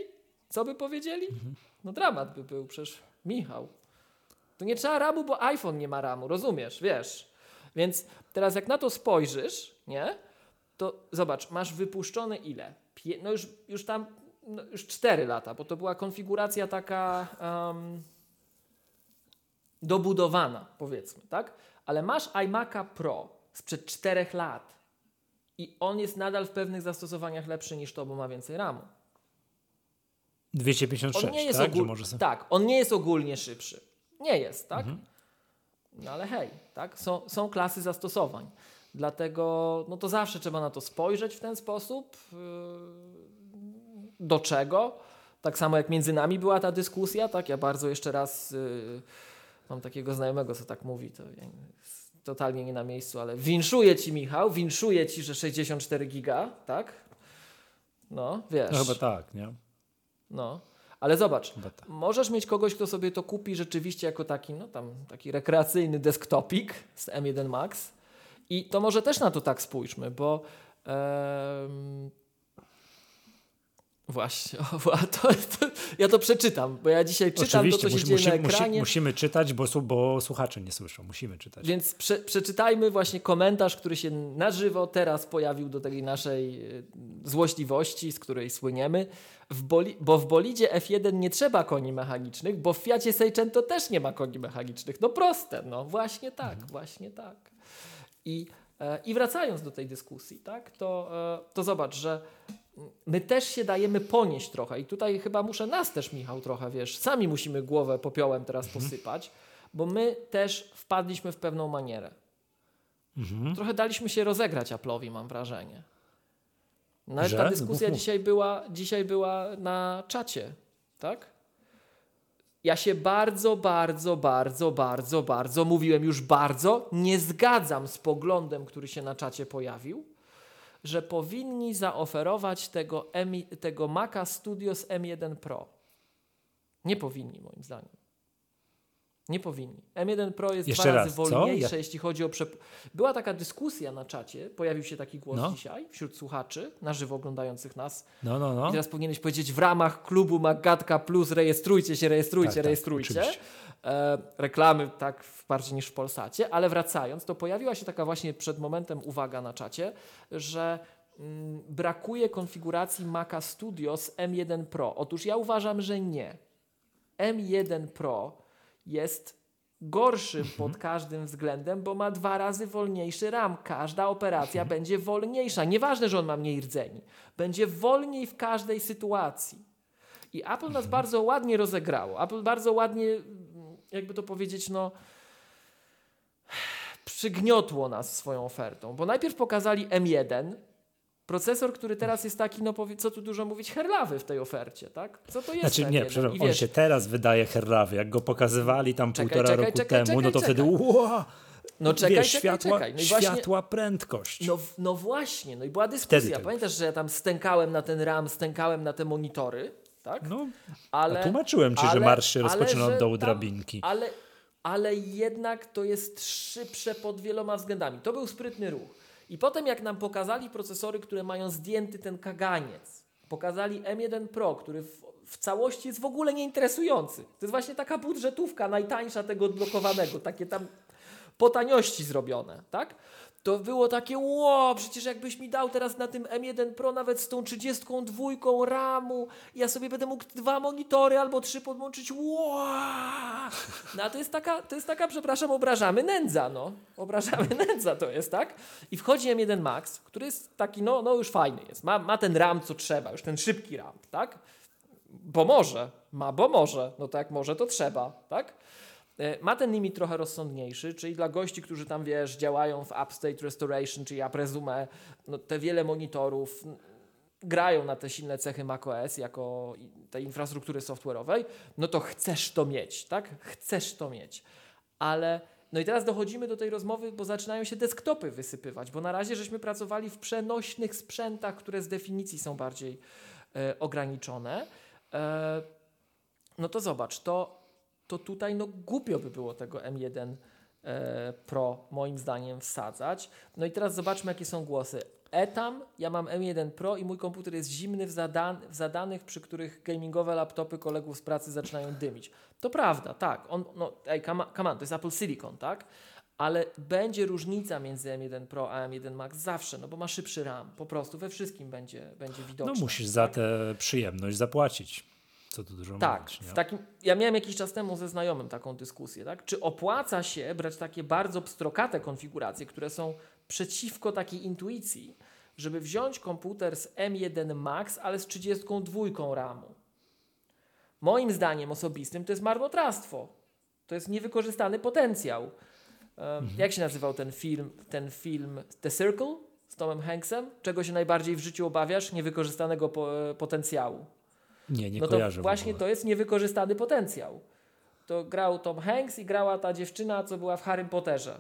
No dramat by był, przecież Michał. To nie trzeba RAM-u, bo iPhone nie ma RAM-u, rozumiesz, wiesz. Więc teraz jak na to spojrzysz, nie? To zobacz, masz wypuszczone ile? Już 4 lata, bo to była konfiguracja taka dobudowana, powiedzmy, tak? Ale masz iMac'a Pro sprzed 4 lat i on jest nadal w pewnych zastosowaniach lepszy niż to, bo ma więcej RAM-u. 256, on nie jest tak? Tak, on nie jest ogólnie szybszy. Nie jest, tak? No ale hej, tak? Są klasy zastosowań. Dlatego no to zawsze trzeba na to spojrzeć w ten sposób. Do czego? Tak samo jak między nami była ta dyskusja, tak? Ja bardzo jeszcze raz mam takiego znajomego, co tak mówi, to totalnie nie na miejscu, ale winszuję ci, Michał, że 64 giga, tak? No, wiesz. No chyba tak, nie? No, ale zobacz, możesz mieć kogoś, kto sobie to kupi rzeczywiście jako taki rekreacyjny desktopik z M1 Max i to może też na to tak spójrzmy, bo właśnie, ja to przeczytam, bo ja dzisiaj czytam oczywiście, to, co się dzieje na ekranie. Musimy czytać, bo słuchacze nie słyszą. Musimy czytać. Więc przeczytajmy właśnie komentarz, który się na żywo teraz pojawił do tej naszej złośliwości, z której słyniemy. Bo w bolidzie F1 nie trzeba koni mechanicznych, bo w Fiacie Seicento też nie ma koni mechanicznych. No proste, no właśnie tak, właśnie tak. I wracając do tej dyskusji, tak, to zobacz, że my też się dajemy ponieść trochę i tutaj chyba muszę nas też, Michał, trochę, wiesz, sami musimy głowę popiołem teraz posypać, bo my też wpadliśmy w pewną manierę. Trochę daliśmy się rozegrać Apple'owi, mam wrażenie. Nawet ta dyskusja dzisiaj była na czacie, tak? Ja się bardzo mówiłem już nie zgadzam z poglądem, który się na czacie pojawił, że powinni zaoferować tego Maca Studio z M1 Pro. Nie powinni, moim zdaniem. Nie powinni. M1 Pro jest Jeszcze 2 razy wolniejsze, co? jeśli chodzi o... Była taka dyskusja na czacie, pojawił się taki głos dzisiaj wśród słuchaczy, na żywo oglądających nas. No. I teraz powinieneś powiedzieć w ramach klubu Magatka Plus rejestrujcie się. Oczywiście. Reklamy tak bardziej niż w Polsacie, ale wracając, to pojawiła się taka właśnie przed momentem uwaga na czacie, że brakuje konfiguracji Maca Studio z M1 Pro. Otóż ja uważam, że nie. M1 Pro jest gorszy pod każdym względem, bo ma 2 razy wolniejszy RAM. Każda operacja będzie wolniejsza. Nieważne, że on ma mniej rdzeni. Będzie wolniej w każdej sytuacji. I Apple nas bardzo ładnie rozegrało. Apple bardzo ładnie, jakby to powiedzieć, przygniotło nas swoją ofertą. Bo najpierw pokazali M1, procesor, który teraz jest taki, co tu dużo mówić, herlawy w tej ofercie, tak? Co to jest? Znaczy nie, przepraszam, on się teraz wydaje herlawy. Jak go pokazywali tam półtora roku temu, no to wtedy no czekaj. No światła prędkość. No właśnie, no i była dyskusja. Pamiętasz, że ja tam stękałem na ten RAM, stękałem na te monitory, tak? No, tłumaczyłem ci, że marsz się rozpoczyna od dołu drabinki. Ale jednak to jest szybsze pod wieloma względami. To był sprytny ruch. I potem jak nam pokazali procesory, które mają zdjęty ten kaganiec, pokazali M1 Pro, który w całości jest w ogóle nieinteresujący. To jest właśnie taka budżetówka najtańsza tego odblokowanego, takie tam po taniości zrobione, tak? To było takie, przecież jakbyś mi dał teraz na tym M1 Pro nawet z tą 32 RAMu, ja sobie będę mógł 2 monitory albo 3 podłączyć, No a to jest taka, przepraszam, obrażamy nędza, no. Obrażamy nędza to jest, tak? I wchodzi M1 Max, który jest taki, no już fajny jest, ma ten RAM, co trzeba, już ten szybki RAM, tak? Bo może, no tak, może to trzeba, tak? Ma ten limit trochę rozsądniejszy, czyli dla gości, którzy tam, działają w Upstate Restoration, czyli ja prezumę, no, te wiele monitorów grają na te silne cechy macOS jako tej infrastruktury software'owej, no to chcesz to mieć, tak? Chcesz to mieć. Ale no i teraz dochodzimy do tej rozmowy, bo zaczynają się desktopy wysypywać, bo na razie żeśmy pracowali w przenośnych sprzętach, które z definicji są bardziej ograniczone. No to zobacz, to tutaj głupio by było tego M1 Pro moim zdaniem wsadzać. No i teraz zobaczmy, jakie są głosy. Ja mam M1 Pro i mój komputer jest zimny w zadanych, przy których gamingowe laptopy kolegów z pracy zaczynają dymić. To prawda, tak. Come on, to jest Apple Silicon, tak? Ale będzie różnica między M1 Pro a M1 Max zawsze, no bo ma szybszy RAM. Po prostu we wszystkim będzie widoczne. No musisz za tę przyjemność zapłacić. Co tu dużo mówić, ja miałem jakiś czas temu ze znajomym taką dyskusję, tak? Czy opłaca się brać takie bardzo pstrokate konfiguracje, które są przeciwko takiej intuicji, żeby wziąć komputer z M1 Max, ale z 32 RAMu. Moim zdaniem osobistym to jest marnotrawstwo. To jest niewykorzystany potencjał. Jak się nazywał ten film The Circle z Tomem Hanksem? Czego się najbardziej w życiu obawiasz? Niewykorzystanego potencjału. Nie no kojarzę. To właśnie to jest niewykorzystany potencjał. To grał Tom Hanks i grała ta dziewczyna, co była w Harrym Potterze.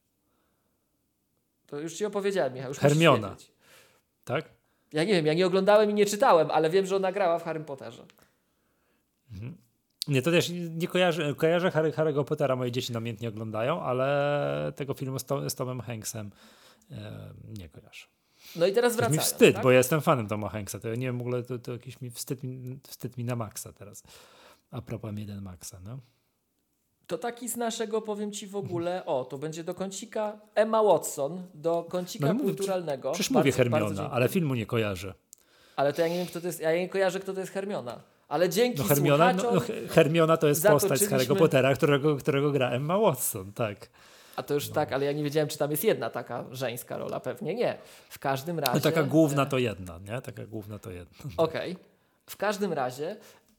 To już ci opowiedziałem, Michał. Już Hermiona. Tak? Ja nie wiem, ja nie oglądałem i nie czytałem, ale wiem, że ona grała w Harrym Potterze. Mhm. Nie, to też nie kojarzę Harry'ego Pottera, moje dzieci namiętnie oglądają, ale tego filmu z Tomem Hanksem nie kojarzę. No i teraz wracając. To mi wstyd, tak? bo ja jestem fanem Toma Hanksa. To ja nie wiem, w ogóle to jakiś wstyd mi na maksa teraz. A propos M1 Maxa, no. To taki z naszego, powiem ci w ogóle, to będzie do kącika Emma Watson, do kącika kulturalnego. Przecież mówię Hermiona, ale filmu nie kojarzę. Ale to ja nie wiem, kto to jest, ja nie kojarzę, kto to jest Hermiona. Ale dzięki Hermiona, słuchaczom... Hermiona to jest postać z Harry'ego Pottera, którego gra Emma Watson, tak. A to już tak, ale ja nie wiedziałem, czy tam jest jedna taka żeńska rola. Pewnie nie. W każdym razie... No taka główna to jedna, nie? Taka główna to jedna. Okej. W każdym razie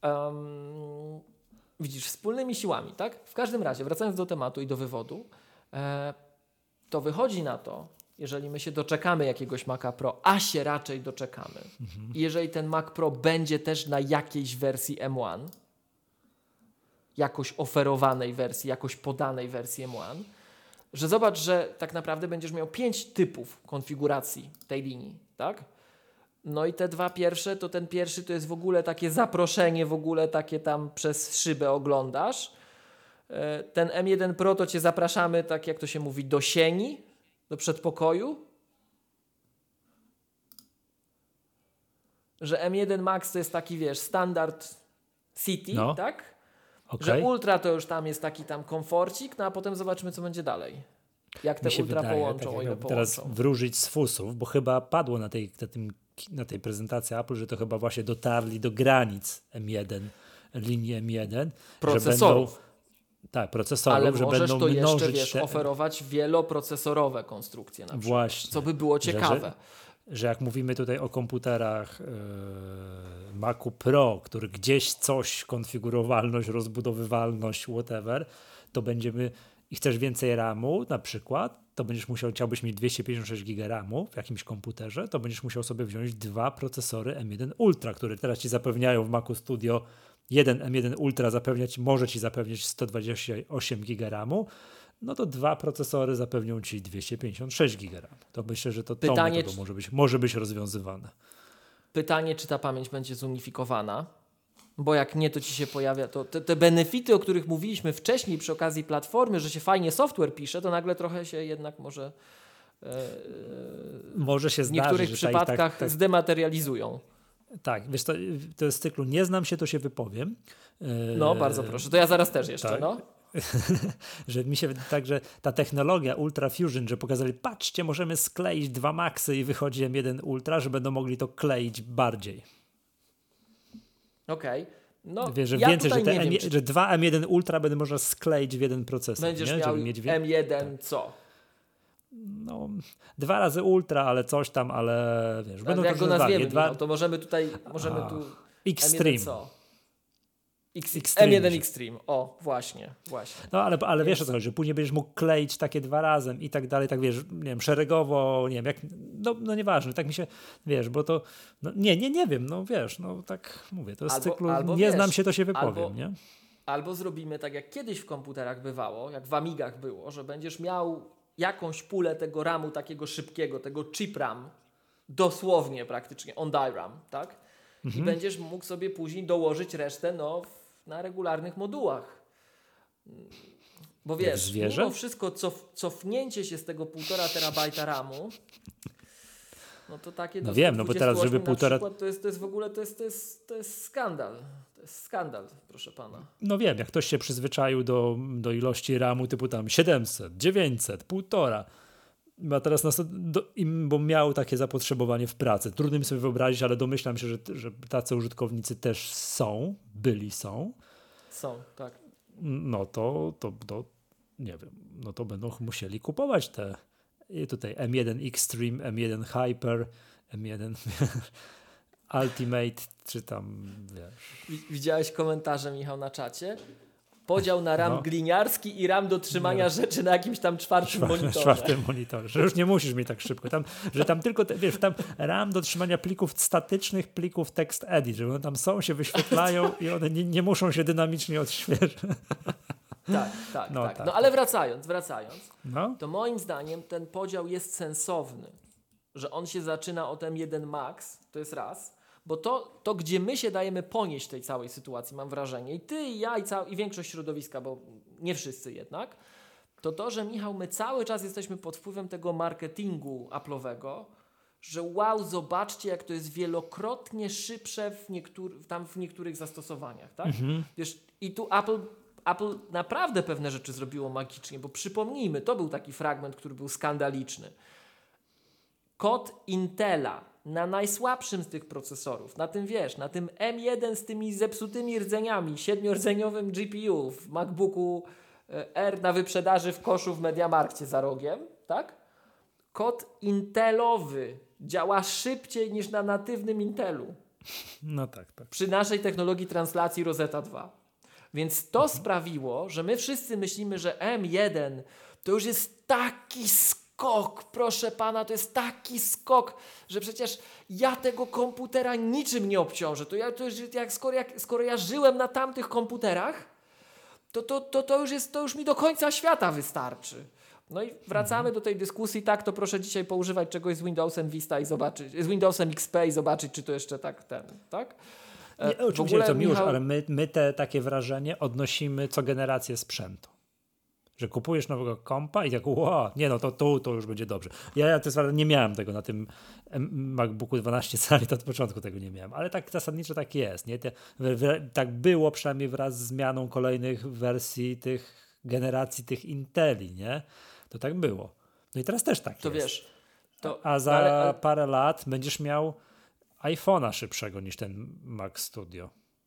widzisz, wspólnymi siłami, tak? W każdym razie, wracając do tematu i do wywodu, to wychodzi na to, jeżeli my się doczekamy jakiegoś Maca Pro, a się raczej doczekamy, i jeżeli ten Mac Pro będzie też na jakiejś wersji M1, jakoś oferowanej wersji, jakoś podanej wersji M1, że zobacz, że tak naprawdę będziesz miał 5 typów konfiguracji tej linii, tak? No i te dwa pierwsze, to ten pierwszy to jest w ogóle takie zaproszenie, w ogóle takie tam przez szybę oglądasz. Ten M1 Pro to cię zapraszamy, tak jak to się mówi, do sieni, do przedpokoju. Że M1 Max to jest taki, wiesz, standard city, tak? Okay. Że Ultra to już tam jest taki tam komforcik, no a potem zobaczymy, co będzie dalej. Jak te Ultra połączą, o ile połączą. Teraz wróżyć z fusów, bo chyba padło na tej prezentacji Apple, że to chyba właśnie dotarli do granic M1, linii M1. Procesorów. Procesorów, ale że możesz będą to jeszcze, mnożyć oferować wieloprocesorowe konstrukcje na przykład, właśnie, co by było ciekawe. Że jak mówimy tutaj o komputerach Macu Pro, który gdzieś coś, konfigurowalność, rozbudowywalność, whatever, to będziemy i chcesz więcej RAMu na przykład, to chciałbyś mieć 256 GB RAMu w jakimś komputerze, to będziesz musiał sobie wziąć 2 procesory M1 Ultra, które teraz ci zapewniają w Macu Studio. Jeden M1 Ultra może ci zapewniać 128 GB RAMu, no to 2 procesory zapewnią ci 256 GB RAM. To myślę, że to może być rozwiązywane. Pytanie, czy ta pamięć będzie zunifikowana, bo jak nie, to ci się pojawia, to te benefity, o których mówiliśmy wcześniej przy okazji platformy, że się fajnie software pisze, to nagle trochę się jednak może się w niektórych przypadkach zdematerializują. Tak, wiesz, to jest z cyklu nie znam się, to się wypowiem. No, bardzo proszę. To ja zaraz też jeszcze, tak. no. Że mi się wydaje tak, że ta technologia Ultra Fusion, że pokazali, patrzcie, możemy skleić 2 Maxy i wychodzi M1 Ultra, że będą mogli to kleić bardziej. Okej. No, wiesz, że ja więcej, że, nie wiem, że 2 M1 Ultra będą można skleić w jeden procesor. Będziesz nie? miał mieć M1 co? No, 2 razy Ultra, ale coś tam, ale wiesz, będą jak to go nazwiemy, dwa... to możemy tu Extreme. M1 co? Extreme. M1 Extreme. O, właśnie. No, ale wiesz o co chodzi, że później będziesz mógł kleić takie 2 razem i tak dalej, tak wiesz, nie wiem, szeregowo, nie wiem, jak, no nieważne, tak mi się, wiesz, bo to, no, nie wiem, no wiesz, no tak mówię, to jest z cyklu, nie znam się, to się wypowiem, nie? Albo zrobimy tak, jak kiedyś w komputerach bywało, jak w Amigach było, że będziesz miał jakąś pulę tego RAMu takiego szybkiego, tego chip RAM, dosłownie praktycznie, on die RAM, tak? I będziesz mógł sobie później dołożyć resztę na regularnych modułach. Bo wiesz, mimo wszystko cofnięcie się z tego 1,5 terabajta RAMu, no to takie no wiem, no bo teraz żeby 1,5 to jest w ogóle to jest skandal. To jest skandal, proszę pana. No wiem, jak ktoś się przyzwyczaił do ilości RAMu typu tam 700, 900, 1,5, a teraz bo miał takie zapotrzebowanie w pracy. Trudno mi sobie wyobrazić, ale domyślam się, że tacy użytkownicy też są, są. Są, tak. No to nie wiem, no to będą musieli kupować te tutaj M1 Extreme, M1 Hyper, M1 Ultimate, czy tam, wiesz. Widziałeś komentarze, Michał, na czacie? Podział na RAM gliniarski i RAM do trzymania rzeczy na jakimś tam czwartym monitorze. Że już nie musisz mieć tak szybko. Że tam tylko, wiesz, tam RAM do trzymania plików statycznych, plików text edit, że one tam są, się wyświetlają i one nie muszą się dynamicznie odświeżać. Tak. No ale wracając, to moim zdaniem ten podział jest sensowny, że on się zaczyna od M1 Max, to jest raz, bo to gdzie my się dajemy ponieść tej całej sytuacji, mam wrażenie, i ty, i ja, i większość środowiska, bo nie wszyscy jednak, to, że Michał, my cały czas jesteśmy pod wpływem tego marketingu Apple'owego, że wow, zobaczcie, jak to jest wielokrotnie szybsze w niektórych zastosowaniach, tak? Wiesz, i tu Apple naprawdę pewne rzeczy zrobiło magicznie, bo przypomnijmy, to był taki fragment, który był skandaliczny. Kod Intela na najsłabszym z tych procesorów, na tym na tym M1 z tymi zepsutymi rdzeniami, 7-rdzeniowym GPU w MacBooku R na wyprzedaży w koszu w MediaMarkcie za rogiem, tak? Kod Intelowy działa szybciej niż na natywnym Intelu. No tak. Przy naszej technologii translacji Rosetta 2. Więc to sprawiło, że my wszyscy myślimy, że M1 to już jest taki skok, proszę pana, to jest taki skok, że przecież ja tego komputera niczym nie obciążę. Skoro ja żyłem na tamtych komputerach, to już mi do końca świata wystarczy. No i wracamy do tej dyskusji, tak, to proszę dzisiaj poużywać czegoś z Windowsem Vista i zobaczyć, z Windowsem XP i zobaczyć, czy to jeszcze tak. Nie, oczywiście, to Miłosz, ale my te takie wrażenie odnosimy co generację sprzętu. Że kupujesz nowego kompa i tak, nie no, to już będzie dobrze. Ja nie miałem tego na tym MacBooku 12 cali, to od początku tego nie miałem, ale tak zasadniczo tak jest. Nie? Tak było przynajmniej wraz z zmianą kolejnych wersji tych generacji tych Inteli, nie? To tak było. No i teraz też tak to jest. Wiesz, a za parę lat będziesz miał iPhone'a szybszego niż ten Mac Studio.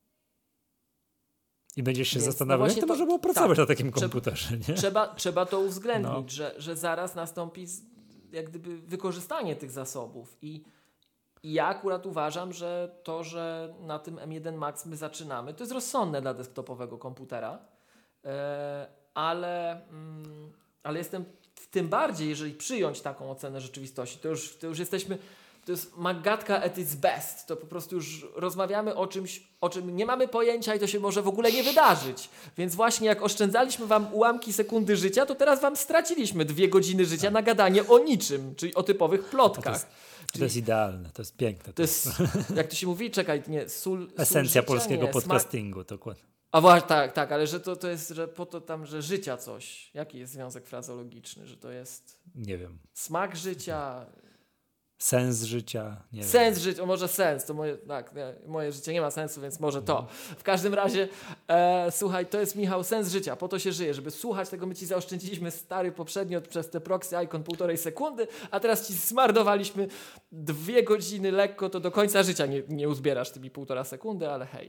I będziesz się zastanawiał, jak to można było pracować na takim komputerze. Nie? Trzeba to uwzględnić, że zaraz nastąpi jak gdyby wykorzystanie tych zasobów. I ja akurat uważam, że to, że na tym M1 Max my zaczynamy, to jest rozsądne dla desktopowego komputera, ale jestem tym bardziej, jeżeli przyjąć taką ocenę rzeczywistości, to już jesteśmy... To jest Magatka at its best. To po prostu już rozmawiamy o czymś, o czym nie mamy pojęcia i to się może w ogóle nie wydarzyć. Więc właśnie jak oszczędzaliśmy wam ułamki sekundy życia, to teraz wam straciliśmy 2 godziny życia na gadanie o niczym, czyli o typowych plotkach. To jest idealne, to jest piękne. To jest, jak to się mówi, esencja polskiego podcastingu. Dokładnie. A właśnie, tak, ale że to jest, że po to tam, że życia coś. Jaki jest związek frazologiczny, że to jest... Nie wiem. Smak życia... Sens życia. Nie sens życia, o może sens, to moje życie nie ma sensu, więc może to. W każdym razie, słuchaj, to jest Michał, sens życia, po to się żyje, żeby słuchać tego, my ci zaoszczędziliśmy stary poprzednio przez te proxy icon 1,5 sekundy, a teraz ci zmardowaliśmy 2 godziny lekko, to do końca życia nie uzbierasz tymi 1,5 sekundy, ale hej.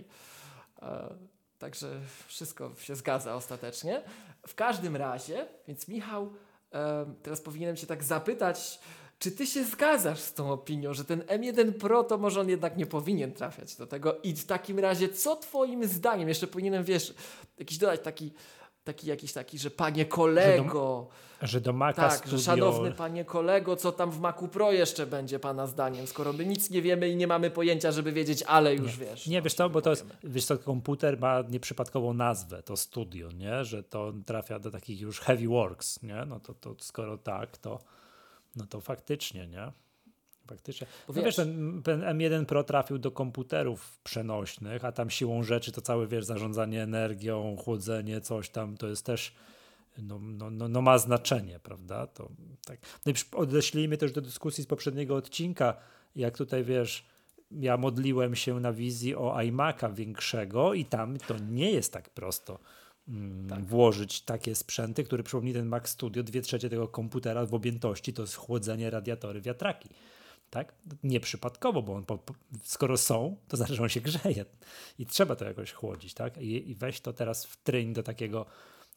Także wszystko się zgadza ostatecznie. W każdym razie, więc Michał, teraz powinienem cię tak zapytać, czy ty się zgadzasz z tą opinią, że ten M1 Pro to może on jednak nie powinien trafiać do tego i w takim razie co twoim zdaniem, jeszcze powinienem, wiesz, jakiś dodać jakiś taki, że panie kolego, że do Maca tak, Studio... że szanowny panie kolego, co tam w Macu Pro jeszcze będzie pana zdaniem, skoro my nic nie wiemy i nie mamy pojęcia, żeby wiedzieć, ale już wiesz. Nie, wiesz co, bo to jest, wiesz co, komputer ma nieprzypadkową nazwę, to Studio, nie, że to trafia do takich już heavy works, nie, no to skoro tak, to no to faktycznie, nie? Faktycznie. No wiesz, ten M1 Pro trafił do komputerów przenośnych, a tam siłą rzeczy to całe, wiesz, zarządzanie energią, chłodzenie, coś tam, to jest też, no ma znaczenie, prawda? To, tak. No i odeślijmy też do dyskusji z poprzedniego odcinka, jak tutaj, wiesz, ja modliłem się na wizji o iMac'a większego i tam to nie jest tak prosto. Włożyć takie sprzęty, które przypomni ten Mac Studio, 2/3 tego komputera w objętości to jest chłodzenie, radiatory, wiatraki. Tak? Nieprzypadkowo, bo on skoro są, to znaczy, że on się grzeje i trzeba to jakoś chłodzić. Tak? I weź to teraz wtryń do takiego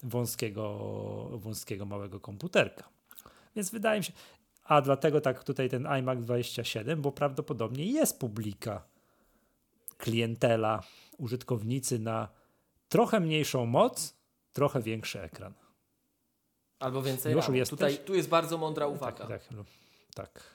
wąskiego małego komputerka. Więc wydaje mi się, a dlatego tak tutaj ten iMac 27, bo prawdopodobnie jest publika, klientela, użytkownicy na trochę mniejszą moc, trochę większy ekran. Albo więcej RAM. Tu jest bardzo mądra uwaga. Tak.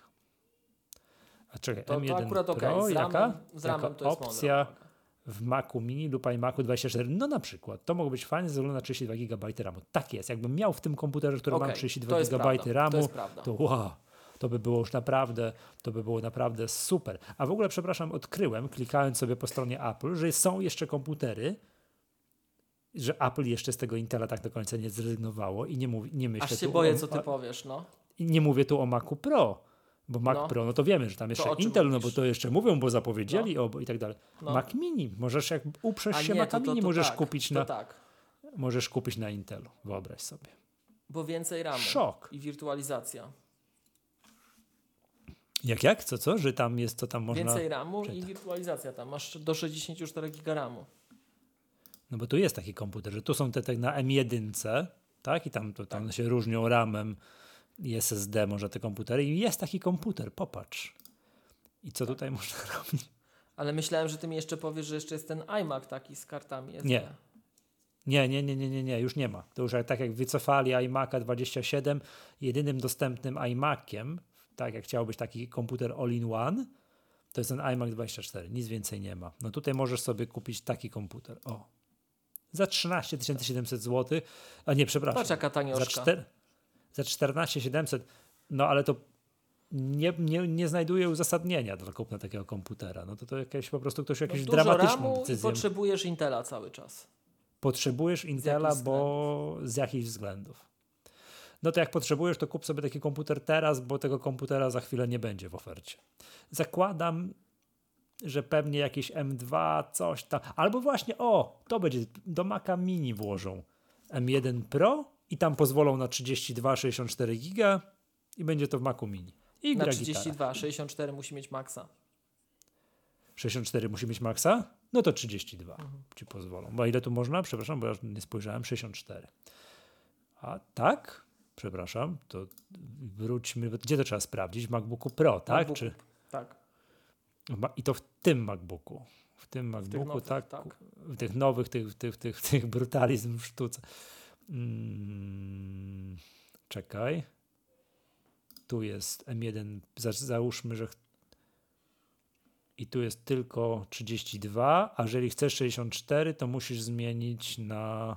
A czekaj, to M1 akurat Pro, okay. Z ramem to jest opcja w Macu Mini lub iMacu 24, no na przykład, to mogło być fajne ze względu na 32 GB RAMu. Tak jest, jakbym miał w tym komputerze, który ma 32 GB RAMu, to wow, to by było już naprawdę super. A w ogóle, przepraszam, odkryłem, klikając sobie po stronie Apple, że są jeszcze komputery, że Apple jeszcze z tego Intela tak do końca nie zrezygnowało i nie myślę aż się boję, co ty powiesz, no. I nie mówię tu o Macu Pro, bo Mac Pro, no to wiemy, że tam jeszcze Intel, no bo to jeszcze mówią, bo zapowiedzieli i tak dalej. Mac Mini, możesz jak uprzesz się Maca Mini, możesz kupić możesz kupić na Intelu, wyobraź sobie. Bo więcej RAM i wirtualizacja. Jak? Co? Że tam jest, co tam można... Więcej RAMu i wirtualizacja tam, masz do 64 GB RAMu. No bo tu jest taki komputer, że tu są te na M1, tak? I tam się różnią RAM-em i SSD może te komputery i jest taki komputer, popatrz. I co tutaj można robić? Ale myślałem, że ty mi jeszcze powiesz, że jeszcze jest ten iMac taki z kartami SD. Nie, już nie ma. To już tak jak wycofali iMac'a 27, jedynym dostępnym iMaciem, tak jak chciał być taki komputer all-in-one, to jest ten iMac 24, nic więcej nie ma. No tutaj możesz sobie kupić taki komputer, za 13 700 zł, a nie, przepraszam. Patrz jaka tanioszka. Za 14 700, no ale to nie znajduje uzasadnienia dla kupna takiego komputera. No to jakieś po prostu ktoś jakąś dramatyczną decyzję. Potrzebujesz Intela cały czas. Potrzebujesz Intela, bo z jakichś względów. No to jak potrzebujesz, to kup sobie taki komputer teraz, bo tego komputera za chwilę nie będzie w ofercie. Zakładam, że pewnie jakieś M2, coś tam, albo właśnie, to będzie, do Maca Mini włożą M1 Pro i tam pozwolą na 32, 64 giga i będzie to w Macu Mini. I na 32, gitara. 64 musi mieć Maxa. 64 musi mieć Maxa? No to 32 ci pozwolą. Bo ile tu można? Przepraszam, bo ja nie spojrzałem. 64. A tak? Przepraszam, to wróćmy. Gdzie to trzeba sprawdzić? W MacBooku Pro, tak? Tak. I to w tym MacBooku. W tym MacBooku, nowych, tak. W tych nowych, tych brutalizm w sztuce. Czekaj. Tu jest M1, załóżmy, że i tu jest tylko 32, a jeżeli chcesz 64, to musisz zmienić na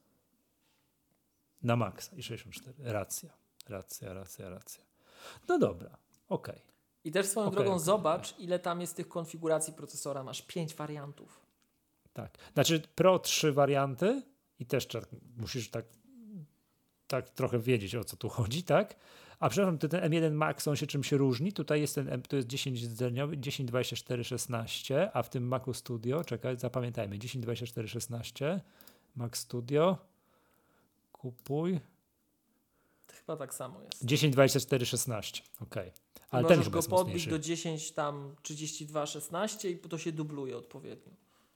Maxa i 64. Racja. No dobra, okej. I też swoją drogą zobacz, ile tam jest tych konfiguracji procesora. Masz 5 wariantów. Tak. Znaczy Pro 3 warianty i też musisz tak trochę wiedzieć, o co tu chodzi, tak? A przepraszam, ten M1 Max, on się czym się różni? Tutaj jest to jest 10-dzeniowy, 102416, a w tym Macu Studio, czekaj, zapamiętajmy, 102416, Mac Studio, kupuj. Chyba tak samo jest. 102416, okej. Ale możesz ten go jest podbić mocniejszy. do 10 tam 3216 i to się dubluje odpowiednio.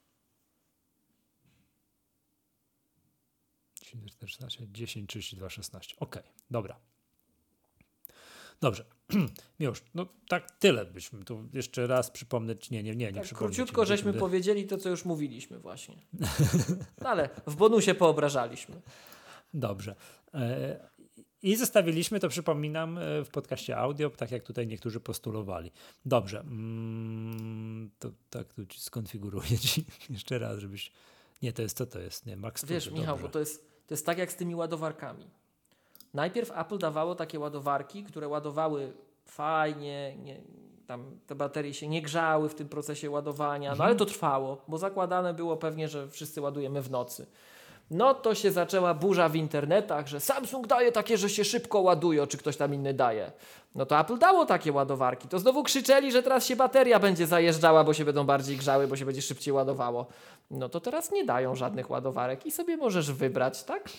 103216. Okej, dobra. Dobrze. Miłosz, no tak tyle byśmy tu jeszcze raz przypomnieć. Nie Tak, przypomnę. króciutko żeśmy powiedzieli to, co już mówiliśmy właśnie. No, ale w bonusie poobrażaliśmy. Dobrze. I zostawiliśmy, to przypominam, w podcaście audio, tak jak tutaj niektórzy postulowali. Dobrze. To tak tu ci skonfiguruję ci jeszcze raz, żebyś... Nie, to jest co to jest? Nie, Max Studio. Wiesz, Michał, bo to jest tak jak z tymi ładowarkami. Najpierw Apple dawało takie ładowarki, które ładowały fajnie, tam te baterie się nie grzały w tym procesie ładowania, no ale to trwało, bo zakładane było pewnie, że wszyscy ładujemy w nocy. No to się zaczęła burza w internetach, że Samsung daje takie, że się szybko ładuje, czy ktoś tam inny daje. No to Apple dało takie ładowarki. To znowu krzyczeli, że teraz się bateria będzie zajeżdżała, bo się będą bardziej grzały, bo się będzie szybciej ładowało. No to teraz nie dają żadnych ładowarek i sobie możesz wybrać, tak?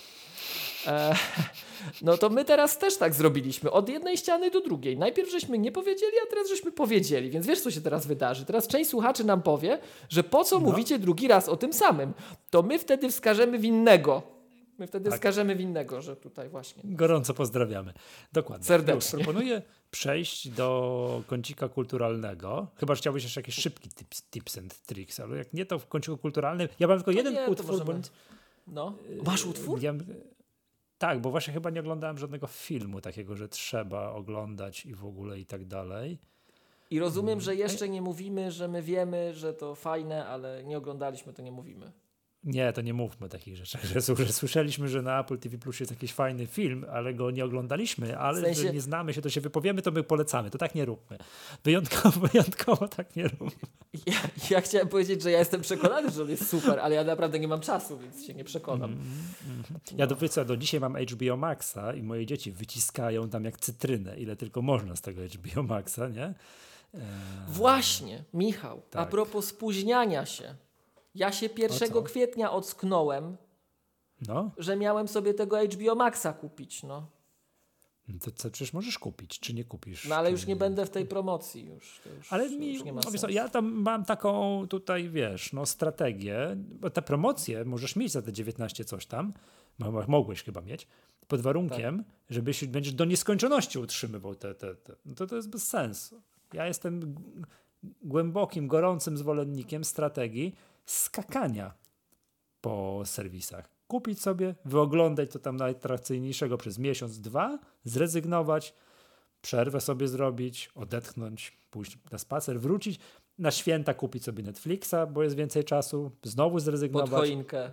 No to my teraz też tak zrobiliśmy. Od jednej ściany do drugiej. Najpierw żeśmy nie powiedzieli, a teraz żeśmy powiedzieli. Więc wiesz, co się teraz wydarzy? Teraz część słuchaczy nam powie, że po co mówicie drugi raz o tym samym? To my wtedy wskażemy winnego. Wskażemy winnego, że tutaj właśnie. Gorąco pozdrawiamy. Dokładnie. Serdecznie. Proponuję przejść do kącika kulturalnego. Chyba, że chciałbyś jeszcze jakiś szybki tips and tricks, ale jak nie, to w kąciku kulturalnym. Ja mam tylko jeden utwór. No. Masz utwór? Tak, bo właśnie chyba nie oglądałem żadnego filmu takiego, że trzeba oglądać i w ogóle i tak dalej. I rozumiem, że jeszcze nie mówimy, że my wiemy, że to fajne, ale nie oglądaliśmy, to nie mówimy. Nie, to nie mówmy takich rzeczy, że słyszeliśmy, że na Apple TV Plus jest jakiś fajny film, ale go nie oglądaliśmy, ale w sensie... że nie znamy się, to się wypowiemy, to my polecamy. To tak nie róbmy. Wyjątkowo tak nie róbmy. Ja chciałem powiedzieć, że ja jestem przekonany, że on jest super, ale ja naprawdę nie mam czasu, więc się nie przekonam. Ja do dzisiaj mam HBO Maxa i moje dzieci wyciskają tam jak cytrynę, ile tylko można z tego HBO Maxa, nie? Właśnie, Michał, tak. A propos spóźniania się. Ja się 1 kwietnia ocknąłem, że miałem sobie tego HBO Maxa kupić. No. To przecież możesz kupić, czy nie kupisz? No ale już nie będę w tej promocji. Już nie ma sensu. Ja tam mam taką tutaj, strategię, bo te promocje możesz mieć za te 19 coś tam, mogłeś chyba mieć, pod warunkiem, że będziesz do nieskończoności utrzymywał te. No to jest bez sensu. Ja jestem głębokim, gorącym zwolennikiem strategii skakania po serwisach. Kupić sobie, wyoglądać to tam najatrakcyjniejszego przez miesiąc, 2, zrezygnować, przerwę sobie zrobić, odetchnąć, pójść na spacer, wrócić, na święta kupić sobie Netflixa, bo jest więcej czasu, znowu zrezygnować. Pod choinkę.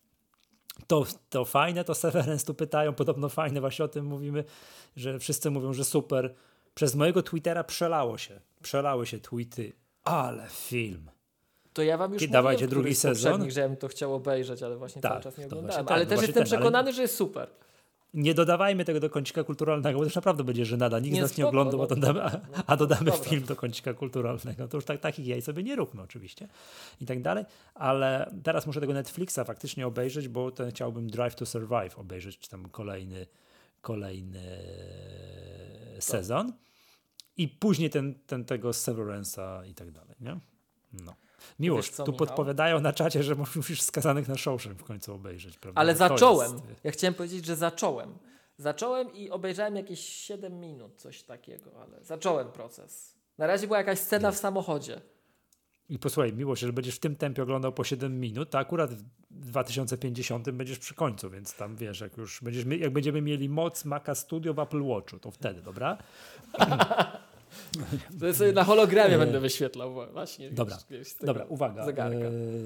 To fajne, to Severance tu pytają, podobno fajne, właśnie o tym mówimy, że wszyscy mówią, że super. Przez mojego Twittera przelały się tweety, ale film. To ja wam już dawajcie drugi sezon, że ja bym to chciał obejrzeć, ale właśnie cały czas nie oglądałem. Ale też jestem przekonany, że jest super. Nie dodawajmy tego do kącika kulturalnego, bo to już naprawdę będzie żenada. Nikt z nas nie oglądał, a dodamy film do kącika kulturalnego. To już takich jaj sobie nie róbmy oczywiście i tak dalej. Ale teraz muszę tego Netflixa faktycznie obejrzeć, bo chciałbym Drive to Survive obejrzeć, czy tam kolejny sezon. I później tego Severance'a i tak dalej, nie? No. Miłosz, tu Michał? Podpowiadają na czacie, że musisz Skazanych na Shawshank w końcu obejrzeć, prawda? Ale zacząłem. Ja chciałem powiedzieć, że zacząłem. Zacząłem i obejrzałem jakieś 7 minut, coś takiego, ale zacząłem proces. Na razie była jakaś scena w samochodzie. I posłuchaj, Miłosz, że będziesz w tym tempie oglądał po 7 minut, to akurat w 2050 będziesz przy końcu, więc tam wiesz, jak będziemy mieli moc Maca Studio w Apple Watchu, to wtedy, dobra? To sobie na hologramie będę wyświetlał właśnie. Dobra, uwaga. Zegarka.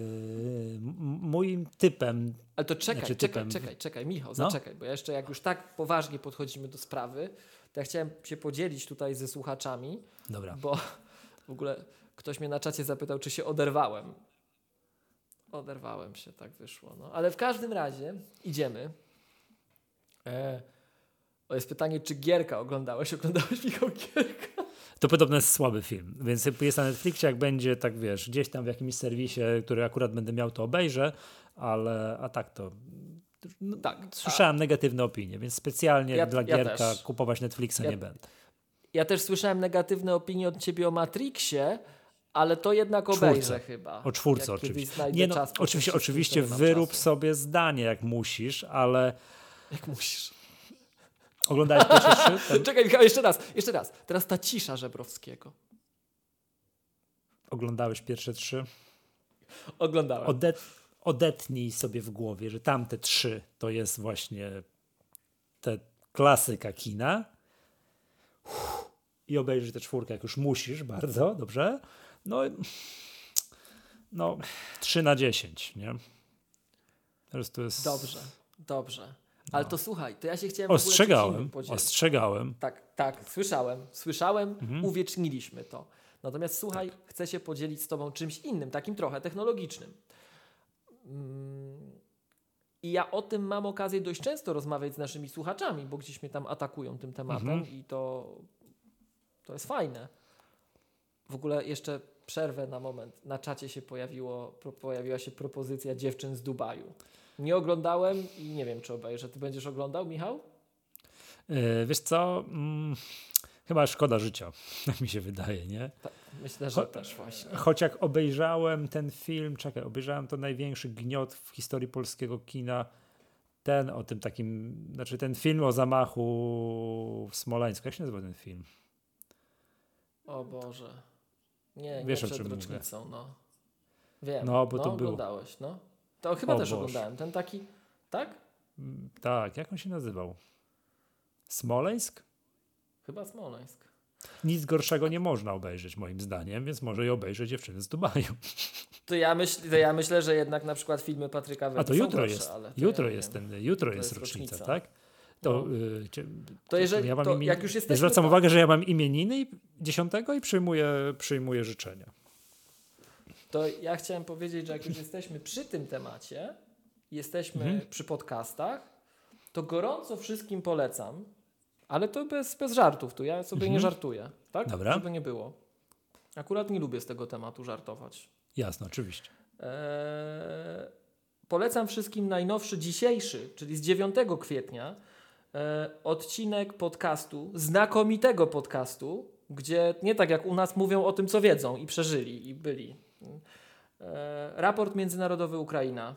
Moim typem... Ale to czekaj, Michał, zaczekaj, bo jeszcze jak już tak poważnie podchodzimy do sprawy, to ja chciałem się podzielić tutaj ze słuchaczami, bo w ogóle ktoś mnie na czacie zapytał, czy się oderwałem. Oderwałem się, tak wyszło. No. Ale w każdym razie idziemy. O, jest pytanie, czy Gierka oglądałeś? Oglądałeś, Michał, Gierka? To podobno jest słaby film, więc jest na Netflixie, jak będzie, tak wiesz, gdzieś tam w jakimś serwisie, który akurat będę miał, to obejrzę, a tak to... No, tak, słyszałem negatywne opinie, więc specjalnie dla Gierka kupować Netflixa nie będę. Ja też słyszałem negatywne opinie od ciebie o Matrixie, ale to jednak obejrzę chyba. O 4 oczywiście. Nie, no, oczywiście wyrób sobie zdanie, jak musisz, ale... Jak musisz. Oglądałeś pierwsze 3? Czekaj, Michał, jeszcze raz. Teraz ta cisza Żebrowskiego. Oglądałeś pierwsze 3? Oglądałem. Odetnij sobie w głowie, że tamte 3 to jest właśnie te klasyka kina. I obejrzyj tę 4, jak już musisz, bardzo, dobrze? No 3/10, nie? Teraz to jest... Dobrze. Ale to słuchaj, to ja się chciałem Ostrzegałem. Tak, słyszałem, uwieczniliśmy to. Natomiast słuchaj, chcę się podzielić z tobą czymś innym, takim trochę technologicznym. I ja o tym mam okazję dość często rozmawiać z naszymi słuchaczami, bo gdzieś mnie tam atakują tym tematem i to jest fajne. W ogóle jeszcze przerwę na moment. Na czacie się pojawiła się propozycja dziewczyn z Dubaju. Nie oglądałem i nie wiem, czy obejrzę. Ty będziesz oglądał, Michał? Wiesz co? Chyba szkoda życia, tak mi się wydaje, nie? Tak, myślę, że też właśnie. Choć jak obejrzałem ten film, obejrzałem to największy gniot w historii polskiego kina, ten film o zamachu w Smoleńsku. Jak się nazywa ten film? O Boże. Nie wiesz, przed o czym rocznicą, mówię. No. Wiem, bo to oglądałeś, no. To chyba też oglądałem. Ten taki, tak? Tak, jak on się nazywał? Smoleńsk? Chyba Smoleńsk. Nic gorszego nie można obejrzeć, moim zdaniem, więc może i obejrzę Dziewczyny z Dubaju. To ja myślę, że jednak na przykład filmy Patryka Wegi to jutro gorsze, jest. Ale Jutro jest rocznica, tak? Jak już jesteśmy... Zwracam uwagę, że ja mam imieniny 10 i przyjmuję życzenia. To ja chciałem powiedzieć, że jak już jesteśmy przy tym temacie, jesteśmy przy podcastach, to gorąco wszystkim polecam, ale to bez żartów, tu ja sobie nie żartuję, tak? Dobra. Żeby nie było. Akurat nie lubię z tego tematu żartować. Jasne, oczywiście. Polecam wszystkim najnowszy, dzisiejszy, czyli z 9 kwietnia, odcinek podcastu, znakomitego podcastu, gdzie nie tak jak u nas mówią o tym, co wiedzą i przeżyli i byli. Raport Międzynarodowy Ukraina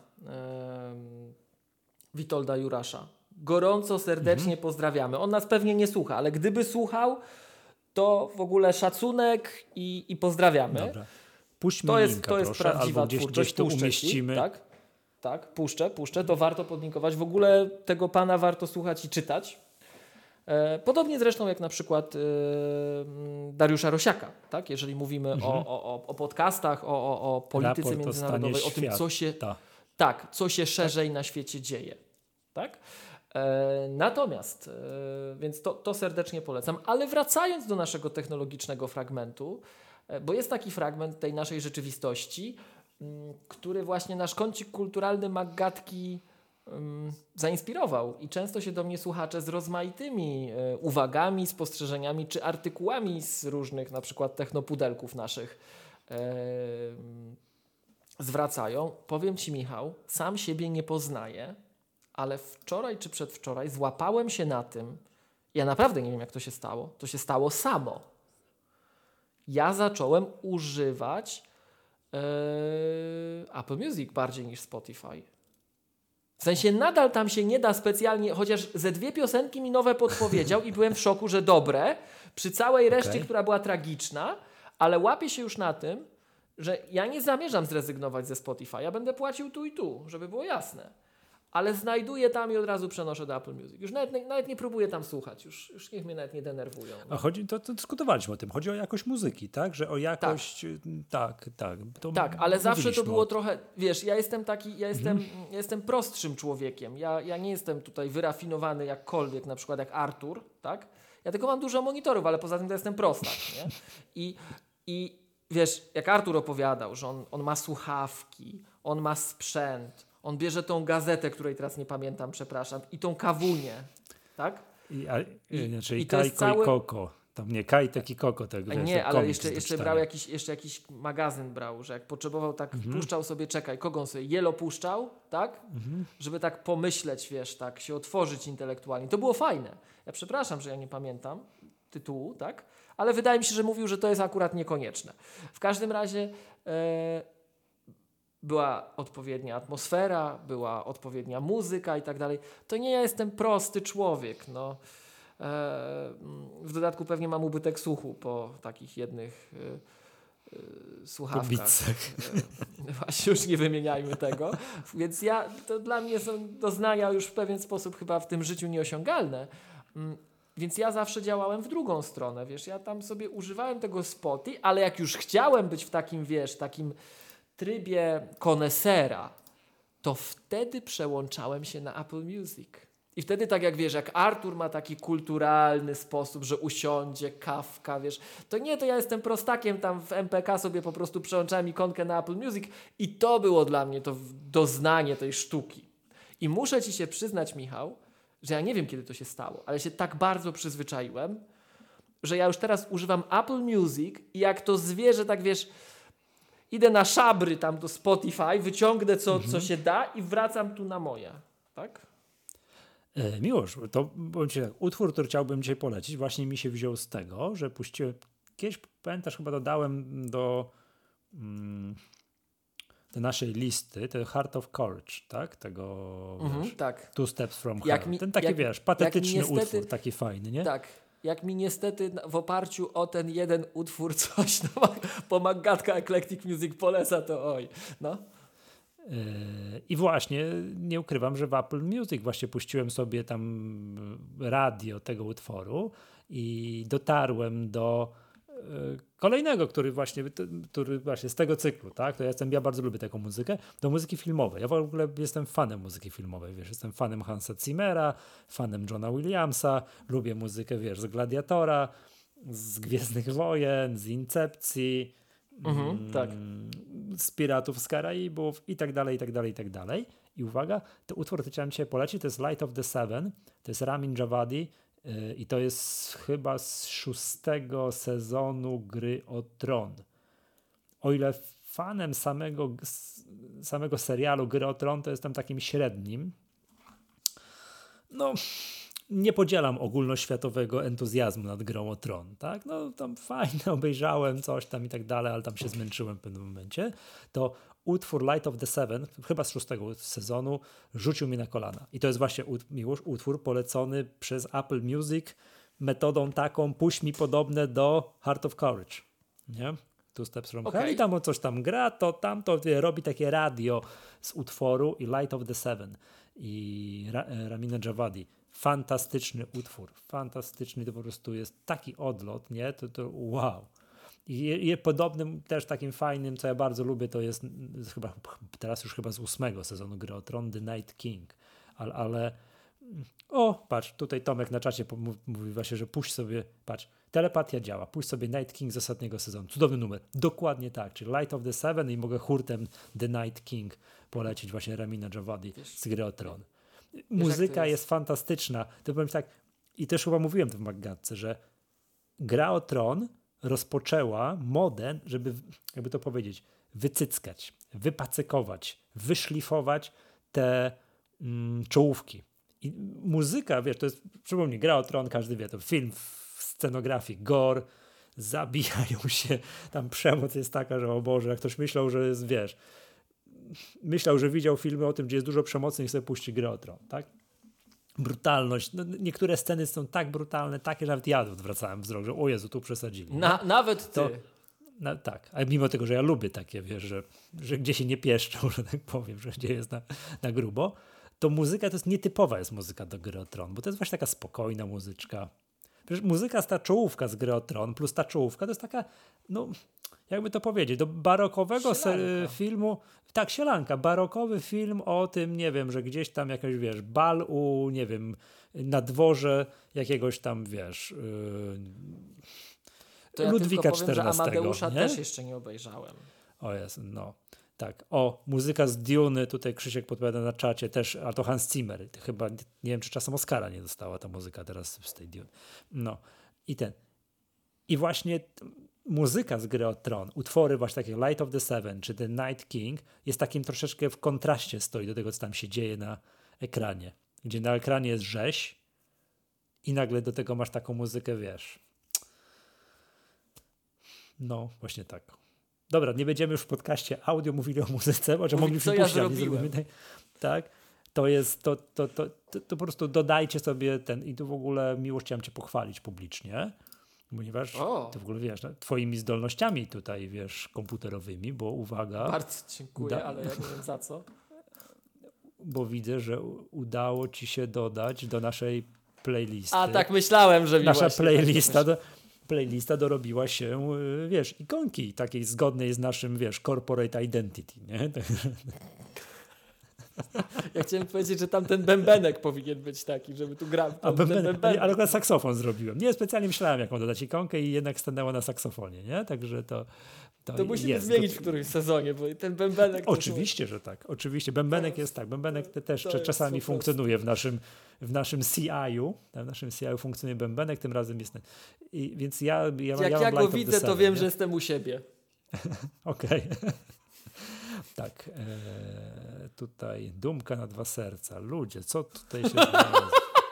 Witolda Jurasza. Gorąco, serdecznie pozdrawiamy. On nas pewnie nie słucha, ale gdyby słuchał, to w ogóle szacunek i pozdrawiamy. Dobra. Puśćmy linka, to jest proszę, prawdziwa albo gdzieś to umieścimy. Tak, puszczę, to warto podlinkować. W ogóle tego pana warto słuchać i czytać. Podobnie zresztą jak na przykład Dariusza Rosiaka, tak? Jeżeli mówimy o podcastach, o polityce międzynarodowej, o tym, co się szerzej na świecie dzieje. Tak? Natomiast, więc to serdecznie polecam, ale wracając do naszego technologicznego fragmentu, bo jest taki fragment tej naszej rzeczywistości, który właśnie nasz kącik kulturalny Maggatki zainspirował i często się do mnie słuchacze z rozmaitymi uwagami, spostrzeżeniami czy artykułami z różnych na przykład technopudelków naszych zwracają. Powiem Ci, Michał, sam siebie nie poznaję, ale wczoraj czy przedwczoraj złapałem się na tym, ja naprawdę nie wiem, jak to się stało. To się stało samo. Ja zacząłem używać Apple Music bardziej niż Spotify. W sensie nadal tam się nie da specjalnie, chociaż ze 2 piosenki mi nowe podpowiedział i byłem w szoku, że dobre, przy całej reszcie, która była tragiczna, ale łapię się już na tym, że ja nie zamierzam zrezygnować ze Spotify. Ja będę płacił tu i tu, żeby było jasne. Ale znajduję tam i od razu przenoszę do Apple Music. Już nawet nie próbuję tam słuchać. Już niech mnie nawet nie denerwują. No. To dyskutowaliśmy o tym. Chodzi o jakość muzyki, tak? Że o jakość... Tak. Tak, ale zawsze to było trochę... Wiesz, ja jestem prostszym człowiekiem. Ja nie jestem tutaj wyrafinowany jakkolwiek, na przykład jak Artur, tak? Ja tylko mam dużo monitorów, ale poza tym to jestem prostak, nie? I wiesz, jak Artur opowiadał, że on ma słuchawki, on ma sprzęt, on bierze tą gazetę, której teraz nie pamiętam, przepraszam, i tą kawunię, tak? Czyli Kajko i Koko. Tam nie Kajtek i Koko. Tak, nie, ale jeszcze brał jakiś magazyn brał, że jak potrzebował puszczał sobie, kogo on sobie Yellow puszczał, tak? Żeby tak pomyśleć, tak się otworzyć intelektualnie. To było fajne. Ja przepraszam, że ja nie pamiętam tytułu, tak? Ale wydaje mi się, że mówił, że to jest akurat niekonieczne. W każdym razie była odpowiednia atmosfera, była odpowiednia muzyka i tak dalej. To nie ja jestem prosty człowiek, no. W dodatku pewnie mam ubytek słuchu po takich jednych słuchawkach. Właśnie już nie wymieniajmy tego. Więc to dla mnie są doznania już w pewien sposób chyba w tym życiu nieosiągalne. Więc ja zawsze działałem w drugą stronę, ja tam sobie używałem tego Spotify, ale jak już chciałem być w takim, takim trybie konesera, to wtedy przełączałem się na Apple Music. I wtedy tak jak Artur ma taki kulturalny sposób, że usiądzie, kawka, to ja jestem prostakiem, tam w MPK sobie po prostu przełączałem ikonkę na Apple Music i to było dla mnie to doznanie tej sztuki. I muszę ci się przyznać, Michał, że ja nie wiem, kiedy to się stało, ale się tak bardzo przyzwyczaiłem, że ja już teraz używam Apple Music i jak to zwierzę, tak idę na szabry tam do Spotify, wyciągnę co się da i wracam tu na moje, tak? Miłosz, to utwór, który chciałbym dzisiaj polecić, właśnie mi się wziął z tego, że puściłem, kiedyś pamiętasz, chyba dodałem do naszej listy, to Heart of Courage, tak? Tego, tak. Two Steps from Hell. Ten taki, patetyczny utwór, taki fajny, nie? Tak. Jak mi niestety w oparciu o ten jeden utwór coś po Maggatka Eclectic Music poleca, to oj, no. I właśnie nie ukrywam, że w Apple Music właśnie puściłem sobie tam radio tego utworu i dotarłem do kolejnego, który właśnie z tego cyklu, tak? To ja bardzo lubię taką muzykę, do muzyki filmowej. Ja w ogóle jestem fanem muzyki filmowej, jestem fanem Hansa Zimmera, fanem Johna Williamsa, lubię muzykę, z Gladiatora, z Gwiezdnych Wojen, z Incepcji, tak. z Piratów z Karaibów i tak dalej, i tak dalej, i tak dalej. I uwaga, to utwór, który chciałem dzisiaj polecić, to jest Light of the Seven, to jest Ramin Djawadi i to jest chyba z 6. sezonu Gry o Tron. O ile fanem samego serialu Gry o Tron to jestem takim średnim, no nie podzielam ogólnoświatowego entuzjazmu nad Grą o Tron, tak? No tam fajne, obejrzałem coś tam i tak dalej, ale tam się zmęczyłem w pewnym momencie. To utwór Light of the Seven, chyba z 6. sezonu, rzucił mnie na kolana. I to jest właśnie utwór polecony przez Apple Music metodą taką, puść mi podobne do Heart of Courage, nie? Two Steps from Hell i tam coś tam gra, to tamto robi takie radio z utworu i Light of the Seven i Ramina Djawadi. Fantastyczny utwór, fantastyczny, to po prostu jest taki odlot, nie? To wow. I podobnym też takim fajnym, co ja bardzo lubię, to jest chyba teraz już chyba z 8. sezonu Gry o Tron, The Night King, ale patrz, tutaj Tomek na czacie mówi właśnie, że puść sobie, patrz, telepatia działa, puść sobie Night King z ostatniego sezonu, cudowny numer, dokładnie tak, czyli Light of the Seven i mogę hurtem The Night King polecić właśnie Ramina Djawadi z Gry o Tron. Muzyka jest fantastyczna. To powiem tak, i też chyba mówiłem to w Maggatce, że Gra o Tron rozpoczęła modę, żeby, jakby to powiedzieć, wycyckać, wypacykować, wyszlifować te czołówki. I muzyka, to jest, przypomnij, Gra o Tron, każdy wie, to film w scenografii, gore, zabijają się, tam przemoc jest taka, że o Boże, jak ktoś myślał, że jest, myślał, że widział filmy o tym, gdzie jest dużo przemocy, niech sobie puści Grę o Tron, tak? Brutalność. No, niektóre sceny są tak brutalne, takie, że nawet ja odwracałem wzrok, że o Jezu, tu przesadzili. Nawet ty. Tak, ale mimo tego, że ja lubię takie, że gdzie się nie pieszczą, że tak powiem, że gdzie jest na grubo, to muzyka to jest nietypowa jest muzyka do Gry o Tron, bo to jest właśnie taka spokojna muzyczka. Przecież muzyka z ta czołówka z Gry o Tron plus ta czołówka to jest taka, no jakby to powiedzieć, do barokowego filmu, tak, sielanka, barokowy film o tym, nie wiem, że gdzieś tam jakiś, bal u, nie wiem, na dworze jakiegoś tam, to ja Ludwika tylko powiem, XIV. że Amadeusza nie? też jeszcze nie obejrzałem. O jest, no. Tak, muzyka z Duny, tutaj Krzysiek podpowiada na czacie też, a to Hans Zimmer. Chyba, nie wiem, czy czasem Oscara nie dostała ta muzyka teraz z tej Duny. No, i właśnie muzyka z gry o Tron, utwory właśnie takie Light of the Seven, czy The Night King, jest takim troszeczkę w kontraście stoi do tego, co tam się dzieje na ekranie. Gdzie na ekranie jest rzeź i nagle do tego masz taką muzykę, wiesz. No, właśnie tak. Dobra, nie będziemy już w podcaście audio mówili o muzyce, bo mogliśmy puścić, ale nie zrobimy tej. Tak, to jest, to po prostu dodajcie sobie i tu w ogóle Miłosz, chciałem cię pochwalić publicznie, ponieważ ty w ogóle wiesz, twoimi zdolnościami tutaj, wiesz, komputerowymi, bo uwaga. Bardzo dziękuję, ale ja nie wiem za co. Bo widzę, że udało ci się dodać do naszej playlisty. A tak myślałem, że nasza playlista dorobiła się, wiesz, ikonki takiej zgodnej z naszym, wiesz, corporate identity, nie? Ja chciałem powiedzieć, że tam ten bębenek powinien być taki, żeby tu grał. Ale akurat saksofon zrobiłem. Nie, specjalnie myślałem, jak mam dodać ikonkę i jednak stanęło na saksofonie, nie? Także to musimy zmienić w którymś sezonie, bo ten bębenek... Oczywiście, że tak. Oczywiście. Bębenek jest tak. Bębenek też czasami funkcjonuje w naszym CI-u. W naszym CI-u funkcjonuje bębenek, tym razem jest... Więc jak ja go widzę, to wiem, że jestem u siebie. Okej. Tak. Tutaj dumka na 2 serca. Ludzie, co tutaj się znalazło?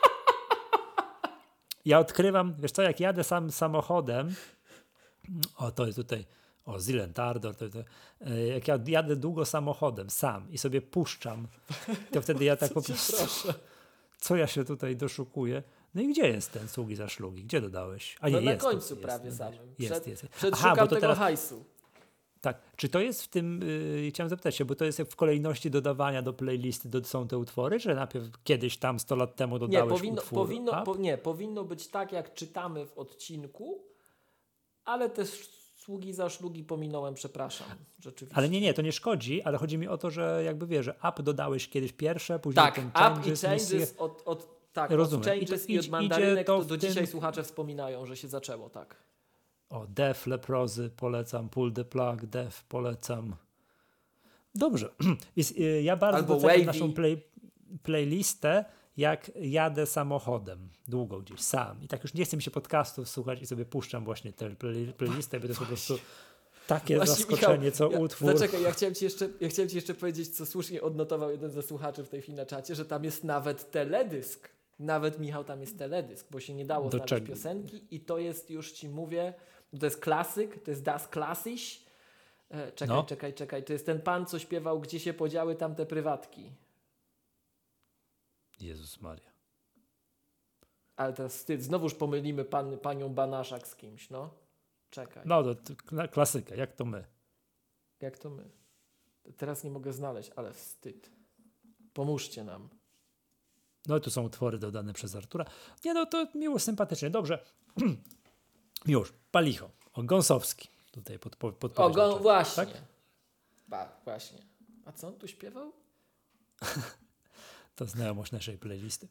Ja odkrywam, wiesz co, jak jadę samochodem, to jest tutaj, Zilent Ardor, jak ja jadę długo samochodem sam i sobie puszczam, to wtedy ja tak po prostu, co ja się tutaj doszukuję? No i gdzie jest ten Sługi za szlugi? Gdzie dodałeś? A nie, no na jest, końcu jest, prawie jest, samym. Jest. Szukam tego hajsu. Tak, czy to jest w tym, chciałem zapytać się, bo to jest jak w kolejności dodawania do playlisty są te utwory, że najpierw kiedyś tam 100 lat temu dodałeś utwór? Powinno być tak, jak czytamy w odcinku, ale też Sługi za szlugi pominąłem, przepraszam. Rzeczywiście. Ale nie, to nie szkodzi, ale chodzi mi o to, że jakby wiesz, że up dodałeś kiedyś pierwsze, później tak, ten changes, rozumiem. od changes i od mandarynek to do dzisiaj słuchacze wspominają, że się zaczęło, tak. Def, Leprozy polecam, Pull the Plug, Def polecam. Dobrze. Ja bardzo doceniam naszą playlistę, jak jadę samochodem długo gdzieś sam. I tak już nie chcę mi się podcastów słuchać i sobie puszczam właśnie tę playlistę, bo to jest po prostu takie właśnie, zaskoczenie, Michał, co utwór. Zaczekaj, ja chciałem ci jeszcze powiedzieć, co słusznie odnotował jeden ze słuchaczy w tej chwili na czacie, że tam jest nawet teledysk. Nawet, Michał, tam jest teledysk, bo się nie dało znaleźć piosenki i to jest, już ci mówię, to jest klasyk, to jest Das Klassisch. Czekaj, to jest ten pan, co śpiewał Gdzie się podziały tamte prywatki. Jezus Maria. Ale teraz wstyd, znowuż pomylimy panią Banaszak z kimś, no. Czekaj. No, to klasyka, jak to my. Jak to my. Teraz nie mogę znaleźć, ale wstyd. Pomóżcie nam. No tu są utwory dodane przez Artura. Nie, no to miło, sympatycznie. Dobrze. Miłosz, Palicho, Gąsowski. Tutaj podpowiedź. Właśnie. Tak? Właśnie. A co on tu śpiewał? To znajomość naszej playlisty.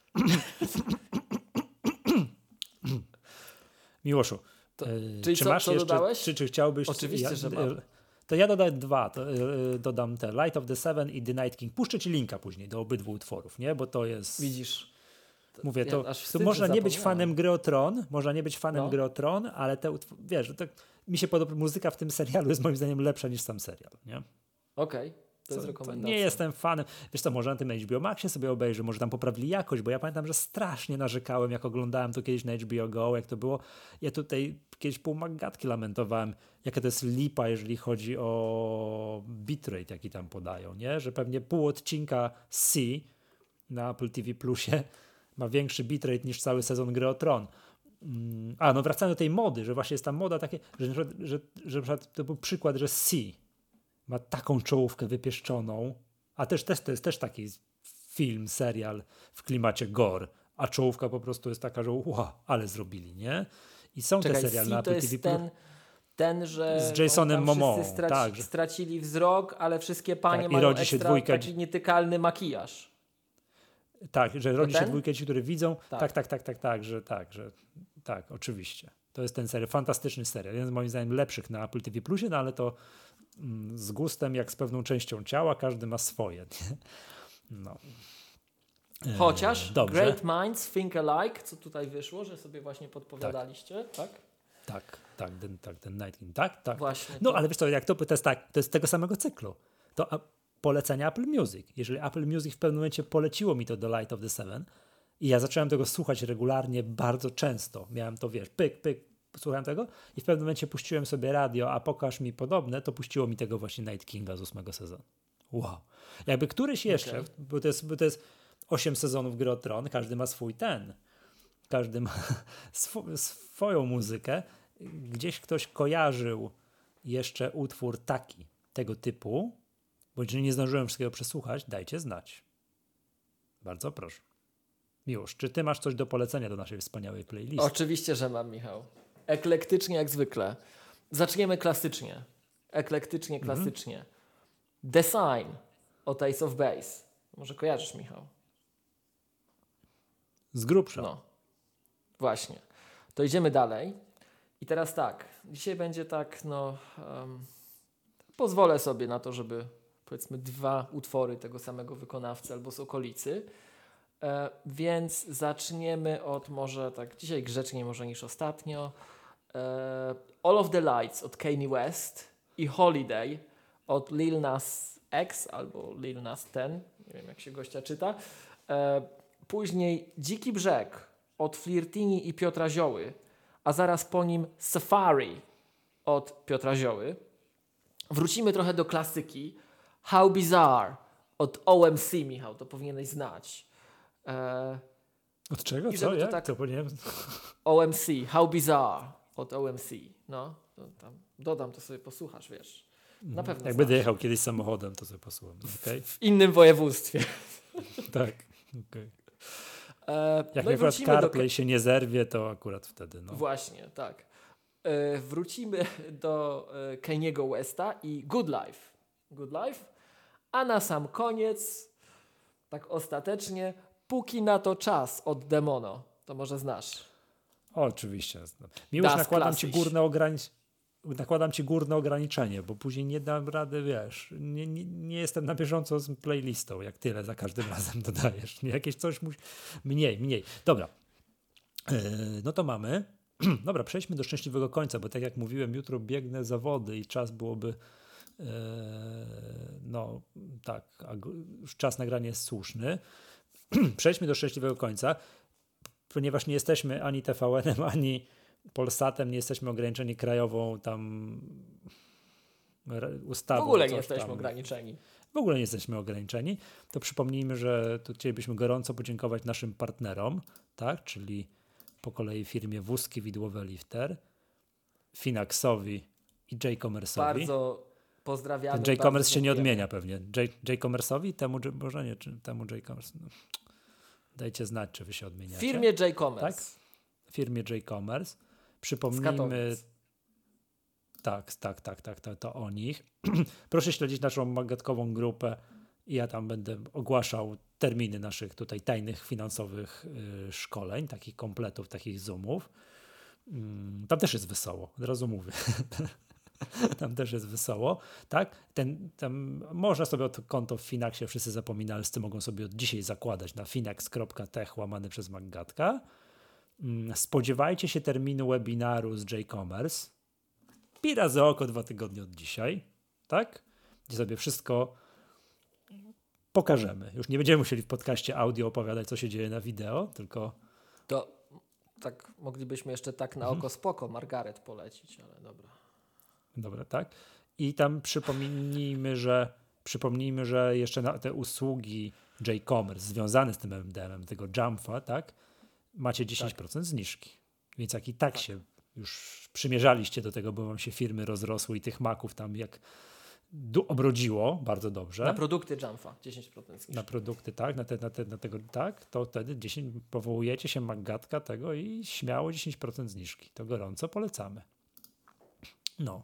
Miłoszu, czyli czy masz co jeszcze, dodałeś? czy chciałbyś... Oczywiście, że mam. To ja dodam 2. Dodam te Light of the Seven i The Night King. Puszczę ci linka później do obydwu utworów, nie? Bo to jest... Widzisz. Mówię, to można nie być fanem gry o Tron, gry o Tron, ale wiesz, mi się podoba, muzyka w tym serialu jest moim zdaniem lepsza niż sam serial, nie? Okej. To jest rekomendacja. Nie jestem fanem. Wiesz co, może na tym HBO Maxie sobie obejrzę, może tam poprawili jakość, bo ja pamiętam, że strasznie narzekałem, jak oglądałem to kiedyś na HBO Go, jak to było. Ja tutaj kiedyś pół magatki lamentowałem, jaka to jest lipa, jeżeli chodzi o bitrate, jaki tam podają, nie? Że pewnie pół odcinka C na Apple TV Plusie ma większy bitrate niż cały sezon Gry o Tron. No wracając do tej mody, że właśnie jest ta moda takie, że to był przykład, że C ma taką czołówkę wypieszczoną, a też to jest też taki film, serial w klimacie gore, a czołówka po prostu jest taka, że ale zrobili, nie? I są te seriale na Apple TV+. Ten, że z Jasonem Momoa, stracili wzrok, ale wszystkie panie mają ekstra taki nietykalny makijaż. Tak, że rodzi się dwójkę ci, które widzą. Tak, oczywiście. To jest ten serial, fantastyczny serial. Jeden z moim zdaniem lepszych na Apple TV+, no ale to z gustem jak z pewną częścią ciała, każdy ma swoje. Nie? No. Chociaż Great Minds Think Alike, co tutaj wyszło, że sobie właśnie podpowiadaliście, tak? Ten Night King, tak. Właśnie. No ale wiesz co, jak to jest tak, to jest z tego samego cyklu. To polecenia Apple Music. Jeżeli Apple Music w pewnym momencie poleciło mi to do Light of the Seven i ja zacząłem tego słuchać regularnie bardzo często. Miałem to, wiesz, pyk, słuchałem tego i w pewnym momencie puściłem sobie radio, a pokaż mi podobne, to puściło mi tego właśnie Night Kinga z 8 sezonu. Wow. Jakby któryś jeszcze, bo to jest 8 sezonów Gry o Tron, każdy ma każdy ma swoją muzykę. Gdzieś ktoś kojarzył jeszcze utwór tego typu, bo jeżeli nie zdążyłem wszystkiego przesłuchać, dajcie znać. Bardzo proszę. Miłosz, czy ty masz coś do polecenia do naszej wspaniałej playlisty? Oczywiście, że mam, Michał. Eklektycznie jak zwykle. Zaczniemy klasycznie. Eklektycznie, klasycznie. The Sign od Ace of Base. Może kojarzysz, Michał? Z grubsza. No. Właśnie. To idziemy dalej. I teraz tak. Dzisiaj będzie tak, pozwolę sobie na to, żeby powiedzmy 2 utwory tego samego wykonawcy albo z okolicy. Więc zaczniemy od może tak dzisiaj grzeczniej może niż ostatnio. All of the Lights od Kanye West i Holiday od Lil Nas X albo Lil Nas Ten. Nie wiem jak się gościa czyta. Później Dziki Brzeg od Flirtini i Piotra Zioły, a zaraz po nim Safari od Piotra Zioły. Wrócimy trochę do klasyki. How Bizarre od OMC, Michał, to powinieneś znać. Od czego? Co? Jak? Tak, to powinienem... OMC, How Bizarre od OMC. No, to tam dodam, to sobie posłuchasz, wiesz. Na pewno. Jak będę jechał kiedyś samochodem, to sobie posłucham. Okay? W innym województwie. Tak, okej. Jak akurat CarPlay się nie zerwie, to akurat wtedy. No. Właśnie, tak. Wrócimy do Kaniego Westa i Good Life. A na sam koniec, tak ostatecznie, Póki na to czas od Demono. To może znasz. Oczywiście. Miłość, nakładam ci górne ograniczenie, bo później nie dam rady, wiesz, nie jestem na bieżąco z playlistą, jak tyle za każdym razem dodajesz. Jakieś coś mniej. Dobra. No to mamy. Dobra, przejdźmy do szczęśliwego końca, bo tak jak mówiłem, jutro biegnę zawody i czas byłoby już czas nagrania jest słuszny. Przejdźmy do szczęśliwego końca, ponieważ nie jesteśmy ani TVN-em, ani Polsatem, nie jesteśmy ograniczeni krajową tam ustawą. W ogóle nie jesteśmy ograniczeni. W ogóle nie jesteśmy ograniczeni. To przypomnijmy, że tu chcielibyśmy gorąco podziękować naszym partnerom, tak, czyli po kolei firmie Wózki Widłowe Lifter, Finaxowi i J-Commerce'owi. Bardzo pozdrawiamy. Ten J-Commerce się nie odmienia pewnie. J-Commerce'owi, temu J-Commerce. No. Dajcie znać, czy wy się odmieniacie. Firmie J-Commerce. Tak? Firmie J-Commerce. Przypomnijmy. Tak, to o nich. Proszę śledzić naszą magatkową grupę i ja tam będę ogłaszał terminy naszych tutaj tajnych finansowych szkoleń, takich kompletów, takich zoomów. Tam też jest wesoło, od razu mówię. Tam też jest wesoło, tak? Tam można sobie od konto w Finaxie, wszyscy zapominalscy mogą sobie od dzisiaj zakładać na finax.tech/MacGatka. Spodziewajcie się terminu webinaru z J-Commerce. Pi razy oko 2 tygodnie od dzisiaj, tak? Gdzie sobie wszystko pokażemy. Już nie będziemy musieli w podcaście audio opowiadać, co się dzieje na wideo, tylko... To tak moglibyśmy jeszcze tak na oko spoko Margaret polecić, ale dobra. Dobra, tak? I tam przypomnijmy, że jeszcze na te usługi J-Commerce związane z tym MDM-em, tego Jamfa, tak? Macie 10% zniżki. Więc jak i tak się już przymierzaliście do tego, bo wam się firmy rozrosły i tych maków tam jak obrodziło bardzo dobrze. Na produkty Jamfa 10% zniżki. Na produkty, tak, na tego, tak, to wtedy powołujecie się MacGatka tego i śmiało 10% zniżki. To gorąco polecamy. No.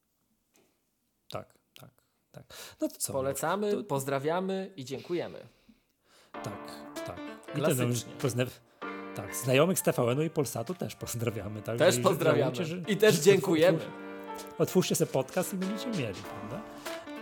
Tak. No to co? Polecamy, pozdrawiamy i dziękujemy. Tak. Klasycznie. Tak, znajomych z TVN-u i Polsatu też pozdrawiamy. Tak? Też pozdrawiamy. I też dziękujemy. Otwórzcie sobie podcast i będziecie mieli, prawda?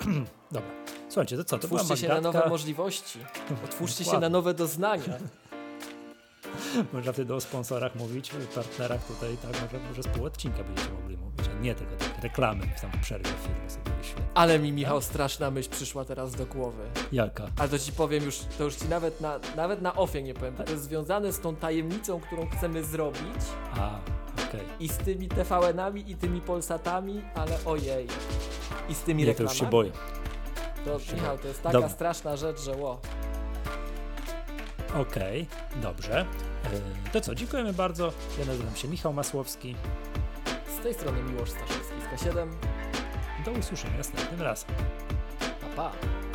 Dobra. Słuchajcie, to co? To Otwórzcie się na nowe możliwości. Otwórzcie się na nowe doznania. Można wtedy o sponsorach mówić, partnerach tutaj, tak, może z pół odcinka będziecie mogli mówić, a nie tylko tak reklamy w tam przerwie filmu sobie wyświetlać. Ale mi, Michał, straszna myśl przyszła teraz do głowy. Jaka? Ale to ci powiem już, to już ci nawet na offie nie powiem, to jest związane z tą tajemnicą, którą chcemy zrobić. Okej. I z tymi TVN-ami i tymi Polsatami, ale ojej. I z tymi reklamami. To już się boję. To, Michał, to jest taka straszna rzecz, że Okej, dobrze. To co, dziękujemy bardzo. Ja nazywam się Michał Masłowski. Z tej strony Miłosz Staszewski z K7. Do usłyszenia następnym razem. Pa, pa.